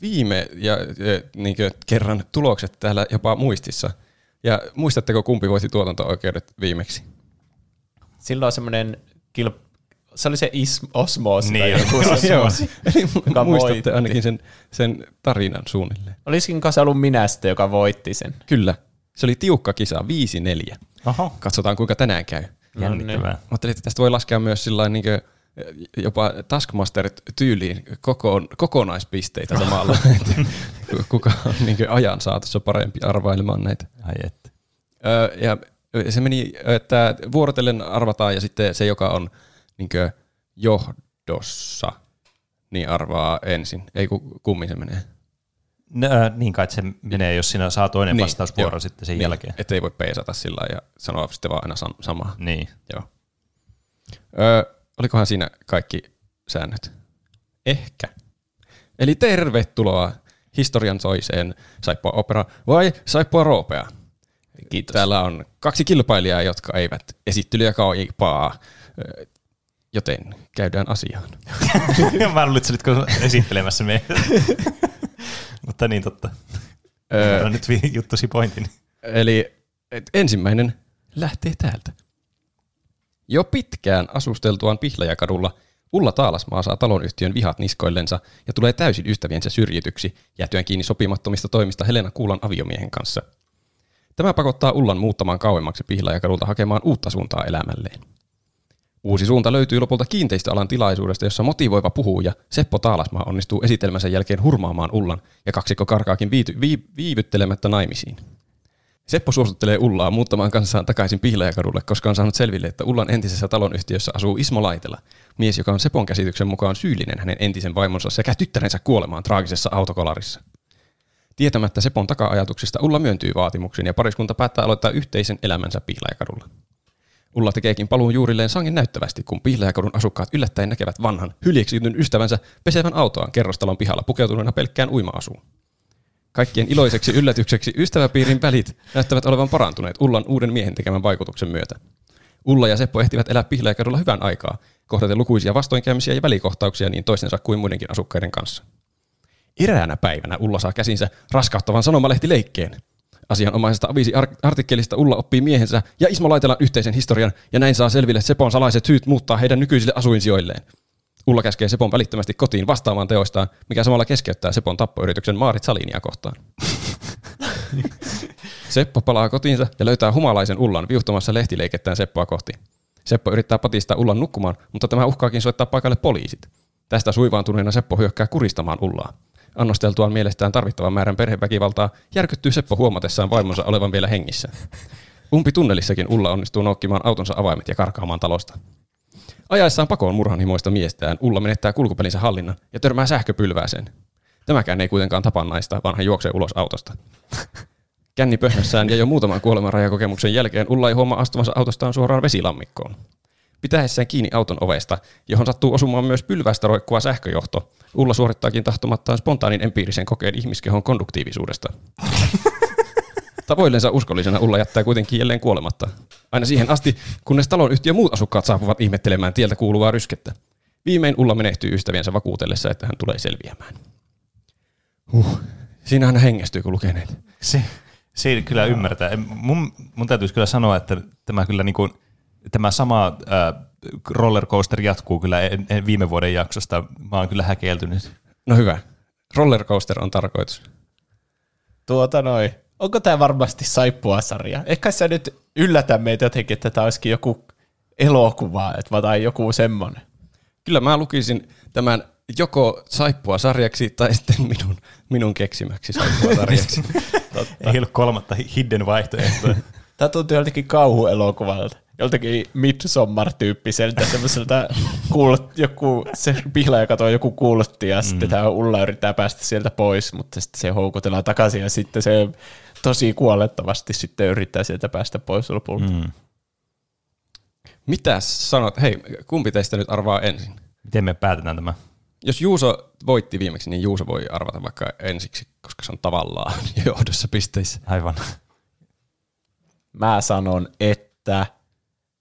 viime ja, ja niin kerran tulokset täällä jopa muistissa. Ja muistatteko, kumpi voitti tuotanto-oikeudet viimeksi? Silloin semmoinen kilp... Se oli se is- osmoosi. Niin, joku osmoosi. Eli joka muistatte voitti. ainakin sen, sen tarinan suunnilleen. Olisiko se ollut minä sitten, joka voitti sen? Kyllä. Se oli tiukka kisa, viisi neljä. Oho, Katsotaan, kuinka tänään käy. jännittävää. Ajattelin, että tästä voi laskea myös sillain niin jopa Taskmaster-tyyliin kokoon, kokonaispisteitä samalla. Että kuka on niin ajan saatossa parempi arvailemaan näitä. Ai että. Öö, ja se meni, että vuorotellen arvataan ja sitten se, joka on niin johdossa, niin arvaa ensin. Ei ku, kummin se menee. No, äh, niin kai, että se menee, jos siinä saa toinen Niin, vastausvuoro joo. sitten sen Niin, jälkeen. että ei voi peesata sillä lailla ja sanoa sitten vaan aina sam- samaa. Niin. Joo. Öö, olikohan siinä kaikki säännöt? Ehkä. Eli tervetuloa historian toiseen Saippua opera vai Saippua roopea. Kiitos. Täällä on kaksi kilpailijaa, jotka eivät esittelyjä kaipaa, öö, joten käydään asiaan. Mä luulen, että sä nyt esittelemässä meitä. Mutta niin totta. Öö, Öö, nyt vi- juttusi pointin. Eli et ensimmäinen lähtee täältä. Jo pitkään asusteltuaan Pihlajakadulla Ulla Taalasmaa saa taloyhtiön vihat niskoillensa ja tulee täysin ystäviensä syrjityksi, jäätyen kiinni sopimattomista toimista Helena Kuulan aviomiehen kanssa. Tämä pakottaa Ullan muuttamaan kauemmaksi Pihlajakadulta hakemaan uutta suuntaa elämälleen. Uusi suunta löytyy lopulta kiinteistöalan tilaisuudesta, jossa motivoiva puhuja Seppo Taalasmaa onnistuu esitelmänsä jälkeen hurmaamaan Ullan ja kaksikko karkaakin viity, vii, viivyttelemättä naimisiin. Seppo suosittelee Ullaa muuttamaan kanssaan takaisin Pihlajakadulle, koska on saanut selville, että Ullan entisessä talonyhtiössä asuu Ismo Laitela, mies, joka on Sepon käsityksen mukaan syyllinen hänen entisen vaimonsa sekä tyttärensä kuolemaan traagisessa autokolarissa. Tietämättä Sepon taka-ajatuksista Ulla myöntyy vaatimuksiin ja pariskunta päättää aloittaa yhteisen elämänsä Pihlajakadulla. Ulla tekeekin paluun juurilleen sangen näyttävästi, kun Pihlajakadun asukkaat yllättäen näkevät vanhan, hyljeksityn ystävänsä pesevän autoaan kerrostalon pihalla pukeutuneena pelkkään uima-asuun. Kaikkien iloiseksi yllätykseksi ystäväpiirin välit näyttävät olevan parantuneet Ullan uuden miehen tekemän vaikutuksen myötä. Ulla ja Seppo ehtivät elää Pihlajakadulla hyvän aikaa, kohdaten lukuisia vastoinkäymisiä ja välikohtauksia niin toistensa kuin muidenkin asukkaiden kanssa. Eräänä päivänä Ulla saa käsinsä raskauttavan sanomalehtileikkeen. Asianomaisesta avisi-artikkelista Ulla oppii miehensä ja Ismo Laitelan yhteisen historian ja näin saa selville Sepon salaiset syyt muuttaa heidän nykyisille asuinsijoilleen. Ulla käskee Sepon välittömästi kotiin vastaamaan teoistaan, mikä samalla keskeyttää Sepon tappoyrityksen Maarit Salinia kohtaan. Seppo palaa kotiinsa ja löytää humalaisen Ullan viuhtamassa lehtileikettään Seppoa kohti. Seppo yrittää patistaa Ullan nukkumaan, mutta tämä uhkaakin soittaa paikalle poliisit. Tästä suivaantuneena Seppo hyökkää kuristamaan Ullaa. Annosteltuaan mielestään tarvittavan määrän perheväkivaltaa järkyttyy Seppo huomatessaan vaimonsa olevan vielä hengissä. Umpi tunnelissakin Ulla onnistuu noukkimaan autonsa avaimet ja karkaamaan talosta. Ajaessaan pakoon murhanhimoista miestään Ulla menettää kulkupelinsä hallinnan ja törmää sähköpylvääseen. Tämäkään ei kuitenkaan tapa naista, vaan hän juoksee ulos autosta. Känni pöhnössään ja jo muutaman kuolemanrajakokemuksen jälkeen Ulla ei huomaa astumansa autostaan suoraan vesilammikkoon. Pitäessään kiinni auton ovesta, johon sattuu osumaan myös pylvästä roikkuva sähköjohto, Ulla suorittaakin tahtomattaan spontaanin empiirisen kokeen ihmiskehon konduktiivisuudesta. Tavoillensa uskollisena Ulla jättää kuitenkin jälleen kuolematta. Aina siihen asti, kunnes talonyhtiön muut asukkaat saapuvat ihmettelemään tieltä kuuluvaa ryskettä. Viimein Ulla menehtyy ystäviensä vakuutellessa, että hän tulee selviämään. Huh. Siinä aina hengästyy, kun lukee näitä. Se, se kyllä ymmärtää. Mun, mun täytyisi kyllä sanoa, että tämä, kyllä niin kuin, tämä sama äh, rollercoaster jatkuu kyllä en, en viime vuoden jaksosta. Mä oon kyllä häkeltynyt. No hyvä. Rollercoaster on tarkoitus. Tuota noin. Onko tämä varmasti Saippua-sarja? Ehkä se nyt yllätä meitä jotenkin, että tämä olisikin joku elokuva tai joku semmoinen. Kyllä mä lukisin tämän joko Saippua-sarjaksi tai sitten minun, minun keksimäksi Saippua-sarjaksi. Ei ollut kolmatta hidden vaihtoehtoa. Tämä tuntuu joltakin kauhuelokuvalta. Joltakin Midsommar-tyyppiseltä, semmoiselta kuulut, joku, se Pihlajakato joku kuulutti ja mm. sitten tämä Ulla yrittää päästä sieltä pois, mutta sitten se houkutellaan takaisin ja sitten se tosi kuolettavasti sitten yrittää sieltä päästä pois lopulta. Mm. Mitäs sanot? Hei, kumpi teistä nyt arvaa ensin? Miten me päätetään tämä? Jos Juuso voitti viimeksi, niin Juuso voi arvata vaikka ensiksi, koska se on tavallaan johdossa pisteissä. Aivan. Mä sanon, että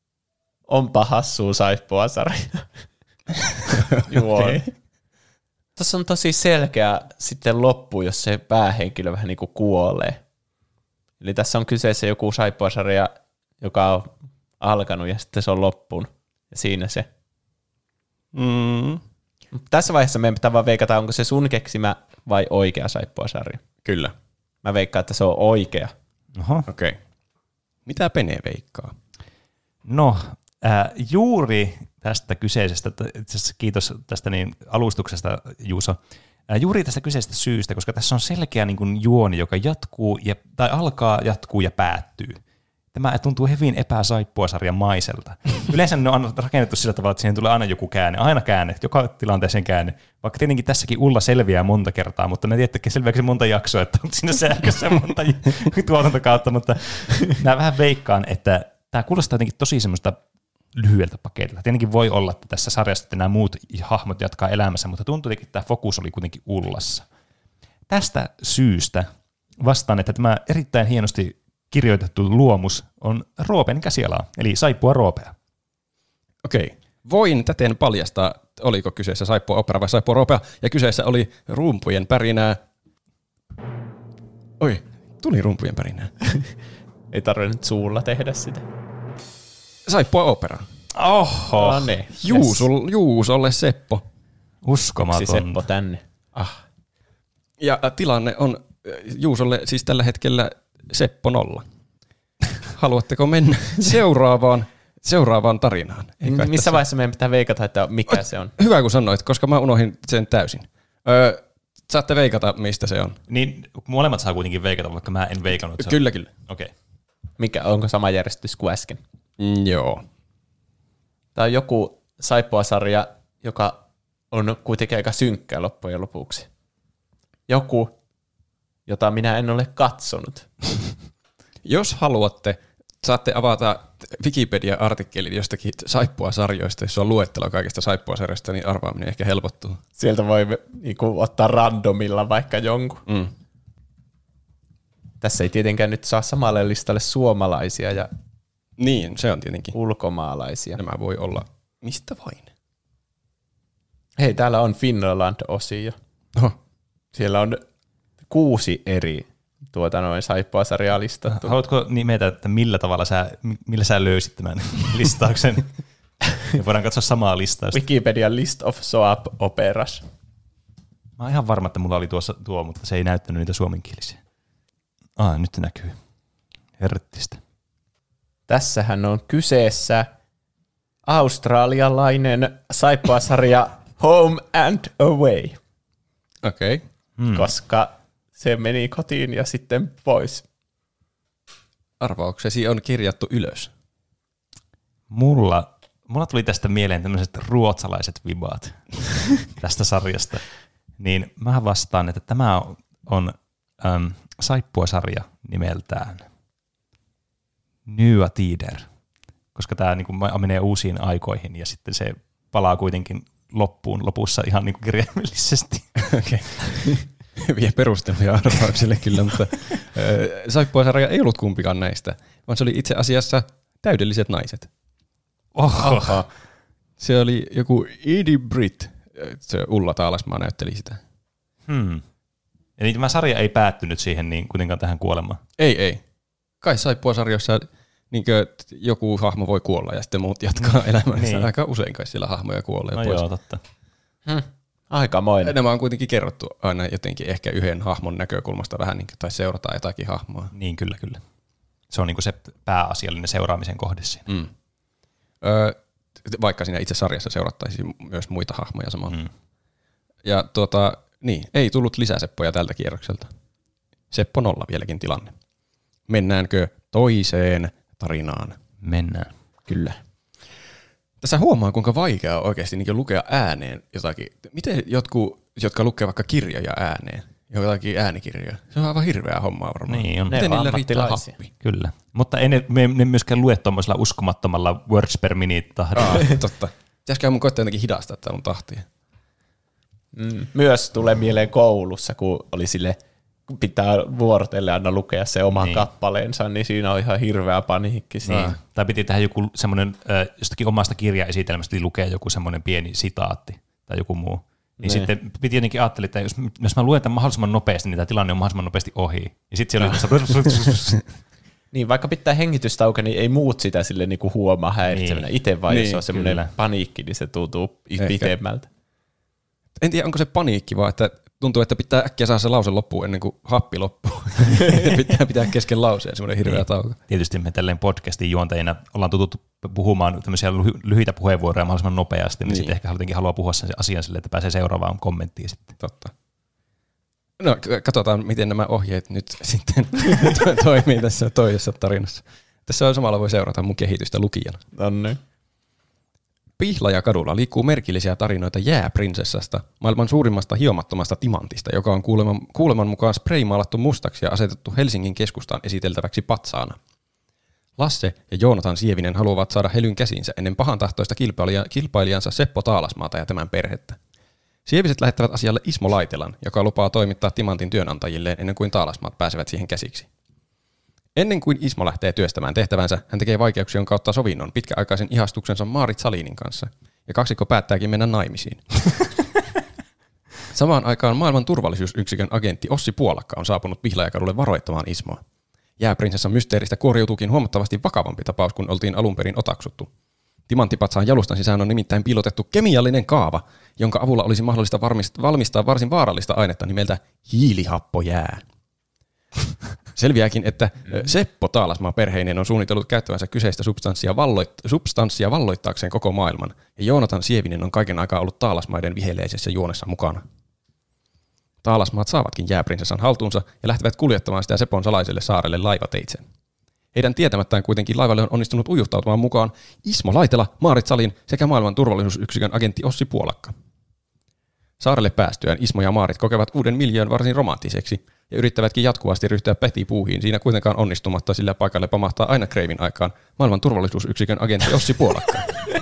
onpa hassua Saippua-sarja. Joo. Okay. Tuossa on tosi selkeä sitten loppu, jos se päähenkilö vähän niin kuin kuolee. Eli tässä on kyseessä joku saippuasarja, joka on alkanut ja sitten se on loppunut. Ja siinä se. Mm. Tässä vaiheessa meidän pitää vaan veikata, onko se sun keksimä vai oikea saippuasarja. Kyllä. Mä veikkaan, että se on oikea. Oho. Okei. Okay. Mitä Pene veikkaa? No, äh, juuri tästä kyseisestä, itse asiassa kiitos tästä niin alustuksesta, Juuso, äh, juuri tästä kyseisestä syystä, koska tässä on selkeä niin kuin juoni, joka jatkuu, ja, tai alkaa, jatkuu ja päättyy. Tämä tuntuu hyvin epäsaippuasarjan maiselta. Yleensä ne on rakennettu sillä tavalla, että siihen tulee aina joku käänne, aina käänne, joka tilanteeseen käänne. Vaikka tietenkin tässäkin Ulla selviää monta kertaa, mutta mä en tiedä, selviääkö se monta jaksoa, että on siinä sähkössä monta tuotantokautta, mutta mä vähän veikkaan, että tämä kuulostaa jotenkin tosi semmoista lyhyeltä paketilta. Tietenkin voi olla, että tässä sarjassa nämä muut hahmot jatkaa elämässä, mutta tuntuu jotenkin, että tämä fokus oli kuitenkin Ullassa. Tästä syystä vastaan, että tämä erittäin hienosti kirjoitettu luomus on Roopen käsialaa, eli saippua Roopea. Okei. Voin täten paljastaa, oliko kyseessä saippua opera vai saippua Roopea, ja kyseessä oli rumpujen pärinää. Oi, tuli rumpujen pärinää. Ei tarvitse nyt suulla tehdä sitä. Saippua opera. Oho, No niin. Juusul, Juusolle Seppo. uskomaton. Yksi Seppo tänne. Ah. Ja tilanne on Juusolle siis tällä hetkellä Seppo nolla. Haluatteko mennä seuraavaan, seuraavaan tarinaan? Ei kai Missä tässä- vaiheessa meidän pitää veikata, että mikä se on? Hyvä kun sanoit, koska mä unohdin sen täysin. Öö, saatte veikata, mistä se on. Niin molemmat saa kuitenkin veikata, vaikka mä en veikannut. että se on- Kyllä, kyllä. Okei. Okay. Mikä, onko sama järjestys kuin äsken? Mm, joo. Tämä on joku saippuasarja, joka on kuitenkin aika synkkä loppujen lopuksi. Joku, jota minä en ole katsonut. Jos haluatte, saatte avata Wikipedia-artikkelin jostakin saippua-sarjoista, jos on luettelo kaikista saippua-sarjoista, niin arvaaminen ehkä helpottuu. Sieltä voi niinku ottaa randomilla vaikka jonkun. Mm. Tässä ei tietenkään nyt saa samalle listalle suomalaisia ja Niin, se on tietenkin. ulkomaalaisia. Nämä voi olla mistä vain. Hei, täällä on Finland-osio. Oho. Siellä on kuusi eri tuota noin saippuasarjaa listattu. Haluatko nimetä, että millä tavalla sä, millä sä löysit tämän listauksen? Ja voidaan katsoa samaa listausta. Wikipedia list of soap operas. Mä oon ihan varma, että mulla oli tuossa tuo, mutta se ei näyttänyt niitä suomenkielisiä. Ah, nyt se näkyy. Herttistä. Tässähän on kyseessä australialainen saippuasarja Home and Away, Okei. Okay. Hmm. koska se meni kotiin ja sitten pois. Arvauksesi on kirjattu ylös. Mulla, mulla tuli tästä mieleen tämmöiset ruotsalaiset vibaat tästä sarjasta. Niin mä vastaan, että tämä on, on äm, saippuasarja nimeltään Nya Tider, koska tämä niinku menee uusiin aikoihin ja sitten se palaa kuitenkin loppuun lopussa ihan niinku kirjaimellisesti. Okei. Hyviä perusteluja arvauksille kyllä, mutta saippuasarja ei ollut kumpikaan näistä, vaan se oli itse asiassa Täydelliset naiset. Oho. Se oli joku Edie Britt, se Ulla Taalasmaa näytteli sitä. Hmm. Eli tämä sarja ei päättynyt siihen niin kuitenkaan tähän kuolemaan. Ei, ei. Kai saippuasarjoissa niin joku hahmo voi kuolla ja sitten muut jatkaa elämäänsä. Niin. Aika usein kai siellä hahmoja kuolee No pois. joo, totta. Hmm. Aikamoinen. Nämä on kuitenkin kerrottu aina jotenkin ehkä yhden hahmon näkökulmasta vähän, niin kuin, tai seurataan jotakin hahmoa. Niin, kyllä, kyllä. Se on niinku se pääasiallinen seuraamisen kohde siinä. Mm. Öö, vaikka siinä itse sarjassa seurattaisiin myös muita hahmoja samalla. Mm. Ja tuota, niin, ei tullut lisäseppoja tältä kierrokselta. Seppo nolla vieläkin tilanne. Mennäänkö toiseen tarinaan? Mennään. Kyllä. Tässä huomaa, kuinka vaikeaa on oikeasti niin lukea ääneen jotakin. Miten jotkut, jotka lukee vaikka kirjoja ääneen, jotakin äänikirjoja, se on aivan hirveää hommaa varmaan. Niin on. Ne Miten on niillä riittää ammattilaisia. happi? Kyllä. Mutta ei ne, me, ne myöskään lue tuommoisella uskomattomalla words per minute tahdilla. Ah, totta. Pitäisikö mun koittaa jotenkin hidastaa tätä mun tahtia? Mm. Myös tulee mieleen koulussa, kun oli sille, kun pitää vuorotelle aina lukea se oma Niin. niin. kappaleensa, niin siinä on ihan hirveä paniikki. Niin. Niin. Tai piti tehdä joku semmoinen, äh, jostakin omasta kirjaesitelmästä lukea joku semmoinen pieni sitaatti tai joku muu. Niin ne. Sitten piti jotenkin ajatella, että jos, jos mä luen tämän mahdollisimman nopeasti, niin tämä tilanne on mahdollisimman nopeasti ohi. Ja sitten siellä oli... Niin, vaikka pitää hengitystauko, niin ei muut sitä sille niinku huomaa häiritsevänä. Niin. Itse vaan, niin, jos on semmoinen kyllä. paniikki, niin se tuntuu pitemmältä. En tiedä, onko se paniikki, vaan että tuntuu, että pitää äkkiä saada se lause loppuun ennen kuin happi loppuu. pitää pitää kesken lauseen semmoinen hirveä niin. tauko. Tietysti me tälleen podcastin juontajina ollaan tututtu puhumaan tämmöisiä lyhy- lyhyitä puheenvuoroja mahdollisimman nopeasti, niin, niin. sitten ehkä jotenkin haluaa puhua sen asian sille, että pääsee seuraavaan kommenttiin sitten. Totta. No, katsotaan, miten nämä ohjeet nyt sitten toimii tässä toisessa tarinassa. Tässä on samalla voi seurata mun kehitystä lukijana. Tonne. Pihlajakadulla liikkuu merkillisiä tarinoita jääprinsessasta, maailman suurimmasta hiomattomasta timantista, joka on kuuleman, kuuleman mukaan spraymaalattu mustaksi ja asetettu Helsingin keskustaan esiteltäväksi patsaana. Lasse ja Joonatan Sievinen haluavat saada helyn käsinsä ennen pahantahtoista kilpailija, kilpailijansa Seppo Taalasmaata ja tämän perhettä. Sieviset lähettävät asialle Ismo Laitelan, joka lupaa toimittaa timantin työnantajilleen ennen kuin Taalasmaat pääsevät siihen käsiksi. Ennen kuin Ismo lähtee työstämään tehtävänsä, hän tekee vaikeuksien kautta sovinnon pitkäaikaisen ihastuksensa Maarit Salinin kanssa, ja kaksikko päättääkin mennä naimisiin. Samaan aikaan maailman turvallisuusyksikön agentti Ossi Puolakka on saapunut Pihlajakadulle varoittamaan Ismoa. Jääprinsessan mysteeristä kuoriutuukin huomattavasti vakavampi tapaus, kun oltiin alun perin otaksuttu. Timanttipatsaan jalustan sisään on nimittäin piilotettu kemiallinen kaava, jonka avulla olisi mahdollista valmistaa varsin vaarallista ainetta nimeltä hiilihappojää. Selviääkin, että Seppo Taalasmaa perheinen on suunnitellut käyttävänsä kyseistä substanssia, valloit- substanssia valloittaakseen koko maailman, ja Joonatan Sievinen on kaiken aikaa ollut Taalasmaiden viheliäisessä juonessa mukana. Taalasmaat saavatkin jääprinsessan haltuunsa ja lähtevät kuljettamaan sitä Sepon salaiselle saarelle laivateitse. Heidän tietämättään kuitenkin laivalle on onnistunut ujuttautumaan mukaan Ismo Laitela, Maarit Salin sekä maailman turvallisuusyksikön agentti Ossi Puolakka. Saarelle päästyään Ismo ja Maarit kokevat uuden miljöön varsin romanttiseksi ja yrittävätkin jatkuvasti ryhtyä petipuuhiin siinä kuitenkaan onnistumatta, sillä paikalle pamahtaa aina kreivin aikaan maailman turvallisuusyksikön agentti Ossi Puolakka.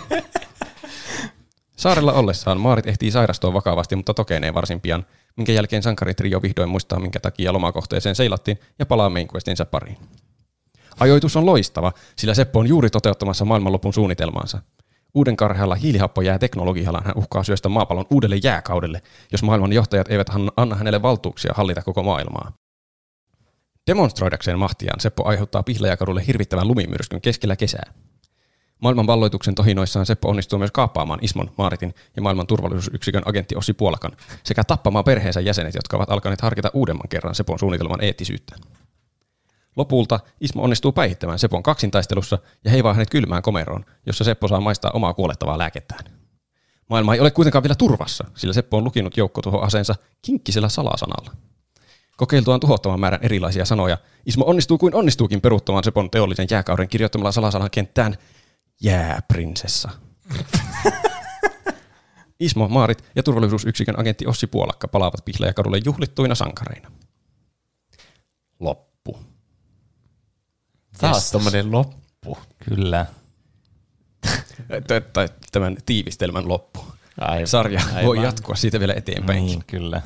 Saarella ollessaan Maarit ehtii sairastua vakavasti, mutta tokenee varsin pian, minkä jälkeen sankaritrio vihdoin muistaa, minkä takia lomakohteeseen seilattiin ja palaa main questinsä pariin. Ajoitus on loistava, sillä Seppo on juuri toteuttamassa maailmanlopun suunnitelmaansa. Uuden karhealla hiilihappojää teknologialla hän uhkaa syöstä maapallon uudelle jääkaudelle, jos maailman johtajat eivät anna hänelle valtuuksia hallita koko maailmaa. Demonstroidakseen mahtiaan Seppo aiheuttaa Pihlajakadulle hirvittävän lumimyrskyn keskellä kesää. Maailman valloituksen tohinoissaan Seppo onnistuu myös kaappaamaan Ismon, Maaritin ja maailman turvallisuusyksikön agentti Ossi Puolakan sekä tappamaan perheensä jäsenet, jotka ovat alkaneet harkita uudemman kerran Sepon suunnitelman eettisyyttä. Lopulta Ismo onnistuu päihittämään Sepon kaksintaistelussa ja heivaa hänet kylmään komeroon, jossa Seppo saa maistaa omaa kuolettavaa lääkettään. Maailma ei ole kuitenkaan vielä turvassa, sillä Seppo on lukinut joukkotuhoaseensa kinkkisellä salasanalla. Kokeiltuaan tuhottoman määrän erilaisia sanoja, Ismo onnistuu kuin onnistuukin peruuttamaan Sepon teollisen jääkauden kirjoittamalla salasanan kenttään jääprinsessa. Ismo, Maarit ja turvallisuusyksikön agentti Ossi Puolakka palaavat Pihlajakadulle juhlittuina sankareina. Loppu. Taas tommonen loppu. Kyllä. Tai tämän tiivistelmän loppu. Aivan, Sarja aivan. voi jatkua siitä vielä eteenpäin. Niin, kyllä.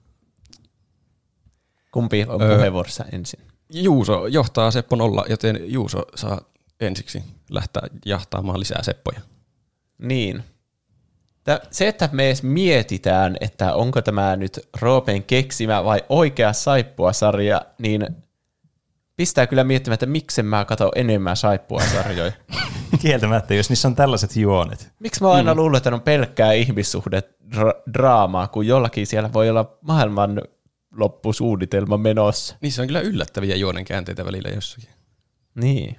Kumpi on puheenvuorossa öö, ensin? Juuso johtaa Seppon olla, joten Juuso saa ensiksi lähteä jahtaamaan lisää Seppoja. Niin. Se, että me edes mietitään, että onko tämä nyt Roopen keksimä vai oikea saippua-sarja, niin pistää kyllä miettimään, että miksi mä katson enemmän saippua-sarjoja. Kieltämättä, jos niissä on tällaiset juonet. Miksi mä aina mm. luullut, että on pelkkää ihmissuhdedraamaa, kun jollakin siellä voi olla maailman loppusuunnitelma menossa. Niissä on kyllä yllättäviä juonen käänteitä välillä jossakin. Niin.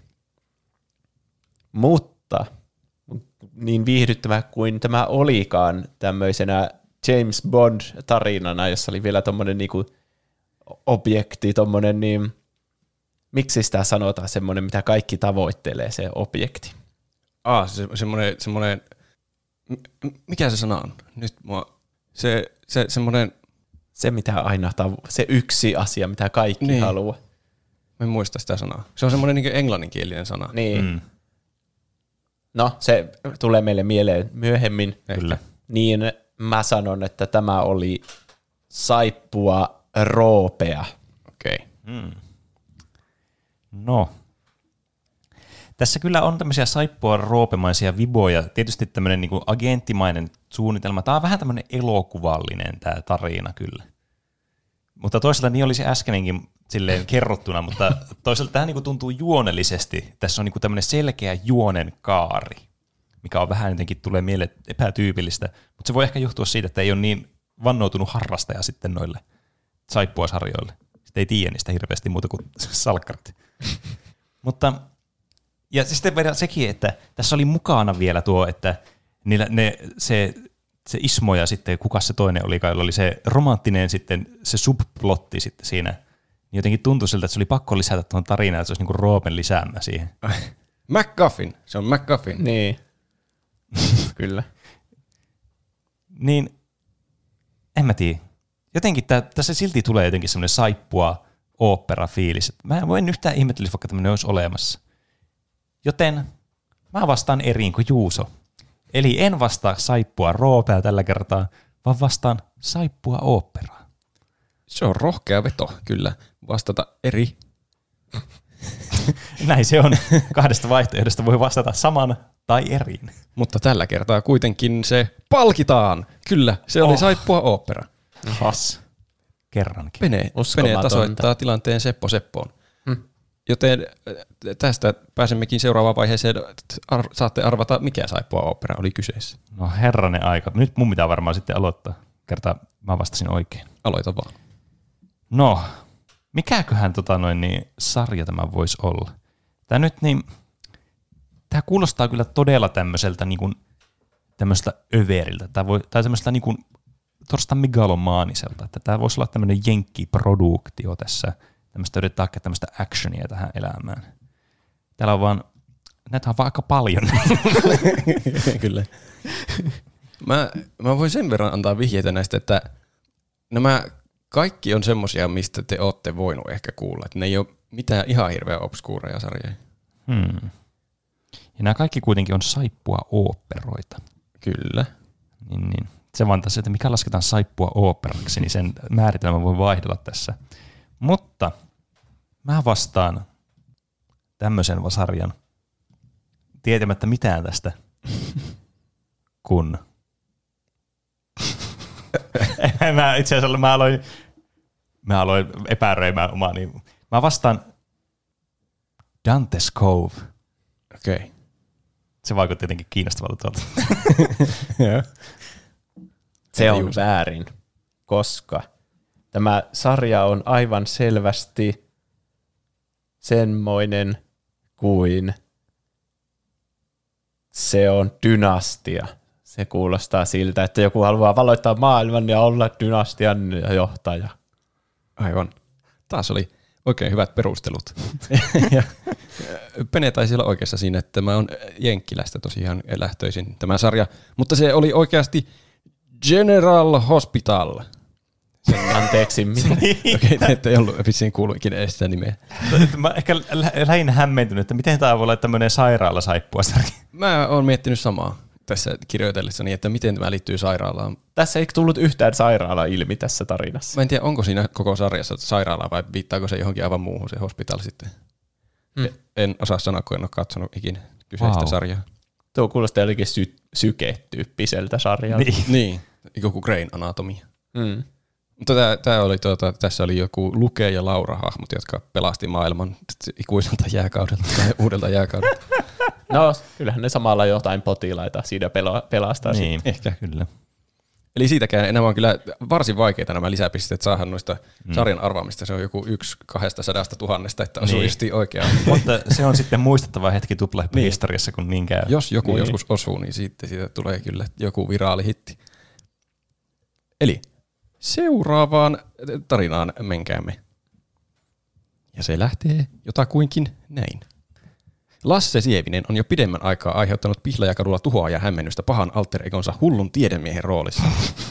Mutta niin viihdyttävä kuin tämä olikaan tämmöisenä James Bond-tarinana, jossa oli vielä tommonen niinku objekti, tommonen niin, miksi sitä sanotaan semmoinen, mitä kaikki tavoittelee, se objekti? Ah, se, semmoinen, semmoinen, mikä se sana on? Nyt mua, se, se semmoinen, se mitä aina, tavo- se yksi asia, mitä kaikki niin. haluaa. Mä en muista sitä sanaa. Se on semmoinen niin englanninkielinen sana. Niin. Mm. No, se tulee meille mieleen myöhemmin. Kyllä. Niin mä sanon, että tämä oli saippua roopea. Okei. Okay. Mm. No. Tässä kyllä on tämmöisiä saippua roopemaisia viboja, tietysti tämmöinen niin kuin agenttimainen suunnitelma. Tämä on vähän tämmöinen elokuvallinen tämä tarina kyllä. Mutta toisaalta niin olisi äskenenkin silleen kerrottuna, mutta toisaalta tämä niin kuin tuntuu juonellisesti. Tässä on niin kuin tämmöinen selkeä juonen kaari, mikä on vähän jotenkin tulee mieleen epätyypillistä, mutta se voi ehkä johtua siitä, että ei ole niin vannoutunut harrastaja sitten noille saippuasarjoille. Sitten ei tiedä niistä hirveästi muuta kuin salkkarit. Mutta ja sitten vielä sekin, että tässä oli mukana vielä tuo, että niillä ne, se, se Ismo ja sitten kuka se toinen oli, jolla oli se romanttinen sitten, se subplotti sitten siinä, niin jotenkin tuntui siltä, että se oli pakko lisätä tuohon tarinaan, että se olisi niinku Roopen lisäämä siihen. MacGuffin, se on MacGuffin. Niin, kyllä. Niin, en mä tiedä. Jotenkin tää, tässä silti tulee jotenkin semmoinen saippua ooppera-fiilis. Mä en voi yhtään ihmetellä, vaikka tämmöinen olisi olemassa. Joten mä vastaan eriin kuin Juuso. Eli en vastaa saippua roopea tällä kertaa, vaan vastaan saippua oopperaa. Se on rohkea veto, kyllä. Vastata eri. Näin se on. Kahdesta vaihtoehdosta voi vastata saman tai eriin. Mutta tällä kertaa kuitenkin se palkitaan. Kyllä, se oli oh. saippua ooppera. Has. Kerrankin. Pene, Pene tasoittaa tilanteen Seppo Seppoon. Hmm. Joten tästä pääsemmekin seuraavaan vaiheeseen. Ar- saatte arvata, mikä saippua ooppera oli kyseessä. No herranen aika. Nyt mun pitää varmaan sitten aloittaa. Kertaa mä vastasin oikein. Aloita vaan. No, mikäköhän tota noin, niin, sarja tämä voisi olla? Tämä nyt niin, tämä kuulostaa kyllä todella tämmöiseltä niin kuin, tämmöistä överiltä. Tämä voi, tai tämmöistä niin kuin, tuosta megalomaaniselta, että tämä voisi olla tämmöinen jenkkiproduktio tässä. Tämmöistä yritetään hakea tämmöistä actionia tähän elämään. Täällä on vaan, näitä on vaan aika paljon. Kyllä. Mä, mä voin sen verran antaa vihjeitä näistä, että nämä kaikki on semmosia, mistä te ootte voinut ehkä kuulla. Että ne ei ole mitään ihan hirveän obskuureja sarjoja. Hmm. Ja nämä kaikki kuitenkin on saippua oopperoita. Kyllä. Niin, niin. Se vaan tässä, että mikä lasketaan saippua oopperaksi, niin sen määritelmä voi vaihdella tässä. Mutta mä vastaan tämmöisen sarjan tietämättä mitään tästä, kun mä itse asiassa mä aloin, mä aloin epäröimään omaa, niin mä vastaan Dante's Cove. Okei. Okay. Se vaikutti jotenkin kiinnostavalta tuolta. Se on väärin, koska tämä sarja on aivan selvästi semmoinen kuin se on dynastia. Se kuulostaa siltä, että joku haluaa valloittaa maailman ja olla dynastian johtaja. Aivan. Taas oli oikein hyvät perustelut. ja Pene taisi olla oikeassa siinä, että tämä on Jenkkilästä tosiaan lähtöisin tämä sarja, mutta se oli oikeasti General Hospital. Sen anteeksi. Okei, okay, te ette ollut vissiin kuullut ikinä edes sitä nimeä. Mä ehkä lähinnä hämmentynyt, että miten tämä voi olla tämmöinen sairaalasaippua sarja. Mä oon miettinyt samaa tässä kirjoitellessani, että miten tämä liittyy sairaalaan. Tässä ei tullut yhtään sairaala ilmi tässä tarinassa. Mä en tiedä, onko siinä koko sarjassa sairaala vai viittaako se johonkin aivan muuhun se hospital sitten. Hmm. En osaa sanoa, kun en ole katsonut ikinä kyseistä wow. sarjaa. Tuo kuulostaa jotenkin sy- syke-tyyppiseltä sarjalta. Niin, niin. Joku Grain Anatomy. Mm. Mutta tää, tää oli, tuota, tässä oli joku Luke ja Laura-hahmot, jotka pelasti maailman ikuiselta jääkaudelta tai uudelta jääkaudelta. No, kyllähän ne samalla jotain potilaita siinä pela- pelastaa. Niin, ehkä kyllä. Eli siitäkään nämä on kyllä varsin vaikeita nämä lisäpisteet saada noista mm. sarjan arvaamista. Se on joku yksi kahdesta sadasta tuhannesta, että osuu niin. Justi oikeaan. Mutta se on sitten muistettava hetki tuplahyppy-historiassa, kun niin käy. Jos joku niin. joskus osuu, niin sitten siitä tulee kyllä joku viraalihitti. Eli seuraavaan tarinaan menkäämme. Ja se lähtee jotakuinkin näin. Lasse Sievinen on jo pidemmän aikaa aiheuttanut Pihlajakadulla tuhoa ja hämmennystä pahan alter egonsa hullun tiedemiehen roolissa.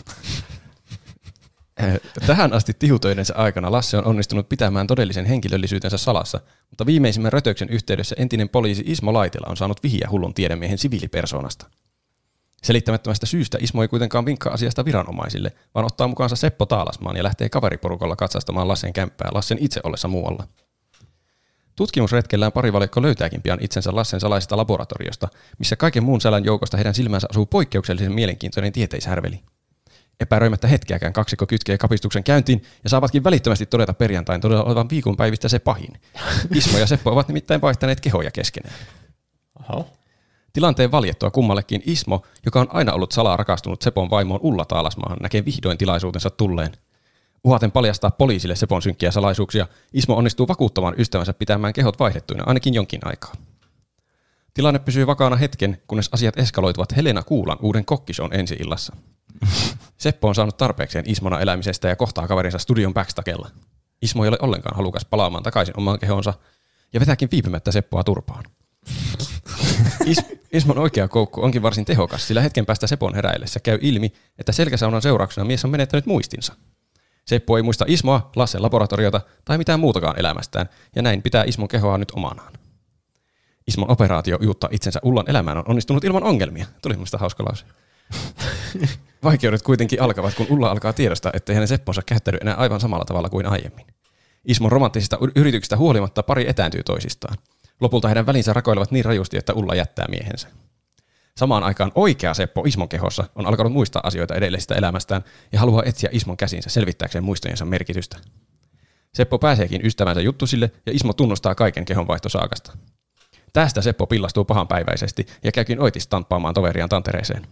Tähän asti tihutöidensä aikana Lasse on onnistunut pitämään todellisen henkilöllisyytensä salassa, mutta viimeisimmän rötöksen yhteydessä entinen poliisi Ismo Laitila on saanut vihiä hullun tiedemiehen siviilipersoonasta. Selittämättömästä syystä Ismo ei kuitenkaan vinkkaa asiasta viranomaisille, vaan ottaa mukaansa Seppo Taalasmaan ja lähtee kaveriporukalla katsastamaan Lassen kämppää Lassen itse ollessa muualla. Tutkimusretkellään parivaljakko löytääkin pian itsensä Lassen salaisesta laboratoriosta, missä kaiken muun sälän joukosta heidän silmänsä asuu poikkeuksellisen mielenkiintoinen tieteishärveli. Epäröimättä hetkeäkään kaksikko kytkee kapistuksen käyntiin ja saavatkin välittömästi todeta perjantain todella olevan viikonpäivistä se pahin. Ismo ja Seppo ovat nimittäin vaihtaneet kehoja keskenään. Oho. Tilanteen valjettua kummallekin Ismo, joka on aina ollut salaa rakastunut Sepon vaimoon Ulla Taalasmaahan, näkee vihdoin tilaisuutensa tulleen. Uhaten paljastaa poliisille Sepon synkkiä salaisuuksia, Ismo onnistuu vakuuttamaan ystävänsä pitämään kehot vaihdettuina ainakin jonkin aikaa. Tilanne pysyy vakaana hetken, kunnes asiat eskaloituvat Helena Kuulan uuden kokkishon ensi-illassa. Seppo on saanut tarpeekseen Ismona elämisestä ja kohtaa kaverinsa studion backstakella. Ismo ei ole ollenkaan halukas palaamaan takaisin omaan kehonsa ja vetääkin viipymättä Seppoa turpaan. Is- Ismon oikea koukku onkin varsin tehokas, sillä hetken päästä Sepon heräillessä käy ilmi, että selkäsaunan seurauksena mies on menettänyt muistinsa. Seppo ei muista Ismoa, Lassen laboratoriota tai mitään muutakaan elämästään, ja näin pitää Ismon kehoa nyt omanaan. Ismon operaatio ujuttaa itsensä Ullan elämään on onnistunut ilman ongelmia. Tuli minusta hauska lause. Vaikeudet kuitenkin alkavat, kun Ulla alkaa tiedostaa, ettei hänen Sepponsa käyttäydy enää aivan samalla tavalla kuin aiemmin. Ismon romanttisista yrityksistä huolimatta pari etääntyy toisistaan. Lopulta heidän välinsä rakoilevat niin rajusti, että Ulla jättää miehensä. Samaan aikaan oikea Seppo Ismon kehossa on alkanut muistaa asioita edellisestä elämästään ja haluaa etsiä Ismon käsinsä selvittääkseen muistojensa merkitystä. Seppo pääseekin ystävänsä juttusille ja Ismo tunnustaa kaiken kehonvaihtosaakasta. Tästä Seppo pillastuu pahanpäiväisesti ja käykin oitis tamppaamaan toveriaan tantereeseen.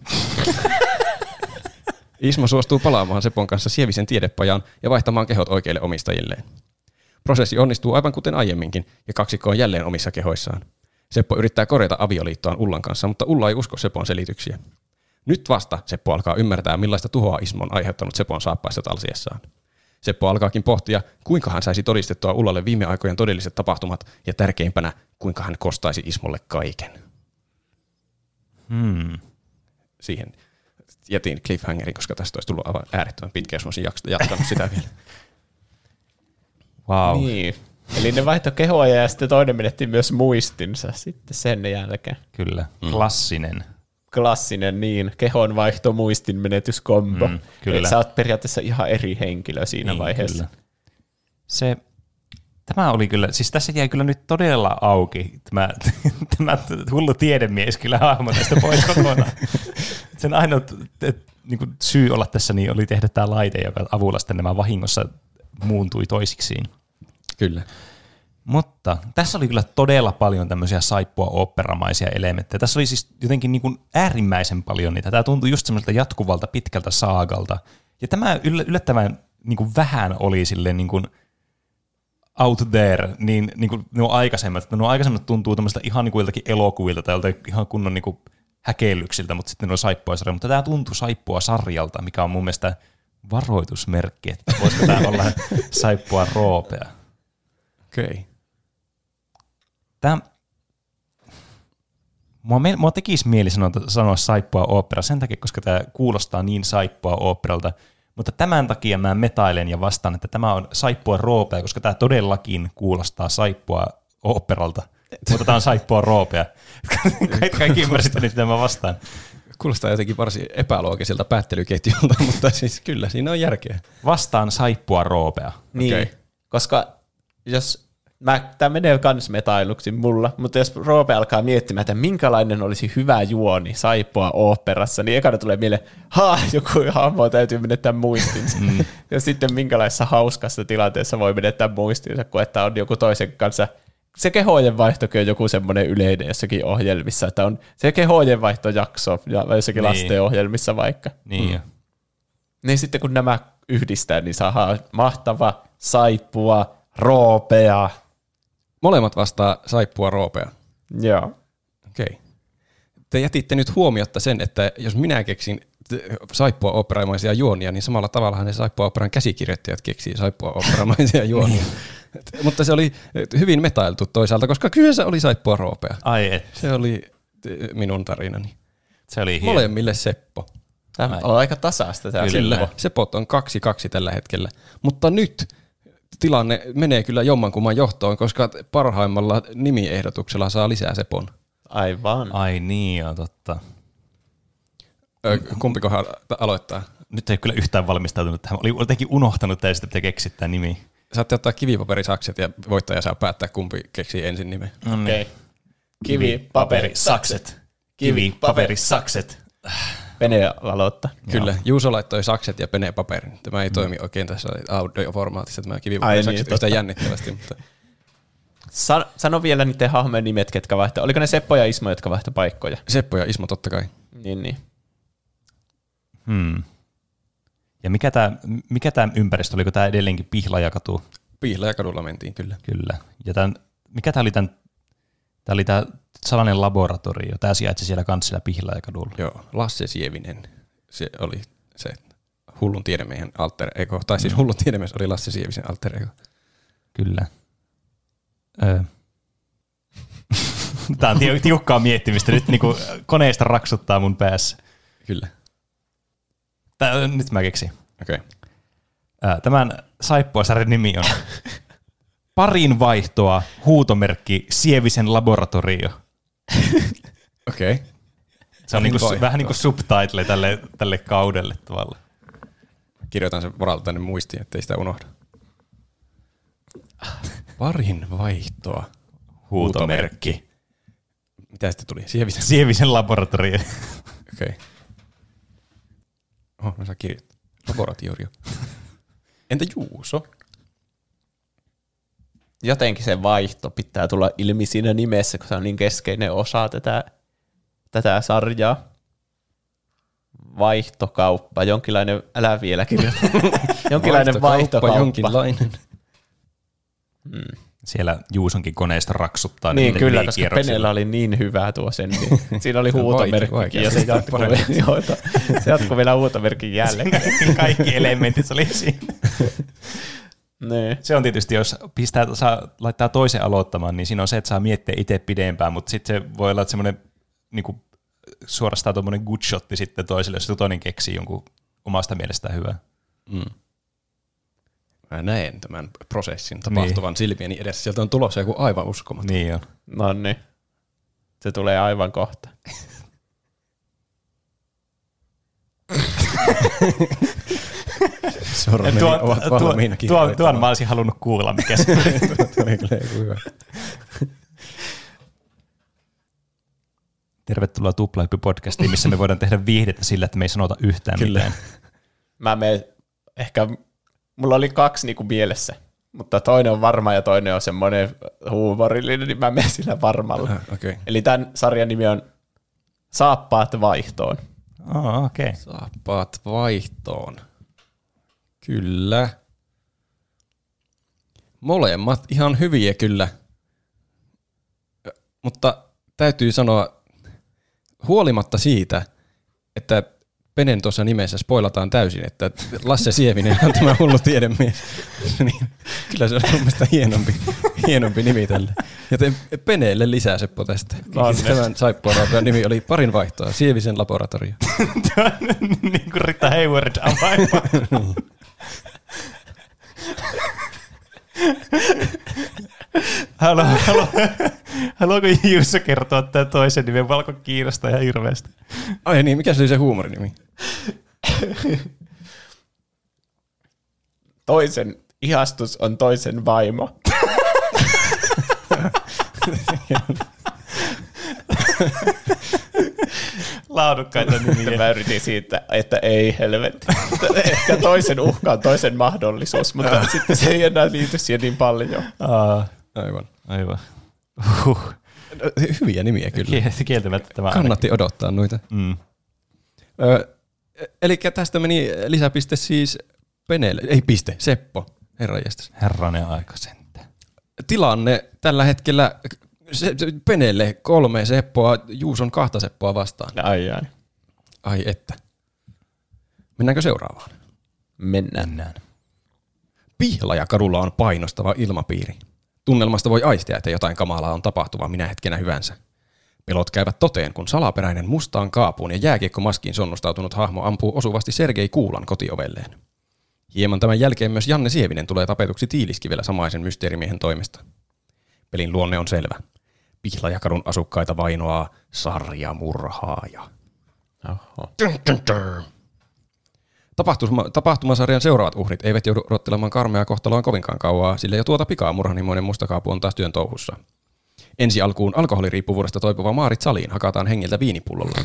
Ismo suostuu palaamaan Sepon kanssa Sievisen tiedepajaan ja vaihtamaan kehot oikeille omistajilleen. Prosessi onnistuu aivan kuten aiemminkin ja kaksikko on jälleen omissa kehoissaan. Seppo yrittää korjata avioliittoaan Ullan kanssa, mutta Ulla ei usko Sepon selityksiä. Nyt vasta Seppo alkaa ymmärtää, millaista tuhoa Ismo on aiheuttanut Sepon saappaissa talsiessaan. Seppo alkaakin pohtia, kuinka hän saisi todistettua Ullalle viime aikojen todelliset tapahtumat ja tärkeimpänä, kuinka hän kostaisi Ismolle kaiken. Hmm. Siihen jätin cliffhangerin, koska tästä olisi tullut aivan äärettömän pitkä, jos olisin jatkanut sitä vielä. Wow. Niin. Eli ne vaihtoi kehoa ja sitten toinen menetti myös muistinsa sitten sen jälkeen. Kyllä, klassinen. Klassinen niin, kehon vaihto muistin menetyskombo. Mm, kyllä. Et sä oot periaatteessa ihan eri henkilö siinä niin, vaiheessa. Kyllä. Se, tämä oli kyllä, siis tässä jäi kyllä nyt todella auki tämä, tämä hullu tiedemies kyllä hahmo tästä pois kokonaan. Sen ainoa niin kuin syy olla tässä niin oli tehdä tämä laite, joka avulla sitten nämä vahingossa muuntui toisiksiin. Kyllä. Mutta tässä oli kyllä todella paljon tämmöisiä saippua oopperamaisia elementtejä. Tässä oli siis jotenkin niin kuin äärimmäisen paljon niitä. Tämä tuntui just semmoiselta jatkuvalta pitkältä saagalta. Ja tämä yllättävän niin kuin vähän oli silleen niin kuin out there, niin, niin kuin nuo aikaisemmat. Nuo aikaisemmat tuntuu tämmöistä ihan niin kuin joiltakin elokuvilta tai joilta ihan kunnon niin kuin häkeilyksiltä, mutta sitten nuo saippua sarja. Mutta tämä tuntui saippua sarjalta, mikä on mun mielestä varoitusmerkki, että voisiko tämä olla saippua roopea. Okei. Okay. Tämä, mua, mua tekisi mieli sanoa, sanoa saippua opera sen takia, koska tämä kuulostaa niin saippua operalta, mutta tämän takia mä metailen ja vastaan, että tämä on saippua roopea, koska tämä todellakin kuulostaa saippua operalta, mutta tämä on saippua roopea. Kaikki ymmärsivät nyt, mitä mä vastaan. Kuulostaa jotenkin varsin epäloogiselta päättelyketjulta, mutta siis kyllä siinä on järkeä. Vastaan saippua roopea. Niin, okay. Koska jos tämä menee kans metailuksi mulla, mutta jos Roope alkaa miettimään, että minkälainen olisi hyvä juoni saippua oopperassa, niin ekana tulee mieleen, haa, joku hahmo täytyy menettää muistinsa. Mm. Ja sitten minkälaisessa hauskassa tilanteessa voi menettää muistinsa, kun että on joku toisen kanssa. Se kehojen vaihtokin on joku semmoinen yleinen jossakin ohjelmissa, että on se kehojen vaihtojakso ja jossakin niin. lastenohjelmissa vaikka. Niin. Mm. Niin sitten kun nämä yhdistää, niin saadaan mahtava saippua roopea. Molemmat vastaa saippua roopea. Joo. Okei. Okay. Te jätitte nyt huomiotta sen, että jos minä keksin saippua oopperamaisia juonia, niin samalla tavallahan ne saippua oopperan käsikirjoittajat keksii saippua oopperamaisia juonia. Mutta se oli hyvin metailtu toisaalta, koska kyseessä oli saippua roopea. Ai et. Se oli minun tarinani. Se oli hieno. Molemmille Seppo. Tämä Ai. on aika tasaista. Tämä kyllä. Sepot on kaksi kaksi tällä hetkellä. Mutta nyt tilanne menee kyllä jommankumman johtoon, koska parhaimmalla nimiehdotuksella saa lisää Sepon. Aivan. Ai niin, on totta. Ö, kumpikohan aloittaa? Nyt ei kyllä yhtään valmistautunut tähän. Oli jotenkin unohtanut täysin, että pitää keksiä tämä nimi. Saatte ottaa kivipaperisakset ja voittaja saa päättää, kumpi keksii ensin nimen. No niin. Okei. Kivi, paperi, sakset. Kivi, paperi, sakset. Pene aloittaa. Kyllä, Juuso laittoi sakset ja Pene paperin. Tämä ei toimi oikein tässä audioformaatissa, tämä kivipaperisakset niin, yhtä jännittävästi. Mutta... San, sano vielä niiden hahmojen nimet, ketkä vaihtaa. Oliko ne Seppo ja Ismo, jotka vaihtaa paikkoja? Seppo ja Ismo totta kai. Niin, niin. Hmm. Ja mikä tämä mikä tää ympäristö, oliko tämä edelleenkin Pihlajakatu? Pihlajakadulla mentiin kyllä. Kyllä. Ja tämän, mikä tämä oli tämän, tämä oli tämä salainen laboratorio, tämä sijaitsi siellä kanssa siellä Pihlajakadulla. Joo, Lasse Sievinen, se oli se hullun tiedemiehen alter ego, tai siis hullun tiedemies oli Lasse Sievisen alter ego. Kyllä. Öö. Tämä on tiukkaa miettimistä, nyt niinku koneista raksuttaa mun päässä. Kyllä. Tää, nyt mä keksin. Okei. Okay. Tämän saippuasarjan nimi on Parin vaihtoa, huutomerkki, Sievisen laboratorio. Okei. Okay. Se on niinku, vähän niin kuin subtitle tälle, tälle kaudelle tavallaan. Kirjoitan sen varalta tänne muistiin, ettei sitä unohda. Parin vaihtoa, huutomerkki. huutomerkki. Mitä sitten tuli? Sievisen, Sievisen laboratorio. Okei. Okay. Oho, mä saan kirjoittaa. Laboratorio. Entä Juuso? Jotenkin se vaihto pitää tulla ilmi siinä nimessä, kun se on niin keskeinen osa tätä, tätä sarjaa. Vaihtokauppa, jonkinlainen, älä vielä kirjoita. jonkinlainen vaihtokauppa. Jonkinlainen. Hmm. Siellä Juusonkin koneesta raksuttaa. Niin kyllä, koska Penellä oli niin hyvä tuo sen. Siinä oli huutomerkki ja se jatkuu, se jatkuu vielä huutomerkin jälleen. Kaikki elementit oli siinä. Nee. Se on tietysti, jos pistää, saa, laittaa toisen aloittamaan, niin siinä on se, että saa miettiä itse pidempään, mutta sitten se voi olla semmoinen niin suorastaan tuommoinen good shotti sitten toiselle, jos toinen keksii jonkun omasta mielestään hyvää. Mm. Mä näen tämän prosessin tapahtuvan niin silmieni edessä. Sieltä on tulossa joku aivan uskomaton. Niin on. No niin. Se tulee aivan kohta. Sormeni tuo, ovat valmiina tuon, tuon mä olisin halunnut kuulla, mikä se oli. Hyvä. Tervetuloa Tuplahyppy-podcastiin, missä me voidaan tehdä viihdettä sillä, että me ei sanota yhtään Kyllä. mitään. Mä menen ehkä, mulla oli kaksi niinku mielessä, mutta toinen on varma ja toinen on semmoinen huumorillinen, niin mä menen sillä varmalla. Ah, okay. Eli tämän sarjan nimi on Saappaat vaihtoon. Oh, okay. Saappaat vaihtoon. Kyllä. Molemmat ihan hyviä kyllä. Mutta täytyy sanoa, huolimatta siitä, että Penen tuossa nimessä spoilataan täysin, että Lasse Sievinen on tämä hullu tiedemies. Niin, kyllä se on mun mielestä hienompi, hienompi nimi tälle. Joten Peneelle lisää Seppo tästä. Tämän saippuarapian nimi oli Parin vaihtoa, Sievisen laboratorio. Tuo on niin kuin Rita Hayward avaima. Haluaa, haluaa, haluaako Juuso kertoa tämän toisen nimen? Valko kiinnostaa ihan hirveästi. Ai niin, mikä se oli se huumorinimi? Toisen ihastus on toisen vaimo. Laadukkaita nimiä. Mä yritin siitä, että ei helvetti. Ehkä toisen uhka on toisen mahdollisuus, mutta sitten se ei enää liity siihen niin paljon. Aa, aivan. Aivan. Huh. Hyviä nimiä kyllä. Kieltämättä tämä kannatti odottaa noita. Mm. Ö, eli tästä meni lisäpiste siis Penelle, ei piste, Seppo, herranjestas. Herranen aika sentään. Tilanne tällä hetkellä se, Penelle kolme Seppoa, Juuson kahta Seppoa vastaan. Ai ai. Ai että. Mennäänkö seuraavaan? Mennään. Mennään. Pihlajakadulla on painostava ilmapiiri. Tunnelmasta voi aistia, että jotain kamalaa on tapahtuva minä hetkenä hyvänsä. Pelot käyvät toteen, kun salaperäinen mustaan kaapuun ja jääkiekkomaskiin sonnustautunut hahmo ampuu osuvasti Sergei Kuulan kotiovelleen. Hieman tämän jälkeen myös Janne Sievinen tulee tapetuksi Tiiliskivellä samaisen mysteerimiehen toimesta. Pelin luonne on selvä. Pihlajakadun asukkaita vainoaa sarjamurhaaja. Oho. Tapahtuma, tapahtumasarjan seuraavat uhrit eivät joudu odottelemaan karmeaa kohtaloaan kovinkaan kauaa, sillä jo tuota pikaa murhanhimoinen mustakaapu on taas työn touhussa. Ensi alkuun alkoholiriippuvuudesta toipuva Maarit Saliin hakataan hengiltä viinipullolla.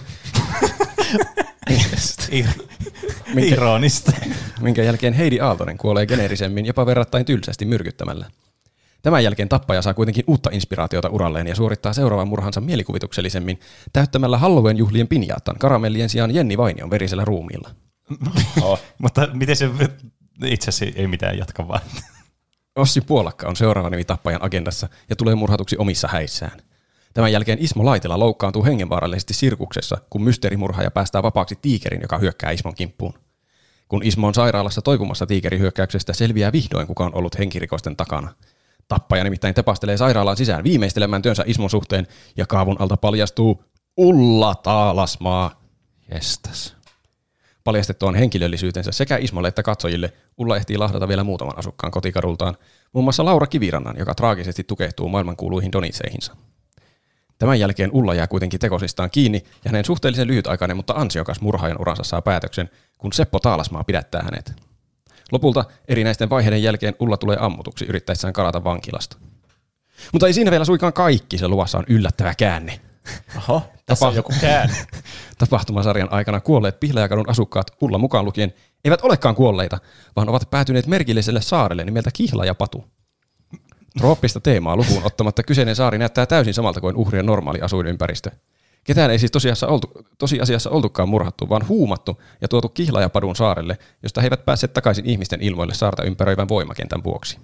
minkä, Ironista. Minkä jälkeen Heidi Aaltonen kuolee geneerisemmin jopa verrattain tylsästi myrkyttämällä. Tämän jälkeen tappaja saa kuitenkin uutta inspiraatiota uralleen ja suorittaa seuraavan murhansa mielikuvituksellisemmin täyttämällä Halloween-juhlien pinjaattan karamellien sijaan Jenni Vainion verisellä ruumiilla. Oh. Mutta miten se itse asiassa ei mitään jatka vaan. Ossi Puolakka on seuraava nimi tappajan agendassa ja tulee murhatuksi omissa häissään. Tämän jälkeen Ismo Laitila loukkaantuu hengenvaarallisesti sirkuksessa, kun mysteerimurhaaja päästää vapaaksi tiikerin, joka hyökkää Ismon kimppuun. Kun Ismo on sairaalassa toipumassa tiikerihyökkäyksestä, selviää vihdoin, kuka on ollut henkirikosten takana. Tappaja nimittäin tepastelee sairaalaan sisään viimeistelemään työnsä Ismon suhteen, ja kaavun alta paljastuu Ulla Taalasmaa. Jestas. Paljastettuaan henkilöllisyytensä sekä Ismolle että katsojille, Ulla ehtii lahdata vielä muutaman asukkaan kotikadultaan, muun muassa Laura Kivirannan, joka traagisesti tukehtuu maailmankuuluihin donitseihinsa. Tämän jälkeen Ulla jää kuitenkin tekosistaan kiinni, ja hänen suhteellisen lyhytaikainen, mutta ansiokas murhaajan uransa saa päätöksen, kun Seppo Taalasmaa pidättää hänet. Lopulta erinäisten vaiheiden jälkeen Ulla tulee ammutuksi yrittäessään karata vankilasta. Mutta ei siinä vielä suinkaan kaikki, se luvassa on yllättävä käänne. Oho, tässä on joku käänne. Tapahtumasarjan aikana kuolleet Pihlajakadun asukkaat, Ulla mukaan lukien, eivät olekaan kuolleita, vaan ovat päätyneet merkilliselle saarelle nimeltä Kihlajapatu. Trooppista teemaa lukuun ottamatta kyseinen saari näyttää täysin samalta kuin uhrien normaali asuinympäristö. Ketään ei siis tosiasiassa, oltu, tosiasiassa oltukaan murhattu, vaan huumattu ja tuotu Kihlajapadun saarelle, josta he eivät päässeet takaisin ihmisten ilmoille saarta ympäröivän voimakentän vuoksi.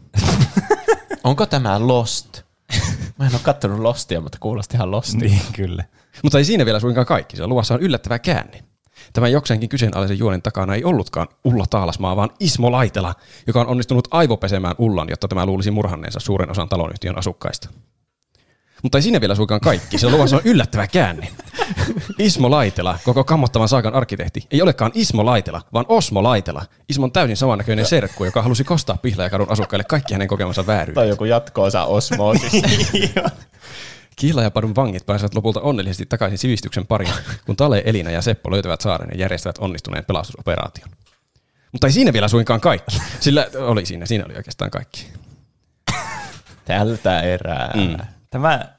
Onko tämä Lost? Mä en ole kattonut Lostia, mutta kuulosti ihan Lostia. Niin, kyllä. Mutta ei siinä vielä suinkaan kaikki, sillä luvassa on yllättävä käänne. Tämän jokseenkin kyseenalaisen juonen takana ei ollutkaan Ulla Taalasmaa, vaan Ismo Laitela, joka on onnistunut aivopesemään Ullan, jotta tämä luulisi murhanneensa suuren osan taloyhtiön asukkaista. Mutta ei siinä vielä suinkaan kaikki, sillä luvassa on yllättävä käänne. Ismo Laitela, koko kammottavan saakan arkkitehti, ei olekaan Ismo Laitela, vaan Osmo Laitela, Ismon täysin samannäköinen serkku, joka halusi kostaa Pihlajakadun asukkaille kaikki hänen kokemansa vääryydet. Tai joku jatko-osa osmoosista. Kihlajapadun vangit pääsevät lopulta onnellisesti takaisin sivistyksen pariin, kun Tale, Elina ja Seppo löytävät saaren ja järjestävät onnistuneen pelastusoperaation. Mutta ei siinä vielä suinkaan kaikki, sillä oli siinä, siinä oli oikeastaan kaikki. Tältä erää. Mm. Tämä,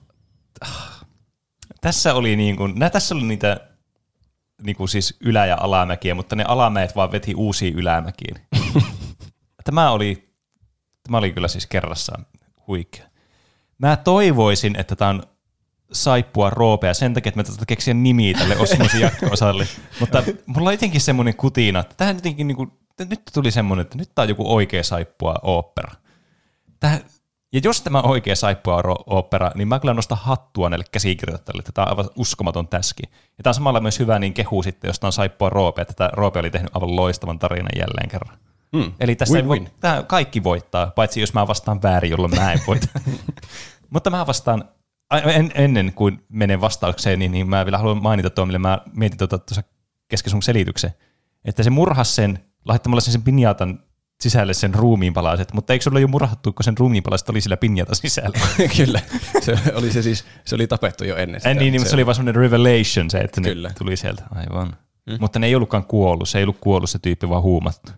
tässä oli niin kuin, nää, tässä oli niitä niin kuin siis ylä- ja alamäkiä, mutta ne alamäet vaan veti uusiin ylämäkiin. tämä, oli, tämä oli kyllä siis kerrassaan huikea. Mä toivoisin, että tämä on saippua roopea sen takia, että mä tätä keksin nimiä tälle osmosin jatko-osalle, mutta mulla on jotenkin semmoinen kutina, että tähän jotenkin niin kuin, nyt tuli semmoinen, että nyt tää on joku oikea saippua ooppera. Tähän, ja jos tämä on oikea saippua ooppera, niin mä kyllä nostan hattua näille käsikirjoittajille, että tämä on aivan uskomaton täski. Ja tämä on samalla myös hyvä niin kehu sitten, jos tämä on saippua roopea, että tämä roope oli tehnyt aivan loistavan tarinan jälleen kerran. Hmm. Eli tässä win, win. Tämä kaikki voittaa, paitsi jos mä vastaan väärin, jolloin mä en voita. Mutta mä vastaan, en, ennen kuin menen vastaukseen, niin, niin mä vielä haluan mainita tuo, millä mä mietin tuota tuossa kesken sun selityksen, että se murhasi sen laittamalla sen, sen pinjatan sisälle sen ruumiinpalaset, mutta eikö se ole jo murhattu, kun sen ruumiinpalaset oli sillä pinjatan sisällä? Kyllä, se oli, se, siis, se oli tapettu jo ennen sitä. En, niin, niin, se, se oli vaan semmoinen revelation se, että Kyllä. ne tuli sieltä. Aivan. Hmm. Mutta ne ei ollutkaan kuollut, se ei ollut kuollut se tyyppi, vaan huumattu.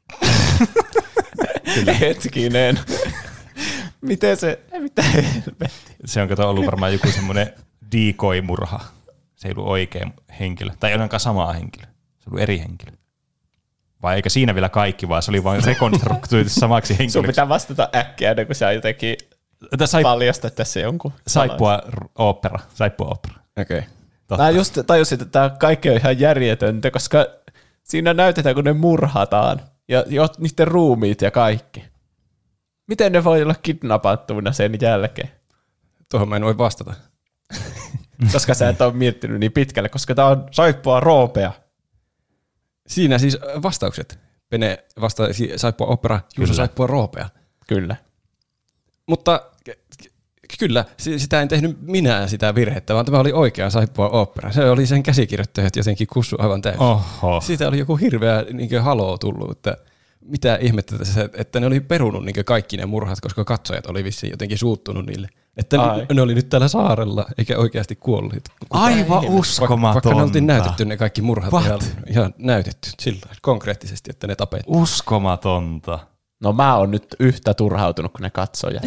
Kyllä. Hetkinen. Miten se, mitä helvetti? Se on kato ollut varmaan joku semmoinen decoy-murha. Se ei ollut oikea henkilö. Tai ei ainakaan samaa henkilö. Se oli eri henkilö. Vai eikä siinä vielä kaikki, vaan se oli vain rekonstruktoitu samaksi henkilöksi. Sun pitää vastata äkkiä, kun sä jotenkin Saip... paljastat tässä jonkun. Saippua opera. Saippua opera. Okei. Okay. Mä just tajusin, että tämä kaikki on ihan järjetöntä, koska siinä näytetään, kun ne murhataan. Ja jo, niiden ruumiit ja kaikki. Miten ne voi olla kidnappattuina sen jälkeen? Tuohon mä en voi vastata. Koska sä et ole miettinyt niin pitkälle, koska tää on saippua roopea. Siinä siis vastaukset. Pene vastasi saippua opera, Juuso saippua roopea. Kyllä. Mutta kyllä, sitä en tehnyt minä sitä virhettä, vaan tämä oli oikea saippua opera. Se oli sen käsikirjoittajat jotenkin kussu aivan täysin. Oho. Siitä oli joku hirveä niin haloo tullut, että mitä ihmettä tässä, että ne oli perunut niin kaikki ne murhat, koska katsojat oli vissiin jotenkin suuttunut niille. Että Ai. ne oli nyt täällä saarella, eikä oikeasti kuolleet. Aivan uskomatonta. Vaikka ne oltiin näytetty ne kaikki murhat What? ihan, ihan näytetty sillä konkreettisesti, että ne tapettiin. Uskomatonta. No mä oon nyt yhtä turhautunut kuin ne katsojat.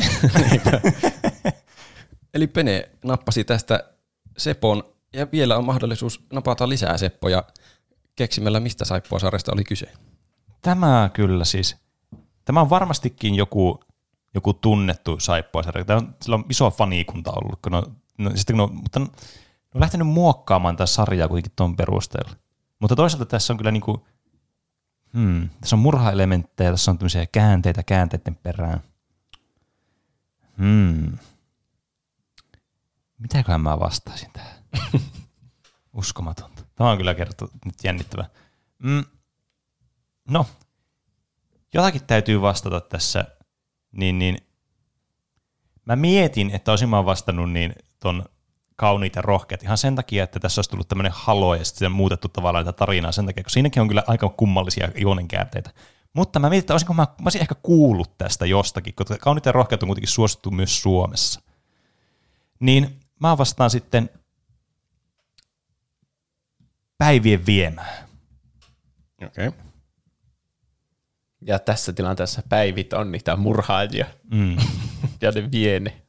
Eli Pene nappasi tästä Sepon, ja vielä on mahdollisuus napata lisää Seppoja keksimällä, mistä Saippuasarjasta oli kyse. Tämä kyllä siis. Tämä on varmastikin joku, joku tunnettu Saippuasarja. Tämä on, sillä on iso fanikunta ollut, kun on, no, sitten kun on, mutta ne on lähtenyt muokkaamaan tätä sarjaa kuitenkin tuon perusteella. Mutta toisaalta tässä on kyllä niinku, hmm, tässä on murhaelementtejä, tässä on tämmöisiä käänteitä käänteiden perään. Hmm. Mitäköhän mä vastaisin tähän? Uskomatonta. Tämä on kyllä kerrottu nyt jännittävä. Mm. No, jotakin täytyy vastata tässä. Niin, niin. Mä mietin, että olisin mä vastannut niin ton kauniit ja rohkeat ihan sen takia, että tässä olisi tullut tämmöinen halo ja sitten muutettu tavallaan tätä tarinaa sen takia, koska siinäkin on kyllä aika kummallisia juonenkäänteitä. Mutta mä mietin, että olisinko mä, mä olisin ehkä kuullut tästä jostakin, koska kauniit ja rohkeat on kuitenkin suosittu myös Suomessa. Niin mä vastaan sitten Päivien viemään. Okei. Okay. Ja tässä tilanteessa Päivit on niitä murhaajia. Mm. Ja ne vie ne.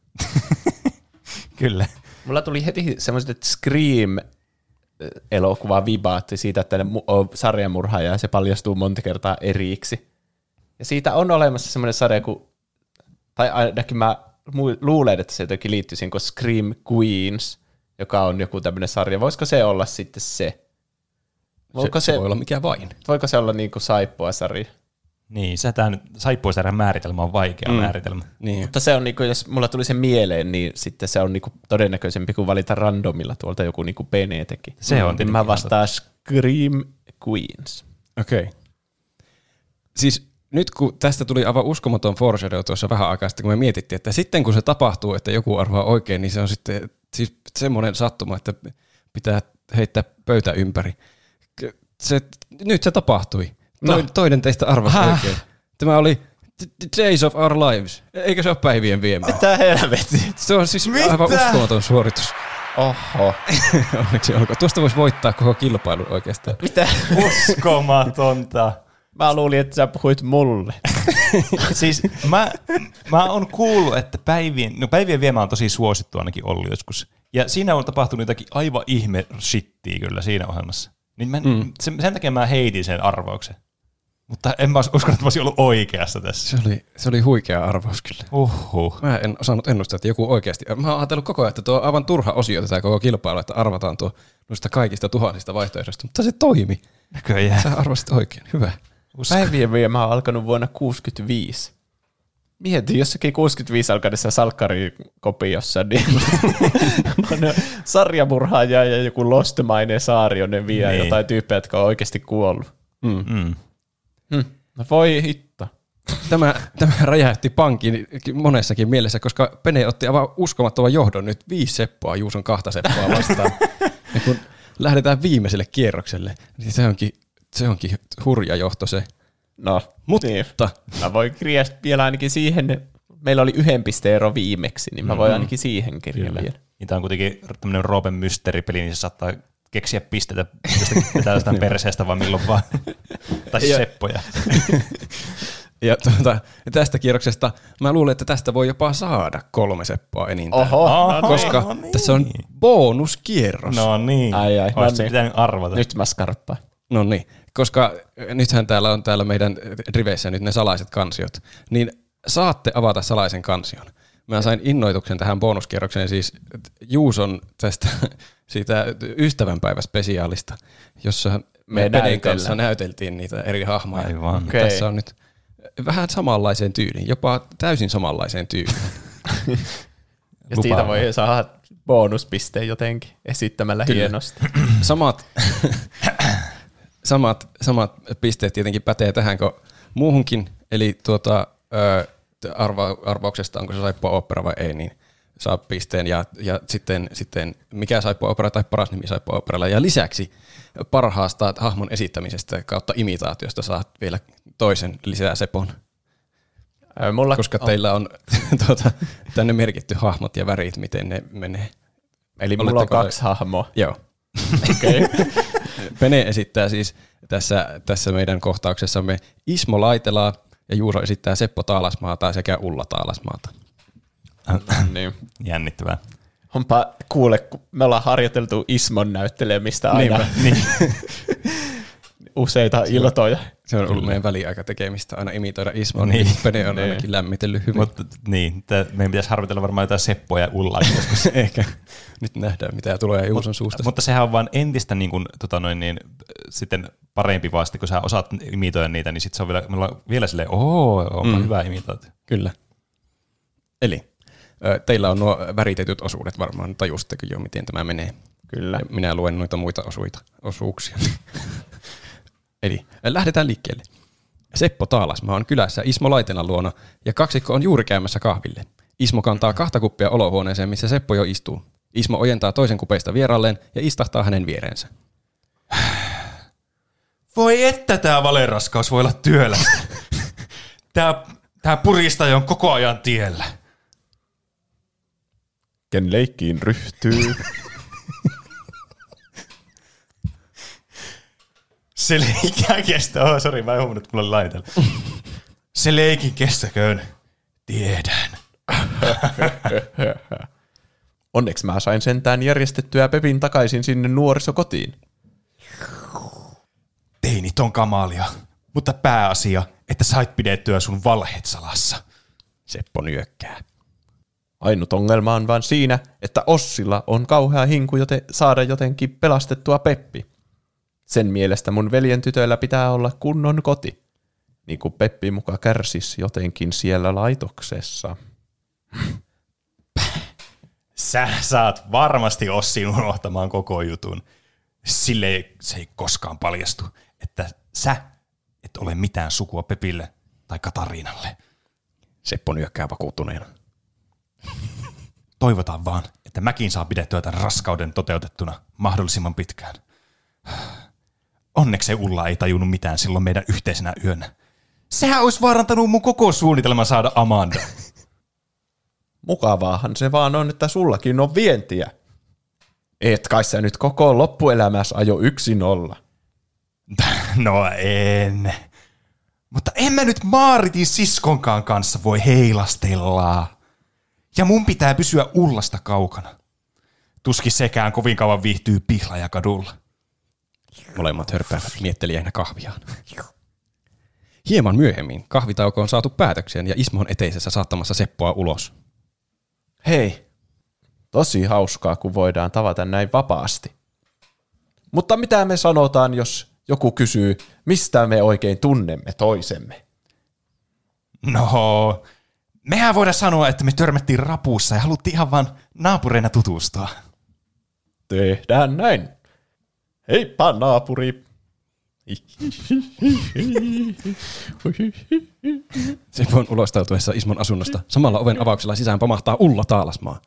Kyllä. Mulla tuli heti semmoiset Scream-elokuva vibaatti siitä, että ne on sarjamurhaaja ja se paljastuu monta kertaa eriksi. Ja siitä on olemassa semmoinen sarja, kun, tai ainakin mä luulen, että se jotenkin liittyy siihen kuin Scream Queens, joka on joku tämmöinen sarja. Voisiko se olla sitten se? Voiko se, se, se voi olla mikä vain. Voiko se olla niin kuin Saippua-sarja? Niin, se tämä nyt Saippuasarjan määritelmä on vaikea mm. määritelmä. Niin. Mutta se on, niin kuin, jos mulla tuli se mieleen, niin sitten se on niin kuin todennäköisempi kuin valita randomilla tuolta joku niin kuin Pene teki. Se on niin mä vastaan Scream Queens. Okei. Okay. Siis nyt kun tästä tuli aivan uskomaton foreshadow tuossa vähän aikaa sitten, kun me mietittiin, että sitten kun se tapahtuu, että joku arvaa oikein, niin se on sitten siis semmoinen sattuma, että pitää heittää pöytä ympäri. Se, nyt se tapahtui. Toi, no. Toinen teistä arvasi Häh? oikein. Tämä oli Days of Our Lives. Eikö se ole Päivien viemään? Mitä helvettiä? Se on siis Mitä? aivan uskomaton suoritus. Oho. Onneksi olkoon. Tuosta voisi voittaa koko kilpailun oikeastaan. Mitä? Uskomatonta. Mä luulin, että sä puhuit mulle. Siis mä, mä oon kuullut, että päivien, no päivien viemä on tosi suosittu ainakin ollut joskus. Ja siinä on tapahtunut jotakin aivan ihme shittiä kyllä siinä ohjelmassa. Niin mä, mm. sen, sen takia mä heitin sen arvauksen. Mutta en mä usko, että mä olisin ollut oikeassa tässä. Se oli, se oli huikea arvaus kyllä. Uhuh. Mä en osannut ennustaa, että joku oikeasti. Mä oon ajatellut koko ajan, että tuo on aivan turha osio tätä koko kilpailu, että arvataan tuo noista kaikista tuhansista vaihtoehdoista. Mutta se toimi. Näköjään. Sä arvasit oikein. Hyvä. Päivien viemä on alkanut vuonna kuusikymmentäviisi. Mietin, jossakin kuusikymmentäviisi alkaneessa salkkarikopiossa, niin on sarjamurhaaja ja joku lostemainen saari, jonne vie niin. jotain tyyppejä, jotka on oikeasti kuollut. Mm. Mm. Hmm. No voi hitto. Tämä, tämä räjähti pankin monessakin mielessä, koska Pene otti aivan uskomattoman johdon nyt viisi seppoa Juuson kahta seppoa vastaan. Ja kun lähdetään viimeiselle kierrokselle, niin se onkin, se onkin hurja johto se. No, mutta niin. Mä voin kirjata vielä ainakin siihen, meillä oli yhden pisteen ero viimeksi, niin mä voin ainakin siihen kirjata vielä. Niin tämä on kuitenkin tämmöinen Roopen mysteeripeli, niin se saattaa keksiä pisteitä jostakin perseestä vaan milloin vaan. Tai ja, seppoja. Ja tuota, tästä kierroksesta mä luulen, että tästä voi jopa saada kolme seppoa enintään. Oho, no koska no niin. tässä on bonuskierros. No niin. Ai ai, no niin. Pitänyt arvata. Nyt mä skarppaan. No niin, koska nythän täällä on täällä meidän riveissä nyt ne salaiset kansiot, niin saatte avata salaisen kansion. Mä sain innoituksen tähän bonuskierrokseen siis Juuson tästä siitä ystävänpäiväspesiaalista, jossa me Penen kanssa näyteltiin niitä eri hahmoja. Aivan. Okay. Tässä on nyt vähän samanlaiseen tyyliin, jopa täysin samanlaiseen tyyliin. Ja siitä voi saada bonuspisteen jotenkin esittämällä Kyllä. hienosti. Samat, samat, samat pisteet tietenkin pätee tähän kuin muuhunkin, eli tuota, arva, arvauksesta onko se Saippua opera vai ei, niin saa pisteen ja, ja sitten, sitten mikä saippuaopera tai paras nimi saippuaoperalla. Ja lisäksi parhaasta hahmon esittämisestä kautta imitaatiosta saat vielä toisen lisää Sepon. Ää, mulla Koska on. teillä on tuota, tänne merkitty hahmot ja värit, miten ne menee. Eli mulla on Oletteko- kaksi hahmoa. Joo. Okei. Pene esittää siis tässä, tässä meidän kohtauksessamme Ismo Laitelaa ja Juuso esittää Seppo Taalasmaata sekä Ulla Taalasmaata. Niin. Jännittävää. Onpa kuule, kun me ollaan harjoiteltu Ismon näyttelemistä aina Niin. useita iltoja. Se on ollut meidän väliaikatekemistä aina imitoida Ismoa, Niin. niin Pene on Niin. ainakin lämmitellyt hyvin. Mutta niin, tää, meidän pitäisi harjoitella varmaan jotain Seppoa ja Ullaa joskus. Ehkä nyt nähdään, mitä tulee Juuson suusta. Mutta sehän on vaan entistä niin kuin, tota noin, niin, sitten parempi vasta, kun sä osaat imitoida niitä, niin sitten se on vielä, me ollaan vielä silleen, ooo, onpa mm. hyvä imitaatio. Kyllä. Eli ö, teillä on nuo väritetyt osuudet varmaan, tajusitteko jo, miten tämä menee. Kyllä. Ja minä luen noita muita osuita, osuuksia. Eli lähdetään liikkeelle. Seppo Taalasmaa on kylässä Ismo Laitelan luona ja kaksikko on juuri käymässä kahville. Ismo kantaa kahta kuppia olohuoneeseen, missä Seppo jo istuu. Ismo ojentaa toisen kupeista vieraalleen ja istahtaa hänen viereensä. Voi että tää valeraskaus voi olla työlästä. Tää, tää puristaja on koko ajan tiellä. Ken leikkiin ryhtyy. Se leikin kestä. Oh, sori, mä en huomannut, että mulla oli laitella. Se leikin kestäköön. Tiedän. Onneksi mä sain sentään järjestettyä Pepin takaisin sinne nuorisokotiin. Teinit on kamalia, mutta pääasia, että sait pidettyä sun valheet salassa. Seppo nyökkää. Ainut ongelma on vaan siinä, että Ossilla on kauhea hinku joten saada jotenkin pelastettua Peppi. Sen mielestä mun veljen tytöillä pitää olla kunnon koti. Niin kuin Peppi muka kärsisi jotenkin siellä laitoksessa. Sä saat varmasti Ossin unohtamaan koko jutun. Sille se ei koskaan paljastu, että sä et ole mitään sukua Pepille tai Katariinalle. Seppo nyökkää vakuuttuneena. Toivotaan vaan, että mäkin saa pidettyä tämän raskauden toteutettuna mahdollisimman pitkään. Onneksi Ulla ei tajunnut mitään silloin meidän yhteisenä yönä. Sehän olisi vaarantanut mun koko suunnitelman saada Amanda. Mukavaahan se vaan on, että sullakin on vientiä. Et kai sä nyt koko loppuelämässä ajo yksin olla. No en. Mutta en mä nyt Maaritin siskonkaan kanssa voi heilastella. Ja mun pitää pysyä Ullasta kaukana. Tuskin sekään kovin kauan viihtyy Pihlajakadulla. Molemmat hörppäävät miettelijänä kahviaan. Hieman myöhemmin kahvitauko on saatu päätökseen ja Ismo on eteisessä saattamassa Seppoa ulos. Hei, tosi hauskaa, kun voidaan tavata näin vapaasti. Mutta mitä me sanotaan, jos joku kysyy, mistä me oikein tunnemme toisemme? No, mehän voidaan sanoa, että me törmättiin rapussa ja haluttiin ihan vaan naapureina tutustua. Tehdään näin. Heippa naapuri. Seppon ulostautuessa Ismon asunnosta samalla oven avauksella sisään pamahtaa Ulla Taalasmaa.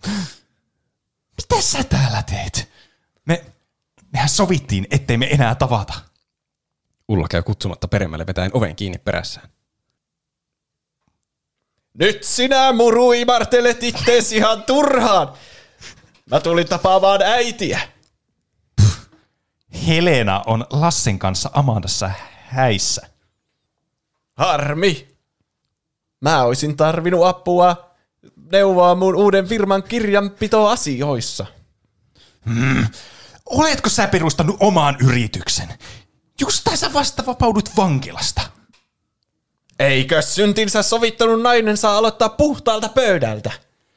Mitä sä täällä teet? Me, mehän sovittiin, ettei me enää tavata. Ulla käy kutsumatta peremmälle vetäen oven kiinni perässään. Nyt sinä muru imartelet ittees ihan turhaan. Mä tulin tapaamaan äitiä. Helena on Lassen kanssa Amandassa häissä. Harmi. Mä oisin tarvinnut apua neuvoa mun uuden firman kirjanpitoasioissa. Hmm. Oletko sä perustanut omaan yrityksen? Justai sä vasta vapaudut vankilasta. Eikö syntinsä sovittanut nainen saa aloittaa puhtaalta pöydältä?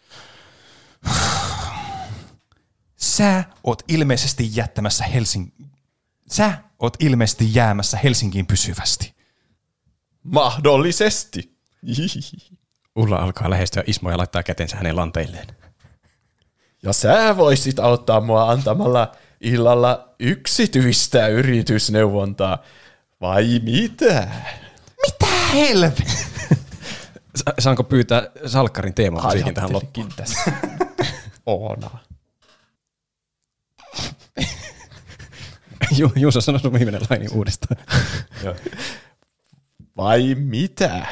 Sä oot ilmeisesti jättämässä Helsing... Sä oot ilmeisesti jäämässä Helsinkiin pysyvästi. Mahdollisesti. Ulla alkaa lähestyä Ismoa ja laittaa kätensä hänen lanteilleen. Ja sä voisit auttaa mua antamalla illalla yksityistä yritysneuvontaa. Vai mitä? Mitä helvetti? Sa- saanko pyytää Salkkarin teemamusiikin tähän loppuun? tässä. Oona. Ju- Juuso, sano sun viimeinen laini uudestaan. Joo. Vai mitä?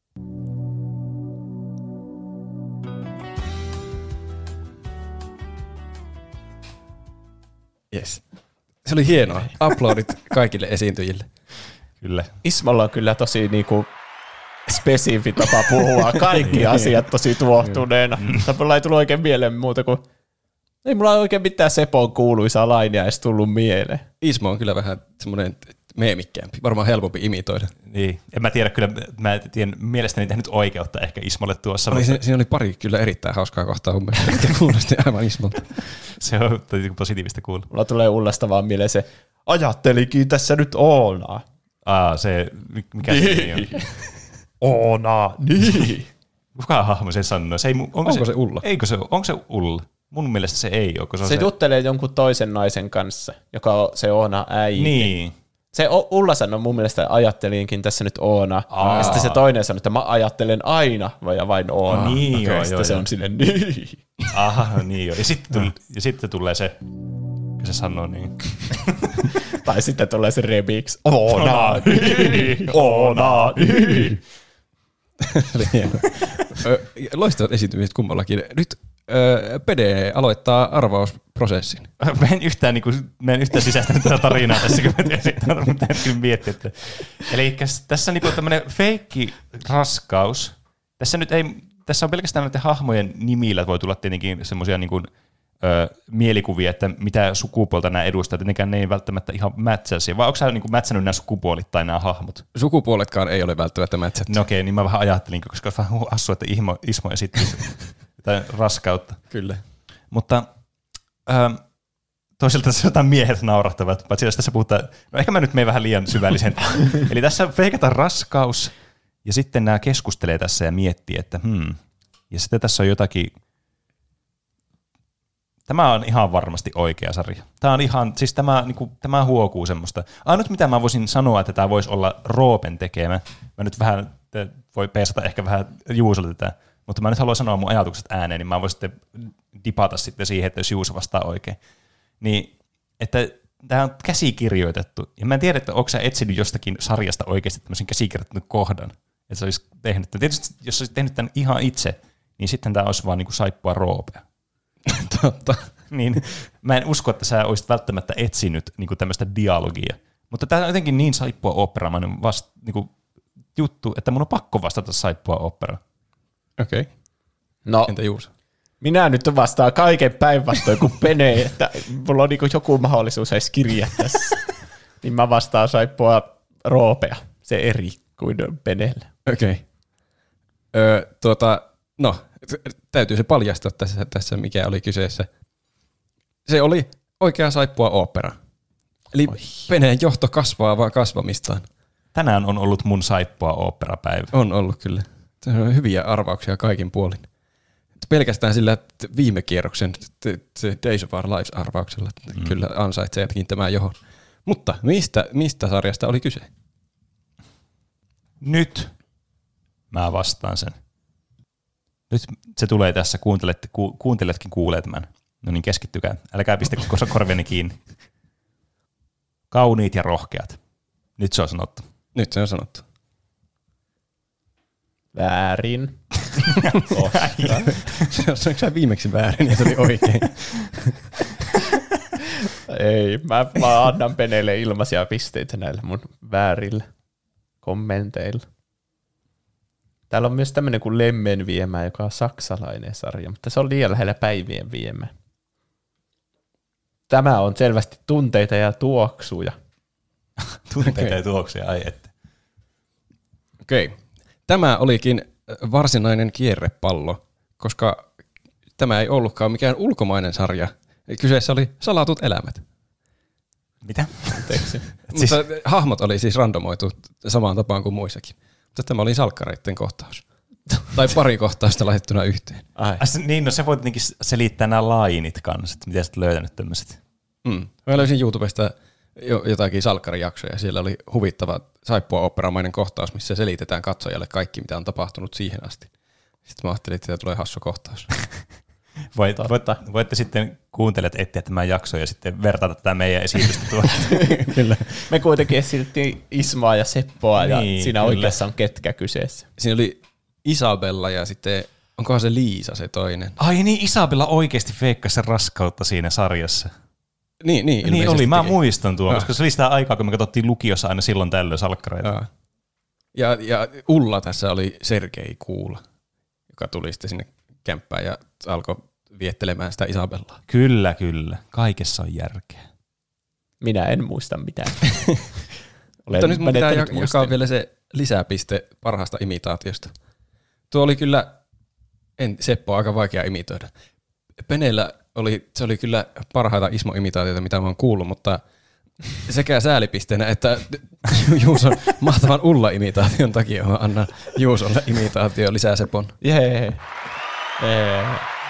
Yes. Se oli hienoa. Uploadit kaikille esiintyjille. Kyllä. Ismolla on kyllä tosi niinku spesifi tapa puhua kaikki asiat tosi tuohtuneena. Mm. Mulla ei tullut oikein mieleen muuta kuin ei mulla oikein mitään Sepon kuuluisaa lainia edes tullut mieleen. Ismo on kyllä vähän semmoinen meemikkäämpi. Varmaan helpompi imitoida. Niin. En mä tiedä kyllä, mä tiedän, mielestäni tehnyt oikeutta ehkä Ismolle tuossa. Oli, se, siinä oli pari kyllä erittäin hauskaa kohtaa mun mielestä, jotka kuulosti aivan Ismolta. Se on positiivista kuulla. Mulla tulee Ullasta vaan mieleen se, ajattelikin tässä nyt Oonaa. Aa, se, mikä se nimi on? Oona, niin. Kuka hahmo se sanoo? Se ei, onko, Onko se, se Ulla? Eikö se, onko se Ulla? Mun mielestä se ei ole. Se, se, se juttelee jonkun toisen naisen kanssa, joka on se Oona äiti. Niin. Se Ulla sanoi mun mielestä, ajattelinkin tässä nyt Oona. Aa. Ja sitten se toinen sanoi, että mä ajattelen aina vai vain Oona. Aa, niin, okay, joo, sitten joo, se joo. on silleen niin. Aha, niin joo. Ja sitten, tuli, ja sitten tulee se, kun se sanoo niin. Tai sitten tulee se remix. Oona, niin, Oona, niin. Loistavat esiintymiset kummallakin. Nyt öö, Pede aloittaa arvausprosessin. Mä en yhtään, niin kuin, mä en yhtään sisäistänyt tätä tarinaa tässä, kun mä tiesin, mutta en kyllä miettiä. Että. Eli tässä on niin tämmöinen feikki raskaus. Tässä, nyt ei, tässä on pelkästään näiden hahmojen nimillä, voi tulla tietenkin semmoisia niin kuin, ö, mielikuvia, että mitä sukupuolta nämä edustaa. Tietenkään ne ei välttämättä ihan mätsäisiä. Vai onko sä niin kuin mätsännyt nämä sukupuolit tai nämä hahmot? Sukupuoletkaan ei ole välttämättä mätsät. No okei, niin mä vähän ajattelin, koska on vähän hassua, että Ismo, Ismo esittää jotain raskautta. Kyllä. Mutta ähm, toisaalta tässä jotain miehet naurahtavat, paitsi jos tässä puhutaan, no ehkä mä nyt menen vähän liian syvällisen. Eli tässä feikataan raskaus, ja sitten nämä keskustelee tässä ja miettii, että hmm, ja sitten tässä on jotakin, tämä on ihan varmasti oikea sarja. Tämä on ihan, siis tämä, niin kuin, tämä huokuu semmoista. Ainut mitä mä voisin sanoa, että tämä voisi olla Roopen tekemä, mä nyt vähän, voi peesata ehkä vähän Juusolta tätä, mutta mä nyt haluan sanoa mun ajatukset ääneen, niin mä voin sitten dipata sitten siihen, että jos Juuso vastaa oikein. Niin, että tämä on käsikirjoitettu, ja mä en tiedä, että onko sä etsinyt jostakin sarjasta oikeasti tämmöisen käsikirjoitetun kohdan, että se olisi tehnyt. Tietysti, jos sä olisit tehnyt tämän ihan itse, niin sitten tämä olisi vaan niin kuin saippua Roopea. Totta. Niin, mä en usko, että sä olisit välttämättä etsinyt niin kuin tämmöistä dialogia, mutta tämä on jotenkin niin saippua oopperamainen vast, niin kuin juttu, että mun on pakko vastata saippua opera. Okei. Okay. No, entä Juuso? Minä nyt vastaan kaiken päinvastoin kuin Pene, että mulla on niin joku mahdollisuus edes kirjaa tässä. Niin mä vastaan saippua Roopea, se eri kuin Peneellä. Okei. Okay. Öö, tuota, no, täytyy se paljastaa tässä, tässä, mikä oli kyseessä. Se oli oikea saippua opera. Eli Oi. Peneen johto kasvaa vaan kasvamistaan. Tänään on ollut mun saippua operapäivä. On ollut kyllä. On hyviä arvauksia kaikin puolin. Pelkästään sillä viime kierroksen Days of Our Lives-arvauksella mm. kyllä ansaitseetkin tämän johon. Mutta mistä, mistä sarjasta oli kyse? Nyt mä vastaan sen. Nyt se tulee tässä, kuuntelet, ku, kuunteletkin kuulee tämän. No niin, keskittykää. Älkää pistä korviani kiinni. Kauniit ja rohkeat. Nyt se on sanottu. Nyt se on sanottu. Väärin. Onko sä viimeksi väärin ja se oli oikein? Ei, mä vaan annan Peneelle ilmaisia pisteitä näillä mun väärillä kommenteilla. Täällä on myös tämmöinen kuin Lemmen viemä, joka on saksalainen sarja, mutta se on liian lähellä Päivien viemä. Tämä on selvästi tunteita ja tuoksuja. Tunteita okay. ja tuoksuja, ai että. Okei. Okay. Tämä olikin varsinainen kierrepallo, koska tämä ei ollutkaan mikään ulkomainen sarja. Kyseessä oli Salatut elämät. Mitä? Siis... Mutta hahmot oli siis randomoitu samaan tapaan kuin muissakin. Mutta tämä oli salkkareiden kohtaus. Tai pari kohtausta laitettuna yhteen. Ai. As, niin, no se voi tietenkin selittää nämä lainit kanssa, että miten sä oot löytänyt tämmöiset. Mm. Mä löysin YouTubesta jotakin salkkarijaksoja. Siellä oli huvittava saippua-oopperamainen kohtaus, missä selitetään katsojalle kaikki, mitä on tapahtunut siihen asti. Sitten mä ajattelin, että tulee hassu kohtaus. Voit, voitte, voitte sitten kuuntelijat etsiä tämän jakson ja sitten vertaata tätä meidän esitystä tuolla. Kyllä. Me kuitenkin esiteltiin Ismaa ja Seppoa niin, ja siinä kyllä. Oikeassa on ketkä kyseessä. Siinä oli Isabella ja sitten, onkohan se Liisa se toinen? Ai niin, Isabella oikeasti feikkasi sen raskautta siinä sarjassa. Niin, niin, niin oli, mä muistan tuon, koska se oli sitä aikaa, kun me katsottiin lukiossa aina silloin tällöin salkkareita. Ja, ja Ulla tässä oli Sergei Kuula, joka tuli sitten sinne kämppään ja alkoi viettelemään sitä Isabellaa. Kyllä, kyllä. Kaikessa on järkeä. Minä en muista mitään. Mutta nyt mun pitää jakaa vielä se lisäpiste parhaasta imitaatiosta. Tuo oli kyllä, en, Seppo on aika vaikea imitoida. Peneellä oli, se oli kyllä parhaita Ismo-imitaatioita, mitä mä oon kuullut, mutta sekä säälipisteenä että Juuson mahtavan Ulla-imitaation takia mä annan Juusolle imitaatio lisää Sepon. Jee. Jee.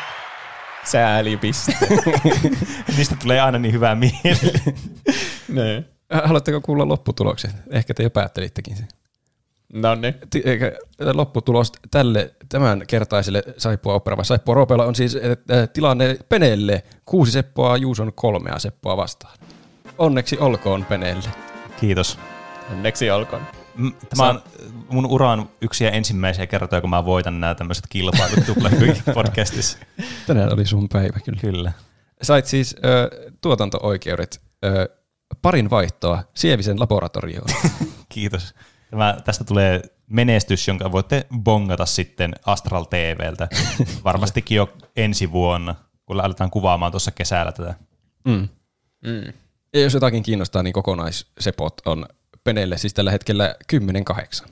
Säälipiste. Niistä tulee aina niin hyvää mieli. Ne. Haluatteko kuulla lopputulokset? Ehkä te jo päättelittekin sen. No niin. Lopputulos tälle tämän kertaiselle Saippua Opera Saippua Roopeella on siis että tilanne Peneelle kuusi Seppoa, Juuson kolmea Seppoa vastaan. Onneksi olkoon Peneelle. Kiitos. Onneksi olkoon. Tämä on mun uran yksi ja ensimmäisiä kertoja, kun mä voitan nämä tämmöiset kilpailut Tupla-podcastissa. Tänään oli sun päivä kyllä. Kyllä. Sait siis ö, tuotanto-oikeudet ö, parin vaihtoa Sievisen laboratorioon. Kiitos. Tämä, tästä tulee menestys, jonka voitte bongata sitten Astral T V:ltä. Varmastikin jo ensi vuonna, kun aletaan kuvaamaan tuossa kesällä tätä. Mm. Mm. Ja jos jotakin kiinnostaa, niin kokonaissepot on Peneelle siis tällä hetkellä kymmenen kahdeksan.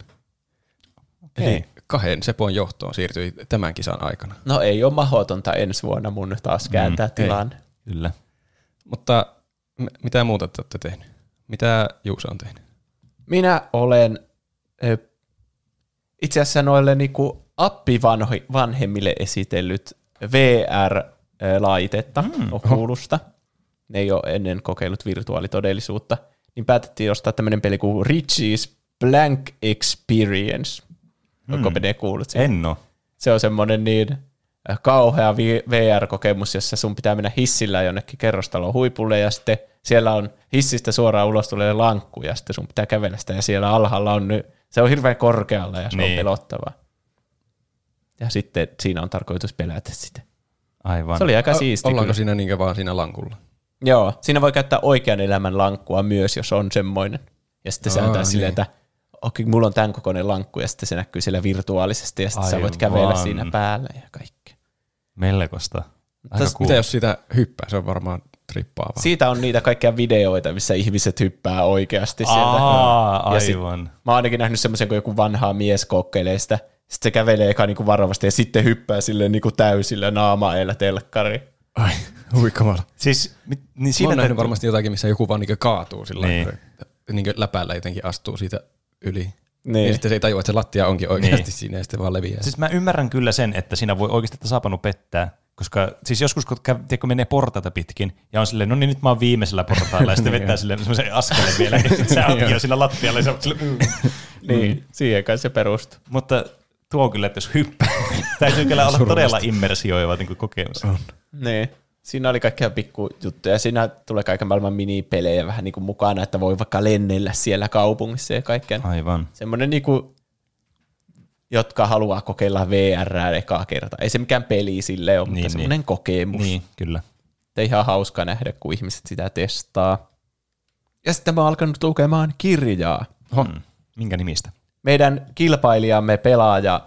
Eli kahden Sepon johtoon siirtyi tämän kisan aikana. No ei ole mahdotonta ensi vuonna mun taas kääntää mm, tilanne. Ei. Kyllä. Mutta m- mitä muuta te olette tehnyt? Mitä Juuso on tehnyt? Minä olen äh, itse asiassa noille niinku appivanhemmille esitellyt V R-laitetta, mm, Oculusta. Ne ei ole ennen kokeillut virtuaalitodellisuutta. Niin päätettiin ostaa tämmöinen peli kuin Richie's Blank Experience. Onko ne kuullut siihen? En ole. Se on semmoinen niin kauhea V R-kokemus, jossa sun pitää mennä hissillä jonnekin kerrostalon huipulle ja sitten siellä on hissistä suoraan ulos tulee lankku ja sitten sun pitää kävellä sitä ja siellä alhaalla on, se on hirveän korkealla ja se niin on pelottavaa. Ja sitten siinä on tarkoitus pelätä sitä. Aivan. Se oli aika siisti. Ollaanko kyllä siinä niinkö vaan siinä lankulla? Joo, siinä voi käyttää oikean elämän lankkua myös, jos on semmoinen. Ja sitten se antaa niin silleen, että okei, mulla on tämän kokoinen lankku, ja sitten se näkyy siellä virtuaalisesti, ja sitten aivan, sä voit kävellä siinä päällä ja kaikkea. Melkoista. Aika cool. Mitä jos sitä hyppää? Se on varmaan trippaavaa. Siitä on niitä kaikkia videoita, missä ihmiset hyppää oikeasti sieltä. Aa, ja aivan. Sit, mä oon ainakin nähnyt semmoisen, kun joku vanha mies kokkeilee sitä, sitten se kävelee eka niinku varovasti, ja sitten hyppää silleen niinku täysillä naamaeilla telkkariin. Ai, hui kamala. Siis, niin siinä mä oon nähnyt varmasti jotakin, missä joku vaan niinku kaatuu sillä niin. Niin läpällä jotenkin astuu siitä yli. Niin. Ja sitten se ei tajua, että se lattia onkin oikeasti niin siinä ja sitten vaan leviää. Siis mä ymmärrän kyllä sen, että siinä voi oikeasti tasapaino pettää, koska siis joskus kun tiedätkö, menee portaita pitkin ja on silleen, no niin nyt mä oon viimeisellä portailla ja sitten vetää silleen semmoisen askeleen vielä ja sitten se onkin jo sillä lattialla ja se on silleen, niin, siihen kai se perustuu. Mutta tuo kyllä, että jos hyppää, täytyy kyllä olla todella immersioiva niin kuin kokemus. On. Niin. Siinä oli kaikkia pikkujuttuja. Siinä tulee kaiken maailman minipelejä vähän niin kuin mukana, että voi vaikka lennellä siellä kaupungissa ja kaikkea. Aivan. Semmoinen, niin kuin, jotka haluaa kokeilla V R:ää ekaa kertaa. Ei se mikään peli silleen ole, niin, mutta semmoinen niin kokemus. Niin, kyllä. Että ihan hauska nähdä, kun ihmiset sitä testaa. Ja sitten mä oon alkanut lukemaan kirjaa. Hmm. Minkä nimistä? Meidän kilpailijamme pelaaja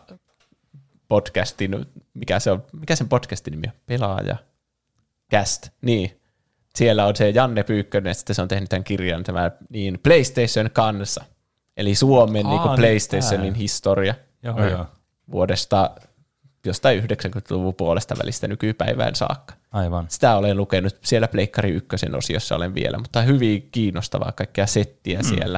podcastin, mikä, se on, mikä sen podcastin nimi on? Pelaaja. Cast, niin. Siellä on se Janne Pyykkönen, sitten se on tehnyt tämän kirjan tämä, niin PlayStation kanssa. Eli Suomen Aa, niin kuin PlayStationin historia. Joo, joo. Vuodesta jostain yhdeksänkymmentäluvun puolesta välistä nykypäivään saakka. Aivan. Sitä olen lukenut siellä Pleikkari ykkösen osiossa olen vielä, mutta hyvin kiinnostavaa kaikkea settiä mm. siellä.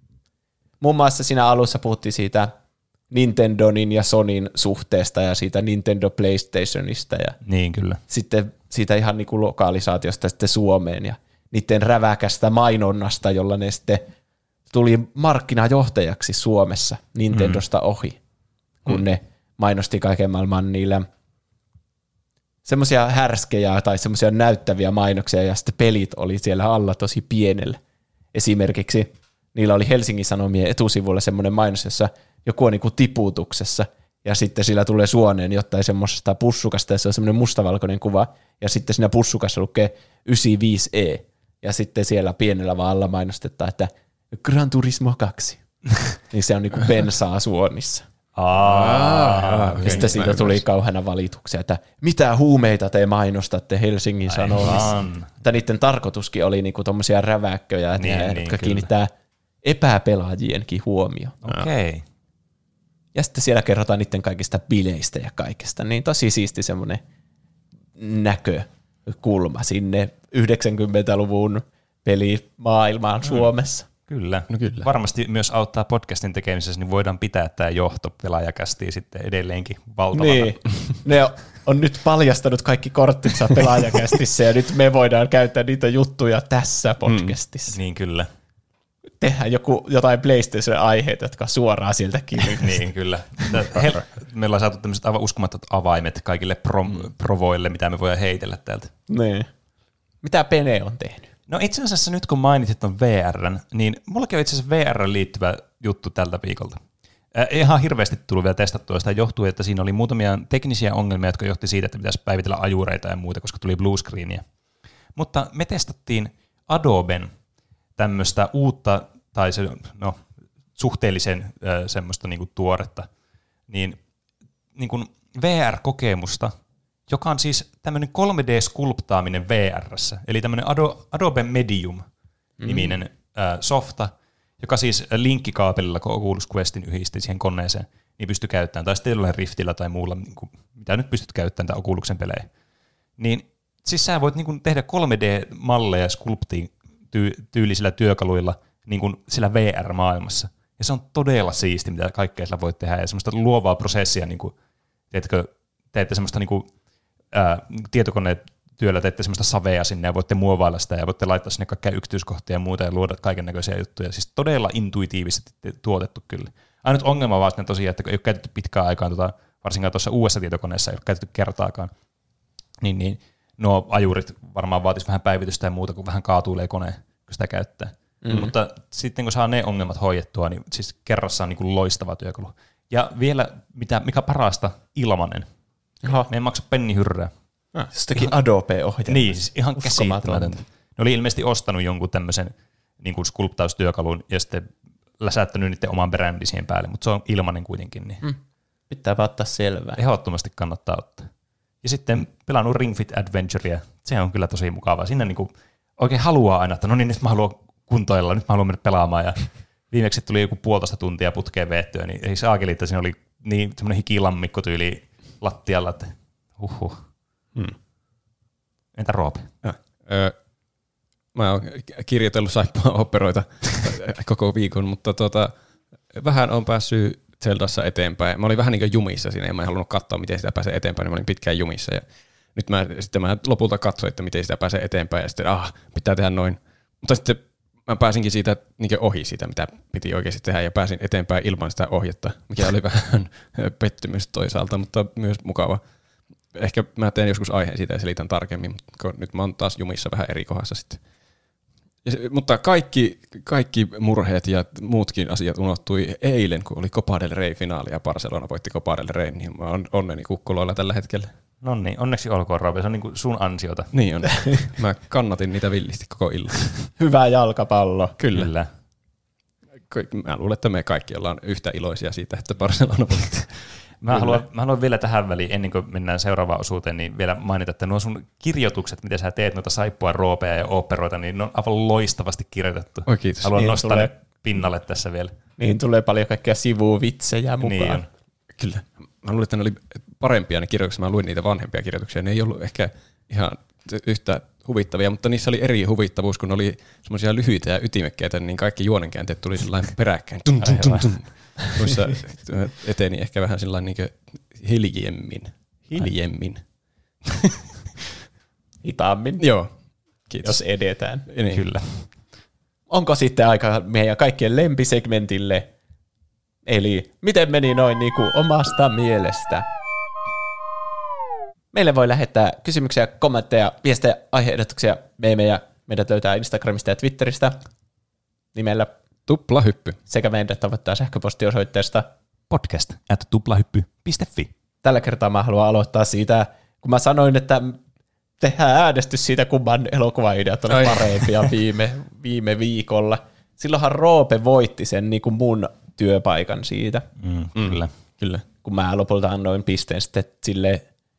Muun muassa siinä alussa puhuttiin siitä Nintendonin ja Sonin suhteesta ja siitä Nintendo PlayStationista. Ja niin, kyllä. sitten siitä ihan niin kuin lokalisaatiosta sitten Suomeen. Ja niiden räväkästä mainonnasta, jolla ne sitten tuli markkinajohtajaksi Suomessa Nintendosta ohi, kun mm. ne mainosti kaiken maailman niillä semmoisia härskejä tai semmoisia näyttäviä mainoksia, ja sitten pelit oli siellä alla tosi pienellä. Esimerkiksi niillä oli Helsingin Sanomien etusivulla semmoinen mainos, jossa joku on niin kuin tiputuksessa, ja sitten sillä tulee suoneen jotain semmoisesta pussukasta, ja se on semmoinen mustavalkoinen kuva, ja sitten siinä pussukassa lukee yhdeksänkymmentäviisi E, ja sitten siellä pienellä vaan alla mainostetaan, että Gran Turismo kaksi. Niin se on niin kuin bensaa suonissa. Aa, ja sitten siitä tuli kauheana valituksia, että mitä huumeita te mainostatte Helsingin Sanomissa. Että niiden tarkoituskin oli niinku tommosia räväkköjä, niin, jotka niin, kiinnittää epäpelaajienkin huomioon. Okei. Okay. Ja sitten siellä kerrotaan niiden kaikista bileistä ja kaikesta. Niin tosi siisti semmoinen näkökulma sinne yhdeksänkymmentäluvun pelimaailmaan mm. Suomessa. Kyllä. No kyllä. Varmasti myös auttaa podcastin tekemisessä, niin voidaan pitää tämä johto pelaajakästiin sitten edelleenkin valtavana. Niin. Ne on, on nyt paljastanut kaikki korttinsa pelaajakästissä ja nyt me voidaan käyttää niitä juttuja tässä podcastissa. Mm. Niin kyllä. Tehdään joku, jotain PlayStation-aiheita, jotka suoraan sieltä kirjasta. Niin kyllä. Hel- me ollaan saatu tämmöiset aivan uskomattomat avaimet kaikille pro- mm. provoille, mitä me voidaan heitellä täältä. Niin. Mitä Pene on tehnyt? No itse asiassa nyt kun mainitsit ton V R:n, niin mullakin on itse asiassa V R:n liittyvä juttu tältä viikolta. Äh, ihan hirveästi tullut vielä testattua, sitä johtuu, että siinä oli muutamia teknisiä ongelmia, jotka johti siitä, että pitäisi päivitellä ajureita ja muuta, koska tuli bluescreenia. Mutta me testattiin Adoben tämmöistä uutta, tai se, no, suhteellisen äh, semmoista niinku tuoretta, niin, niin kuin V R-kokemusta, joka on siis tämmöinen kolme D-skulptaaminen V R:ssä, eli tämmöinen Adobe Medium-niminen mm. äh, softa, joka siis linkkikaapelilla, kun Oculus Questin yhdisti siihen koneeseen, niin pystyy käyttämään, tai sitten jollain Riftillä tai muulla, niin kuin, mitä nyt pystyt käyttämään tämän Oculusen pelejä. Niin siis sä voit niin kuin, tehdä kolme D-malleja skulptiin ty- tyylisillä työkaluilla niin kuin sillä V R-maailmassa. Ja se on todella siisti, mitä kaikkea sillä voit tehdä, ja semmoista luovaa prosessia, niin kuin, teetkö, teette semmoista niin kuin, ää, tietokonetyöllä, teette semmoista savea sinne, ja voitte muovailla sitä, ja voitte laittaa sinne kaikkia yksityiskohtia ja muuta, ja luoda kaiken näköisiä juttuja. Siis todella intuitiivisesti tuotettu kyllä. Ainut ongelma vaan siinä tosiaan, että ei ole käytetty pitkään aikaan, tota, varsinkaan tuossa uudessa tietokoneessa ei ole käytetty kertaakaan, niin, niin nuo ajurit varmaan vaatisi vähän päivitystä ja muuta, kun vähän kaatuilee kone, kun sitä käyttää. Mm-hmm. Mutta sitten kun saa ne ongelmat hoidettua, niin siis kerrassa on niin kuin loistava työkalu. Ja vielä, mitä, mikä parasta, ilmanen. Aha. Me ei maksa pennihyrrää. Ah, Sitäkin Adobe-ohjelma. Niin, siis ihan käsittämätöntä. Ne oli ilmeisesti ostanut jonkun tämmöisen niin kuin skulptaustyökalun ja sitten läsättänyt niiden oman brändin siihen päälle, mutta se on ilmanen kuitenkin. Niin. Mm. Pitääpä ottaa selvää. Ehdottomasti kannattaa ottaa. Ja sitten pelannut Ring Fit Adventurea. Se on kyllä tosi mukavaa. Siinä niin kuin oikein haluaa aina, että no niin, nyt mä haluan kuntoilla, nyt mä haluan mennä pelaamaan. Ja viimeksi tuli joku puolitoista tuntia putkeen veettyä, niin ei saakeli, että siinä oli niin semmoinen hikilammikko tyyli lattialla, että huhhuh. Hmm. Entä Roope? Ja, öö, mä oon kirjoitellut saippua operoita koko viikon, mutta tota, vähän on päässyt Zeldassa eteenpäin. Mä olin vähän niin kuin jumissa siinä ja mä en halunnut katsoa, miten sitä pääsee eteenpäin, niin mä olin pitkään jumissa. Ja nyt mä, sitten mä lopulta katsoin, että miten sitä pääsee eteenpäin ja sitten ah, pitää tehdä noin. Mutta sitten mä pääsinkin siitä niin ohi siitä, mitä piti oikeasti tehdä ja pääsin eteenpäin ilman sitä ohjetta, mikä oli vähän pettymys toisaalta, mutta myös mukava. Ehkä mä teen joskus aiheen siitä ja selitän tarkemmin, mutta nyt mä oon taas jumissa vähän eri kohdassa sitten. Ja se, mutta kaikki, kaikki murheet ja muutkin asiat unohtui eilen, kun oli Copa del Rey-finaali ja Barcelona voitti Copa del Rey, niin mä oon onneni kukkuloilla tällä hetkellä. No niin, onneksi olkoon Roope, se on niin kuin sun ansiota. Niin on. Mä kannatin niitä villisti koko illan. Hyvä jalkapallo. Kyllä. Kyllä. Mä luulen, että me kaikki ollaan yhtä iloisia siitä, että Barcelona voitti. Mä haluan, mä haluan vielä tähän väliin, ennen kuin mennään seuraavaan osuuteen, niin vielä mainita, että nuo sun kirjoitukset, mitä sä teet, noita saippua, roopeja ja operoita, niin ne on aivan loistavasti kirjoitettu. Oi kiitos. Haluan niin nostaa tulee, ne pinnalle tässä vielä. Niin tulee paljon kaikkia sivuvitsejä mukaan. Niin on. Kyllä. Mä luulen, että ne oli parempia ne kirjoitukset. Mä luin niitä vanhempia kirjoituksia. Ne ei ollut ehkä ihan yhtä huvittavia, mutta niissä oli eri huvittavuus, kun ne oli semmoisia lyhyitä ja ytimekkäitä, niin kaikki juonenkäänteet tuli sellainen peräkkäin. Tum, tum, tum, tum. Muissa eteni ehkä vähän sellainen niin hiljemmin. Hiljemmin. Hitaammin. Joo. jos edetään. Niin. Kyllä. Onko sitten aika meidän kaikkien lempisegmentille? Eli miten meni noin niin kuin omasta mielestä? Meille voi lähettää kysymyksiä, kommentteja, viestejä, aihe-ehdotuksia, meemejä. Meidät löytää Instagramista ja Twitteristä nimellä Tuplahyppy. sekä meidät tavoittaa sähköpostiosoitteesta. Podcast at tuplahyppy piste fi. Tällä kertaa mä haluan aloittaa siitä, kun mä sanoin, että tehdään äänestys siitä, kumman elokuvaideat oli parempia viime, viime viikolla. Silloinhan Roope voitti sen niin kuin mun työpaikan siitä. Mm, kyllä. Kyllä. Kun mä lopulta annoin pisteen sitten sille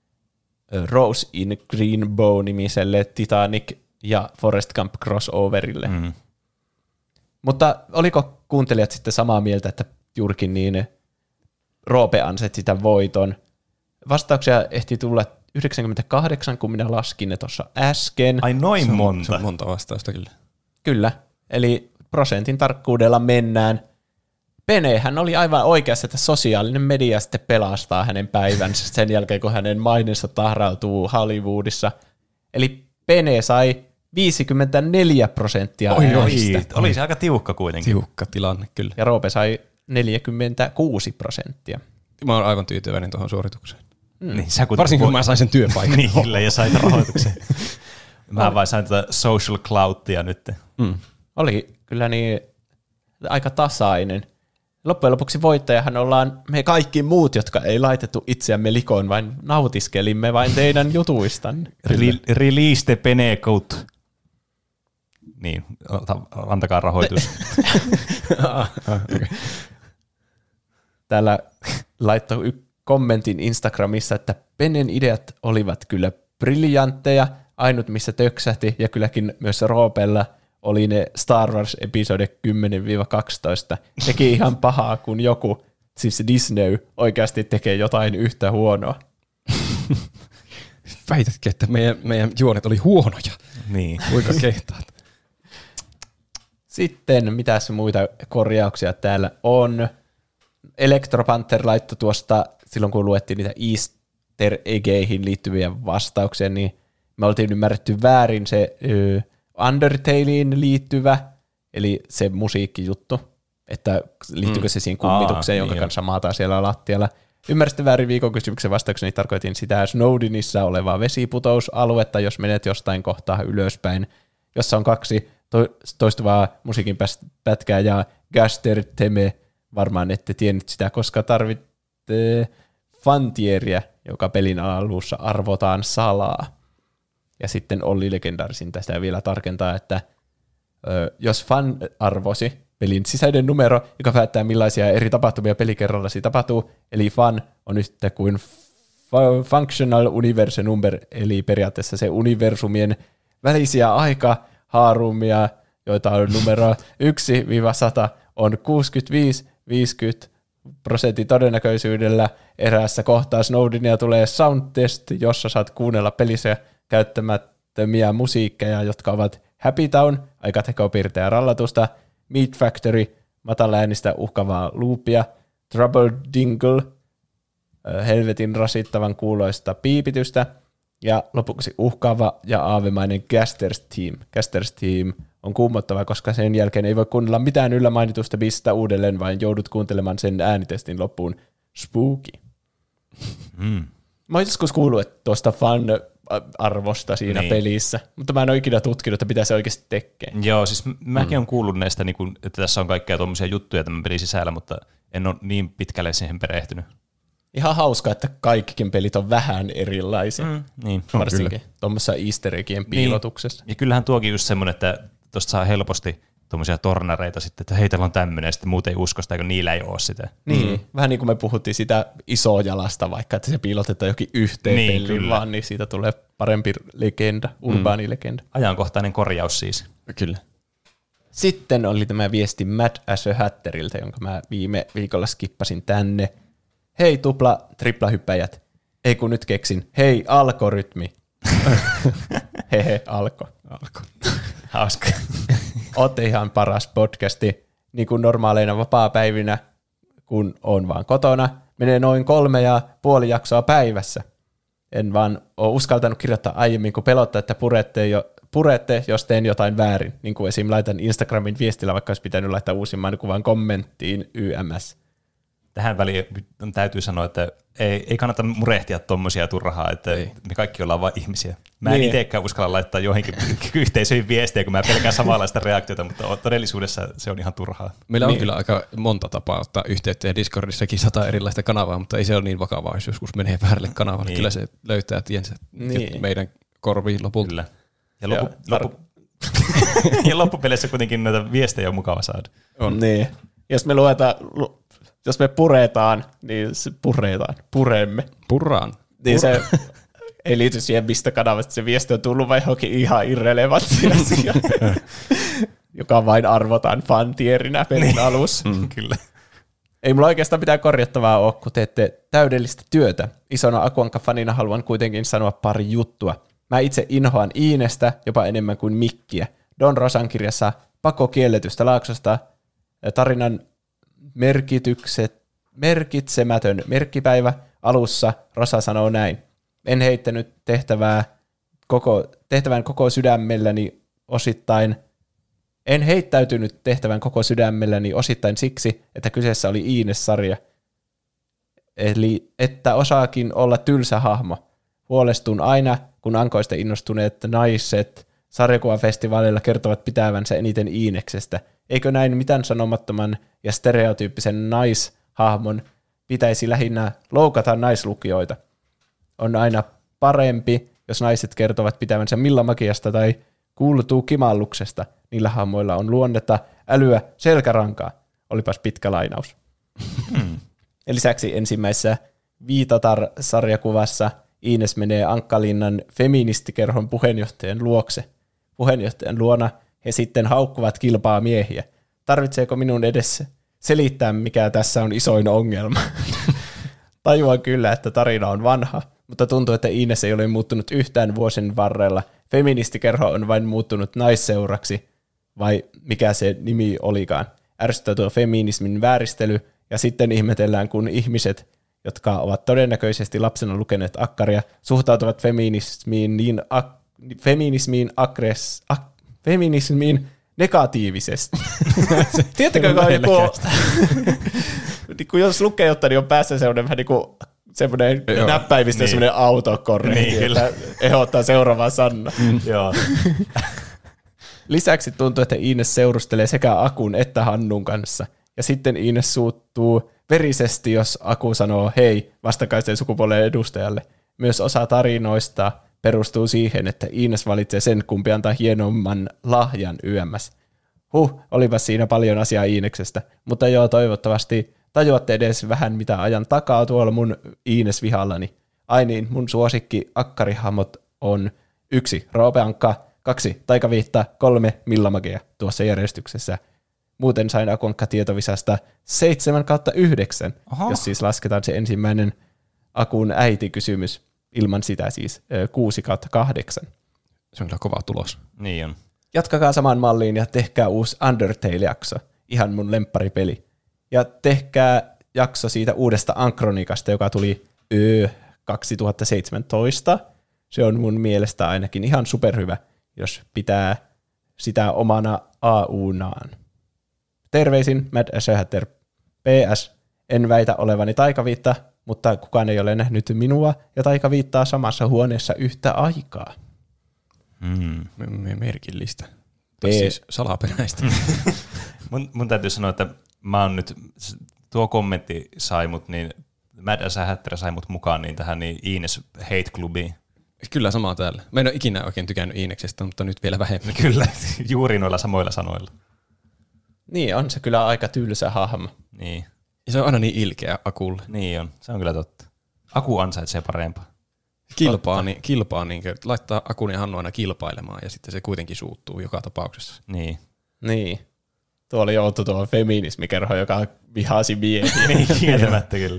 Rose in Greenbow-nimiselle Titanic ja Forrest Gump crossoverille. Mm. Mutta oliko kuuntelijat sitten samaa mieltä, että juurikin niin Roope ansaitsi sitä voiton? Vastauksia ehti tulla yhdeksänkymmentäkahdeksan, kun minä laskin ne tuossa äsken. Ai noin Se on, monta. Se on monta vastausta kyllä. Kyllä, eli prosentin tarkkuudella mennään. Penehän oli aivan oikeassa, että sosiaalinen media sitten pelastaa hänen päivänsä sen jälkeen, kun hänen maineensa tahrautuu Hollywoodissa. Eli Pene sai viisikymmentäneljä prosenttia Oi, äänistä. oi, oli se aika tiukka kuitenkin. Tiukka tilanne kyllä. Ja Roope sai neljäkymmentäkuusi prosenttia. Mä oon aivan tyytyväinen tuohon suoritukseen. Mm. Niin, sä Varsinkin kun mä sain sen työpaikan. niin, kyllä, ja sait rahoituksen. Mä vain sain tätä social cloudia nyt. Mm. Oli kyllä niin aika tasainen. Loppujen lopuksi voittajahan ollaan me kaikki muut, jotka ei laitettu itseämme likoon, vain nautiskelimme vain teidän jutuistanne. Re- release the Pene code. Niin, ota, antakaa rahoitus. okay. Täällä laittoi y- kommentin Instagramissa, että Penen ideat olivat kyllä briljantteja, ainut missä töksähti, ja kylläkin myös Roopella oli ne Star Wars episode kymmenen kaksitoista. Teki ihan pahaa, kun joku, siis Disney, oikeasti tekee jotain yhtä huonoa. Väitätkö, että meidän, meidän juonet oli huonoja? Niin. Kuinka kehtaat? Sitten, mitäs muita korjauksia täällä on? Electro Panther laittoi tuosta, silloin kun luettiin niitä Easter eggeihin liittyviä vastauksia, niin me oltiin ymmärretty väärin se ö, Undertaleen liittyvä, eli se musiikkijuttu, että liittyykö se siihen kummitukseen, Aa, jonka niin kanssa maataan siellä lattialla. Ymmärsitte väärin viikon kysymyksen vastauksen, niin tarkoitin sitä Snowdenissa olevaa vesiputousaluetta, jos menet jostain kohtaa ylöspäin, jossa on kaksi to- toistuvaa musiikin pätkää ja Gaster Teme, varmaan ette tiennyt sitä, koska tarvitte Fantieria, joka pelin alussa arvotaan salaa. Ja sitten Olli Legendarsin tästä vielä tarkentaa, että ö, jos fan arvosi pelin sisäinen numero, joka päättää millaisia eri tapahtumia pelikerrallasi tapahtuu, eli fan on yhtä kuin f- functional universe number, eli periaatteessa se universumien välisiä aikahaarumia, joita on numero yksi sata, on kuusikymmentäviisi viisikymmentä prosentin todennäköisyydellä eräässä kohtaa Snowdenia tulee soundtest, jossa saat kuunnella pelissä käyttämättömiä musiikkeja, jotka ovat Happy Town, aika tekopirteä rallatusta, Meat Factory, matalaäänistä uhkavaa loopia, Trouble Dingle, helvetin rasittavan kuuloista piipitystä, ja lopuksi uhkaava ja aavemainen Gaster's Team. Gaster's Team on kuumottava, koska sen jälkeen ei voi kuunnella mitään yllä mainitusta biisistä uudelleen, vaan joudut kuuntelemaan sen äänitestin loppuun. Spooky. Mm. Mä oon joskus kuullut tuosta fan-arvosta siinä niin. pelissä, mutta mä en ole ikinä tutkinut, että mitä se oikeasti tekee. Joo, siis mäkin mm. olen kuullut näistä, että tässä on kaikkea tuommoisia juttuja tämän pelin sisällä, mutta en ole niin pitkälle siihen perehtynyt. Ihan hauska, että kaikkikin pelit on vähän erilaisia, Mm, niin. varsinkin tuommoisessa easter eggien piilotuksessa. Niin. Ja kyllähän tuokin just semmoinen, että tuosta saa helposti tuommoisia tornareita sitten, että hei, täällä on tämmöinen, ja sitten muut ei usko sitä, kun niillä ei ole sitä. Niin, mm. vähän niin kuin me puhuttiin sitä isojalasta, vaikka että se piilotetaan jokin yhteen niin, peliin kyllä. vaan, niin siitä tulee parempi legenda, urbaani mm. legenda. Ajankohtainen korjaus siis. Kyllä. Sitten oli tämä viesti Mad as a Hatterilta, jonka mä viime viikolla skippasin tänne. Hei tupla, triplahyppäjät. Ei kun nyt keksin. Hei algoritmi. Hehe, alko. Alko. Hauska. Ootte ihan paras podcasti. Niin kuin normaaleina vapaapäivinä, kun on vaan kotona, menee noin kolme ja puoli jaksoa päivässä. En vaan ole uskaltanut kirjoittaa aiemmin, kun pelottaa, että purette jo purette, jos teen jotain väärin. Niin kuin esim. Laitan Instagramin viestillä, vaikka olisi pitänyt laittaa uusimman kuvan kommenttiin Y M S. Tähän väliin täytyy sanoa, että ei, ei kannata murehtia tuommoisia turhaa, että ei. Me kaikki ollaan vain ihmisiä. Mä en niin. itsekään uskalla laittaa johonkin yhteisöihin viestejä, kun mä pelkään samanlaista reaktiota, mutta todellisuudessa se on ihan turhaa. Meillä on niin. kyllä aika monta tapaa ottaa yhteyttä ja Discordissakin sata erilaista kanavaa, mutta ei se ole niin vakavaa, jos joskus menee väärälle kanavalle. Niin. Kyllä se löytää tiensä niin. meidän korviin lopulta. Kyllä. Ja, lopu, ja, loppu, ja loppupeleissä kuitenkin noita viestejä on mukava saada. On. Niin. Jos me luetaan... Jos me puretaan, niin se puretaan. Pureemme. Purraan. Niin se ei liity siihen, mistä kanavasta se viesti on tullut, vai johonkin ihan irrelevantti asia, joka vain arvotaan fantierinä pelin alussa. Mm, kyllä. Ei mulla oikeastaan mitään korjattavaa ole, kun teette täydellistä työtä. Isona Akuankka-fanina haluan kuitenkin sanoa pari juttua. Mä itse inhoan Iinestä jopa enemmän kuin Mikkiä. Don Rosan kirjassa Pako kielletystä laaksosta tarinan merkitykset, merkitsemätön merkkipäivä alussa Rosa sanoo näin. En heittänyt tehtävää koko, tehtävän koko sydämelläni osittain, en heittäytynyt tehtävän koko sydämelläni osittain siksi, että kyseessä oli Iines-sarja. Eli että osaakin olla tylsä hahmo. Huolestun aina, kun ankoista innostuneet naiset sarjakuvafestivaalilla kertovat pitävänsä eniten Iineksestä. Eikö näin mitään sanomattoman ja stereotyyppisen naishahmon pitäisi lähinnä loukata naislukijoita? On aina parempi, jos naiset kertovat pitävänsä Millamagiasta tai kuulutuu kimalluksesta. Niillä hahmoilla on luonnetta, älyä, selkärankaa. Olipas pitkä lainaus. Ja lisäksi ensimmäisessä Viitatar-sarjakuvassa Iines menee Ankkalinnan feministikerhon puheenjohtajan luokse. Puheenjohtajan luona he sitten haukkuvat kilpaa miehiä. Tarvitseeko minun edes selittää, mikä tässä on isoin ongelma? Tajuan kyllä, että tarina on vanha, mutta tuntuu, että Iines ei ole muuttunut yhtään vuosien varrella. Feministikerho on vain muuttunut naisseuraksi, vai mikä se nimi olikaan. Ärsyttää tuo feminismin vääristely, ja sitten ihmetellään, kun ihmiset, jotka ovat todennäköisesti lapsena lukeneet akkaria, suhtautuvat feminismiin niin ak- feminismiin aggress- ak- feminismiin negatiivisesti. Tiedättekö, kun joku, niin kun jos lukee jotain, niin on päässä sellainen vähän niin kuin semmoinen näppäimistä niin. Semmoinen autokorrekti, niin, että ehdottaa seuraavaa Sanna. Mm. Joo. Lisäksi tuntuu, että Iines seurustelee sekä Akun että Hannun kanssa. Ja sitten Iines suuttuu verisesti, jos Aku sanoo hei vastakkaisen sukupuolen edustajalle. Myös osa tarinoista perustuu siihen, että Iines valitsee sen, kumpi antaa hienomman lahjan Y M S. Huh, olipas siinä paljon asiaa Iineksestä, mutta joo, toivottavasti tajuatte edes vähän, mitä ajan takaa tuolla mun Iines-vihallani. Ai niin, mun suosikki akkarihamot on yksi Roope-Ankka, kaksi Taikaviitta, kolme Millamagia tuossa järjestyksessä. Muuten sain Akuankka-tietovisasta seitsemän kautta yhdeksän, jos siis lasketaan se ensimmäinen Akun äitikysymys. Ilman sitä siis kuusi kautta kahdeksan. Se on kyllä kova tulos. Niin on. Jatkakaa samaan malliin ja tehkää uusi Undertale-jakso. Ihan mun lempparipeli. Ja tehkää jakso siitä uudesta Ankronikasta, joka tuli öö, kaksituhattaseitsemäntoista. Se on mun mielestä ainakin ihan superhyvä, jos pitää sitä omana A U-naan. Terveisin Mad Asherhatter. P S. En väitä olevani Taikaviitta, mutta kukaan ei ole nähnyt minua ja Taikaviittaa samassa huoneessa yhtä aikaa. Mm. Merkillistä. Tai siis salaperäistä. mun, mun täytyy sanoa, että mä oon nyt, tuo kommentti sai mut, niin Mad Asherhatter sai mut mukaan niin tähän niin Iines Hate-klubiin. Kyllä samaa täällä. Mä en ole ikinä oikein tykännyt Iineksestä, mutta nyt vielä vähemmän. Kyllä, juuri noilla samoilla sanoilla. Niin, on se kyllä aika tylsä hahmo. Niin. Ja se on aina niin ilkeä Akulle. Niin on, se on kyllä totta. Aku ansaitsee parempaa. Kilpaa, niin, kilpaa niin, laittaa Akun ja Hannu aina kilpailemaan ja sitten se kuitenkin suuttuu joka tapauksessa. Niin. Niin. Tuo oli outo tuo feminismikerho, joka vihasi miehiä. Niin, kieltämättä kyllä.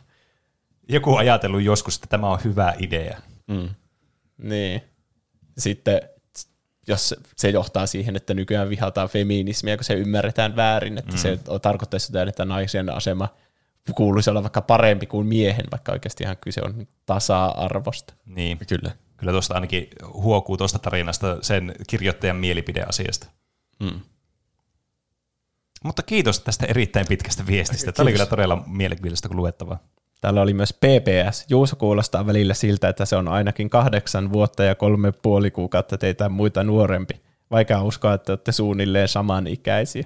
Joku on ajatellut joskus, että tämä on hyvä idea. Mm. Niin. Sitten jos se johtaa siihen, että nykyään vihataan feminismiä, kun se ymmärretään väärin, että mm. se tarkoittaa sitä, että naisen asema kuuluisi olla vaikka parempi kuin miehen, vaikka oikeasti ihan kyse on tasa-arvosta. Niin, kyllä. Kyllä tuosta ainakin huokuu tuosta tarinasta sen kirjoittajan mielipideasiasta. Mm. Mutta kiitos tästä erittäin pitkästä viestistä. Tämä oli kyllä todella mielenkiintoista kuin luettavaa. Täällä oli myös P P S. Juuso kuulostaa välillä siltä, että se on ainakin kahdeksan vuotta ja kolme puoli kuukautta teitä muita nuorempi. Vaikea uskoa, että olette suunnilleen samanikäisiä.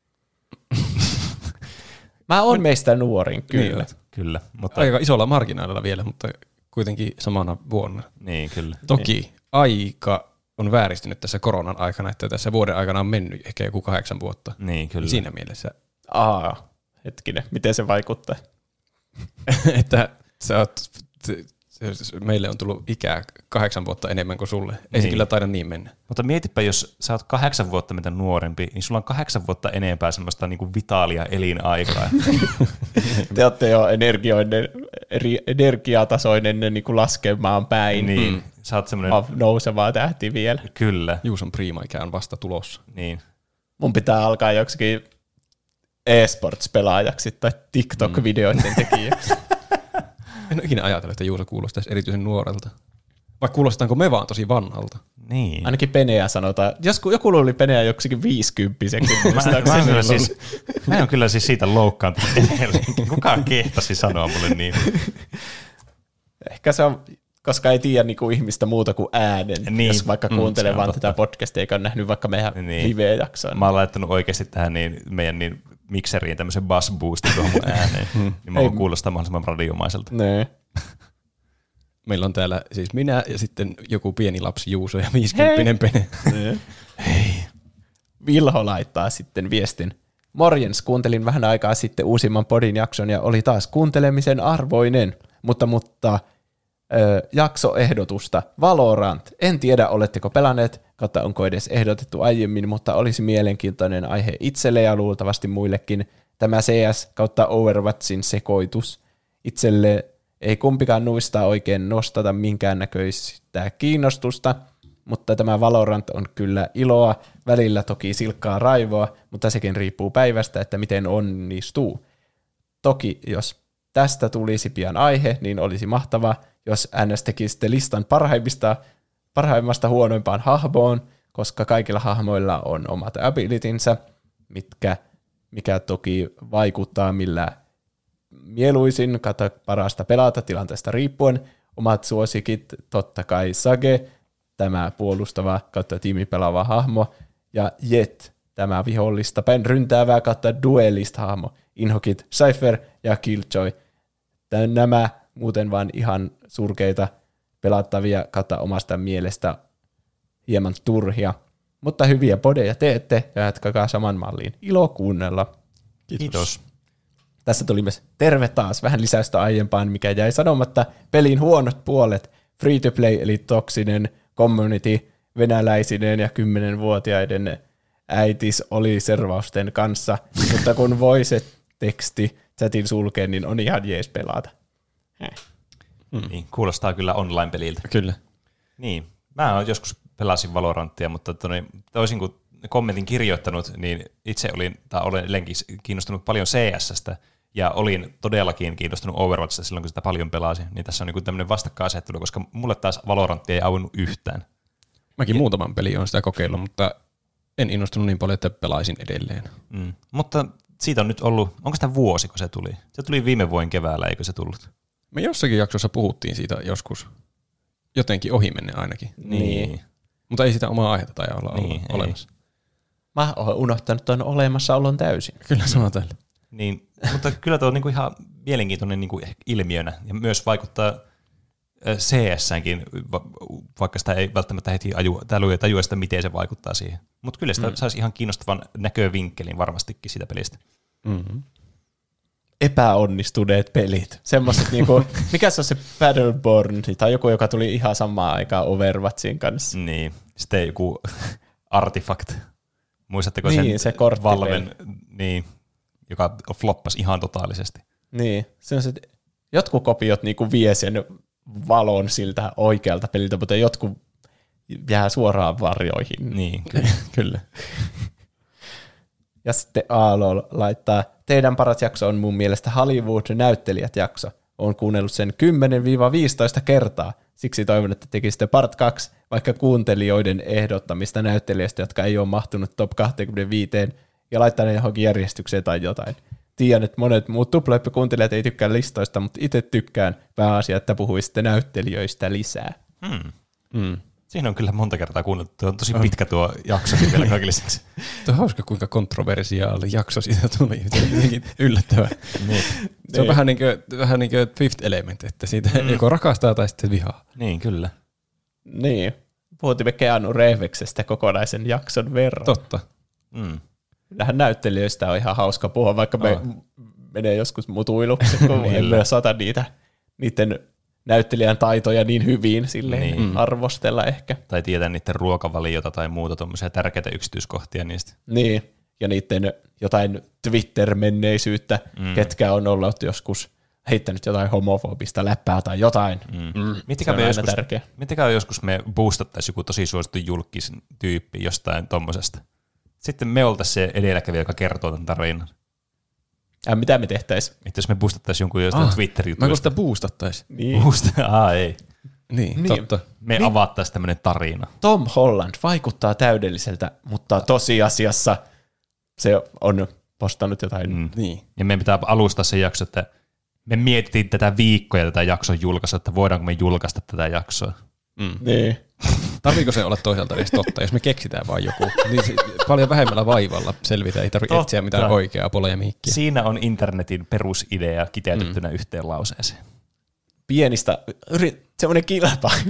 Mä oon meistä nuorin, kyllä. Niin, Kyllä. Mutta... Aika isolla marginaalilla vielä, mutta kuitenkin samana vuonna. Niin, kyllä. Toki niin. Aika on vääristynyt tässä koronan aikana, että tässä vuoden aikana on mennyt ehkä joku kahdeksan vuotta. Niin, kyllä. Siinä mielessä. Aa, hetkinen, miten se vaikuttaa? Että sä oot, meille on tullut ikää kahdeksan vuotta enemmän kuin sulle. Ei niin. Se kyllä taida niin mennä. Mutta mietipä, jos sä oot kahdeksan vuotta mitä nuorempi, niin sulla on kahdeksan vuotta enempää semmoista niinku vitaalia elinaikaa. Te olette jo energioinen, energiatasoinen niin kuin laskemaan päin. Niin, mm. Sä oot semmoinen... nousevaa tähti vielä. Kyllä. Juuson prima-ikä on vasta tulossa. Niin. Mun pitää alkaa joksikin e-sports-pelaajaksi tai TikTok-videoiden tekijäksi. En ole ikinä ajatellut, että Juuso kuulostaisi erityisen nuorelta. Vai kuulostetaanko me vaan tosi vanhalta? Niin. Ainakin Peneä sanotaan. Jos joku luuli Peneä joksikin viisikymppiseksi. mä, mä, en kyllä siis, mä en kyllä siis siitä loukkaantunut edelleenkin. Kukaan kehtasi sanoa mulle niin. Ehkä se on, koska ei tiedä niinku ihmistä muuta kuin äänen. Niin. Jos vaikka kuuntelee mm, vaan tätä podcastia, eikä ole nähnyt vaikka meidän niin. live-jaksoa. Mä oon laittanut oikeasti tähän niin, meidän niin mikseriin tämmöisen bass boostin tuohon mun ääneen. Niin mä oon kuulostaa mahdollisimman radiomaiselta. Nee. Meillä on täällä siis minä ja sitten joku pieni lapsi Juuso ja viisikymppinen Pene. Hei. Vilho laittaa sitten viestin. Morjens, kuuntelin vähän aikaa sitten uusimman podin jakson ja oli taas kuuntelemisen arvoinen. Mutta, mutta ö, jaksoehdotusta. Valorant. En tiedä, oletteko pelanneet, kautta onko edes ehdotettu aiemmin, mutta olisi mielenkiintoinen aihe itselle ja luultavasti muillekin. Tämä C S kautta Overwatchin sekoitus. Itselle ei kumpikaan nuista oikein nostata minkäännäköistä kiinnostusta, mutta tämä Valorant on kyllä iloa, välillä toki silkkaa raivoa, mutta sekin riippuu päivästä, että miten onnistuu. Toki jos tästä tulisi pian aihe, niin olisi mahtavaa, jos N S tekisitte listan parhaimmista, parhaimmasta huonoimpaan hahmoon, koska kaikilla hahmoilla on omat abilitynsä, mitkä, mikä toki vaikuttaa millä mieluisin, kata parasta pelata tilanteesta riippuen. Omat suosikit, totta kai Sage, tämä puolustava kautta tiimipelaava hahmo, ja Jet, tämä vihollista päin ryntäävää kautta duelist-hahmo, Inhokit, Cypher ja Killjoy. Nämä muuten vaan ihan surkeita pelattavia kautta omasta mielestä hieman turhia, mutta hyviä podeja teette ja jatkakaa saman malliin. Ilo kuunnella. Kiitos. Kiitos. Tässä tuli myös terve taas, vähän lisäystä aiempaan, mikä jäi sanomatta. Pelin huonot puolet, free to play eli toksinen community venäläisinen ja kymmenvuotiaiden äitis oli servausten kanssa, mutta kun voice teksti chatin sulkee, niin on ihan jees pelata. Mm. Niin, kuulostaa kyllä online-peliltä. Kyllä. Niin, mä joskus pelasin Valoranttia, mutta toisin kuin kommentin kirjoittanut, niin itse olin, tai olen edelleenkin kiinnostunut paljon C S:stä, ja olin todellakin kiinnostunut Overwatchista silloin, kun sitä paljon pelasin. Niin tässä on niin tämmöinen vastakkainasettelu, koska mulle taas Valorantti ei auennut yhtään. Mäkin ja, muutaman peli on sitä kokeillut, mutta en innostunut niin paljon, että pelaisin edelleen. Mm, mutta siitä on nyt ollut, onko sitä vuosi, kun se tuli? Se tuli viime vuoden keväällä, eikö se tullut? Me jossakin jaksossa puhuttiin siitä joskus. Jotenkin ohimennen ainakin. Niin. Mutta ei sitä omaa aihetta tai olla niin, olemassa. Mä oon unohtanut tuon olemassaolon täysin. Kyllä sama tällä. Niin, mutta kyllä tuo on niinku ihan mielenkiintoinen niinku ilmiönä ja myös vaikuttaa C S:nkin, vaikka sitä ei välttämättä heti tajua, tajua sitä, miten se vaikuttaa siihen. Mutta kyllä sitä mm. saisi ihan kiinnostavan näkövinkkelin varmastikin siitä pelistä. Mm-hmm. Epäonnistuneet pelit. Semmoiset niinku, mikä se on se Battleborn, tai joku, joka tuli ihan samaan aikaan Overwatchin kanssa. Niin, sitten joku Artifact. Muistatteko niin, sen se Valven, niin, joka floppasi ihan totaalisesti. Niin, sellaiset, jotkut kopiot niinku vie sen valon siltä oikealta peliltä, mutta jotkut jää suoraan varjoihin. Niin, kyllä. kyllä. Ja sitten Aalo laittaa, teidän paras jakso on mun mielestä Hollywood-näyttelijät jakso. Olen kuunnellut sen kymmenen viisitoista kertaa. siksi toivon, että tekisitte part kaksi, vaikka kuuntelijoiden ehdottamista näyttelijästä, jotka ei ole mahtunut top kaksikymmentäviisi ja laittaa ne johonkin järjestykseen tai jotain. Tiedän, että monet muut tuplahyppy-kuuntelijat ei tykkää listoista, mutta itse tykkään pääasia, että puhuisitte näyttelijöistä lisää. Hmm. Mm. Siinä on kyllä monta kertaa kuunneltu. Tuo on tosi pitkä tuo jakso vielä kaikille lisäksi. Tuo on hauska, kuinka kontroversiaali jakso siitä tuli. Jotenkin yllättävää. Niin. Se on vähän niin kuin, vähän niin kuin Fifth Element, että siitä mm. joko rakastaa tai sitten vihaa. Niin, kyllä. Niin. Puhutimme Keanu Reeveksestä kokonaisen jakson verran. Totta. Mm. Kyllähän näyttelijöistä on ihan hauska puhua, vaikka me oh. menee joskus mutuiluksi, kun emme osata niitä, niiden näyttelijän taitoja niin hyvin silleen niin. arvostella ehkä. Tai tietää niiden ruokavaliota tai muuta tuommoisia tärkeitä yksityiskohtia niistä. Niin, ja niiden jotain Twitter-menneisyyttä, mm. ketkä on ollut joskus heittänyt jotain homofobista läppää tai jotain. Mm. Mm. Miettikää joskus, miettikää joskus me boostattaisiin joku tosi suosittu julkis tyyppi jostain tommosesta. Sitten me oltaisiin se edelläkävijä, joka kertoo tämän tarinan. Ja mitä me tehtäisiin? Että jos me boostattaisiin jonkun jostain ah, Twitter-jutuista. Mä kun sitä boostattaisiin. Niin. Boosta, ah, ei. Niin, niin, totta. Me niin. avattaisiin tämmöinen tarina. Tom Holland vaikuttaa täydelliseltä, mutta tosiasiassa se on postannut jotain. Mm. Niin. Ja meidän pitää alustaa se jakso, että me mietittiin tätä viikkoja tätä jakson julkaista, että voidaanko me julkaista tätä jaksoa. Mm. Niin. Tarviiko se olla toisaalta edes totta, jos me keksitään vaan joku? Niin se, paljon vähemmällä vaivalla selvitä, ei tarvitse etsiä mitään oikeaa polemiikkia. Siinä on internetin perusidea kiteytettynä mm. yhteen lauseeseen. Pienistä, semmoinen kilpailu.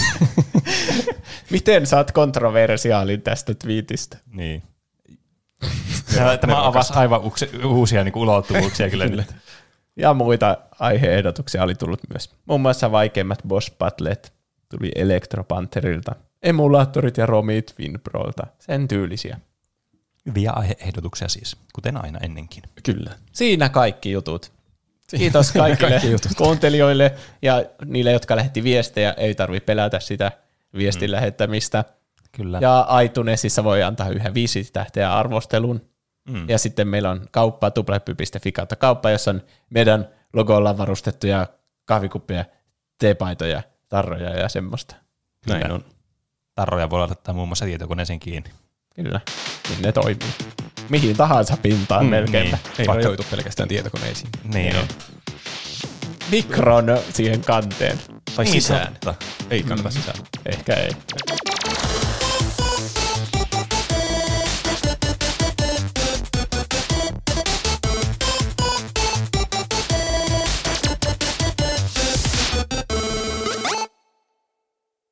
Miten saat kontroversiaalin tästä twiitistä? Niin. Tämä avasi aivan uusia niin kuin ulottuvuuksia kyllä nyt. Ja muita aihe-ehdotuksia oli tullut myös. Muun muassa vaikeimmat boss battlet tuli Electro Pantherilta, emulaattorit ja Romi Twinbrolta, sen tyylisiä. Hyviä aihe-ehdotuksia siis, kuten aina ennenkin. Kyllä. Siinä kaikki jutut. Kiitos kaikille kaikki jutut. Kuuntelijoille ja niille, jotka lähetti viestejä. Ei tarvitse pelätä sitä viestin mm. lähettämistä. Kyllä. Ja iTunesissa voi antaa yhden viisi tähteä arvostelun. Mm. Ja sitten meillä on kauppa, tuplahyppy piste fi kautta kauppa, jossa on meidän logolla varustettuja kahvikuppeja, teepaitoja, tarroja ja semmoista. Näin Kyllä. on. Tarroja voi laittaa muun muassa tietokoneeseen kiinni. Kyllä, niin ne toimii. Mihin tahansa pintaan mm, melkein. Niin. Ei Vaikka... rajoitu pelkästään tietokoneisiin. Niin on. Mikron siihen kanteen. Tai niin sisään. Totta. Ei kannata mm. sisään. Ehkä ei.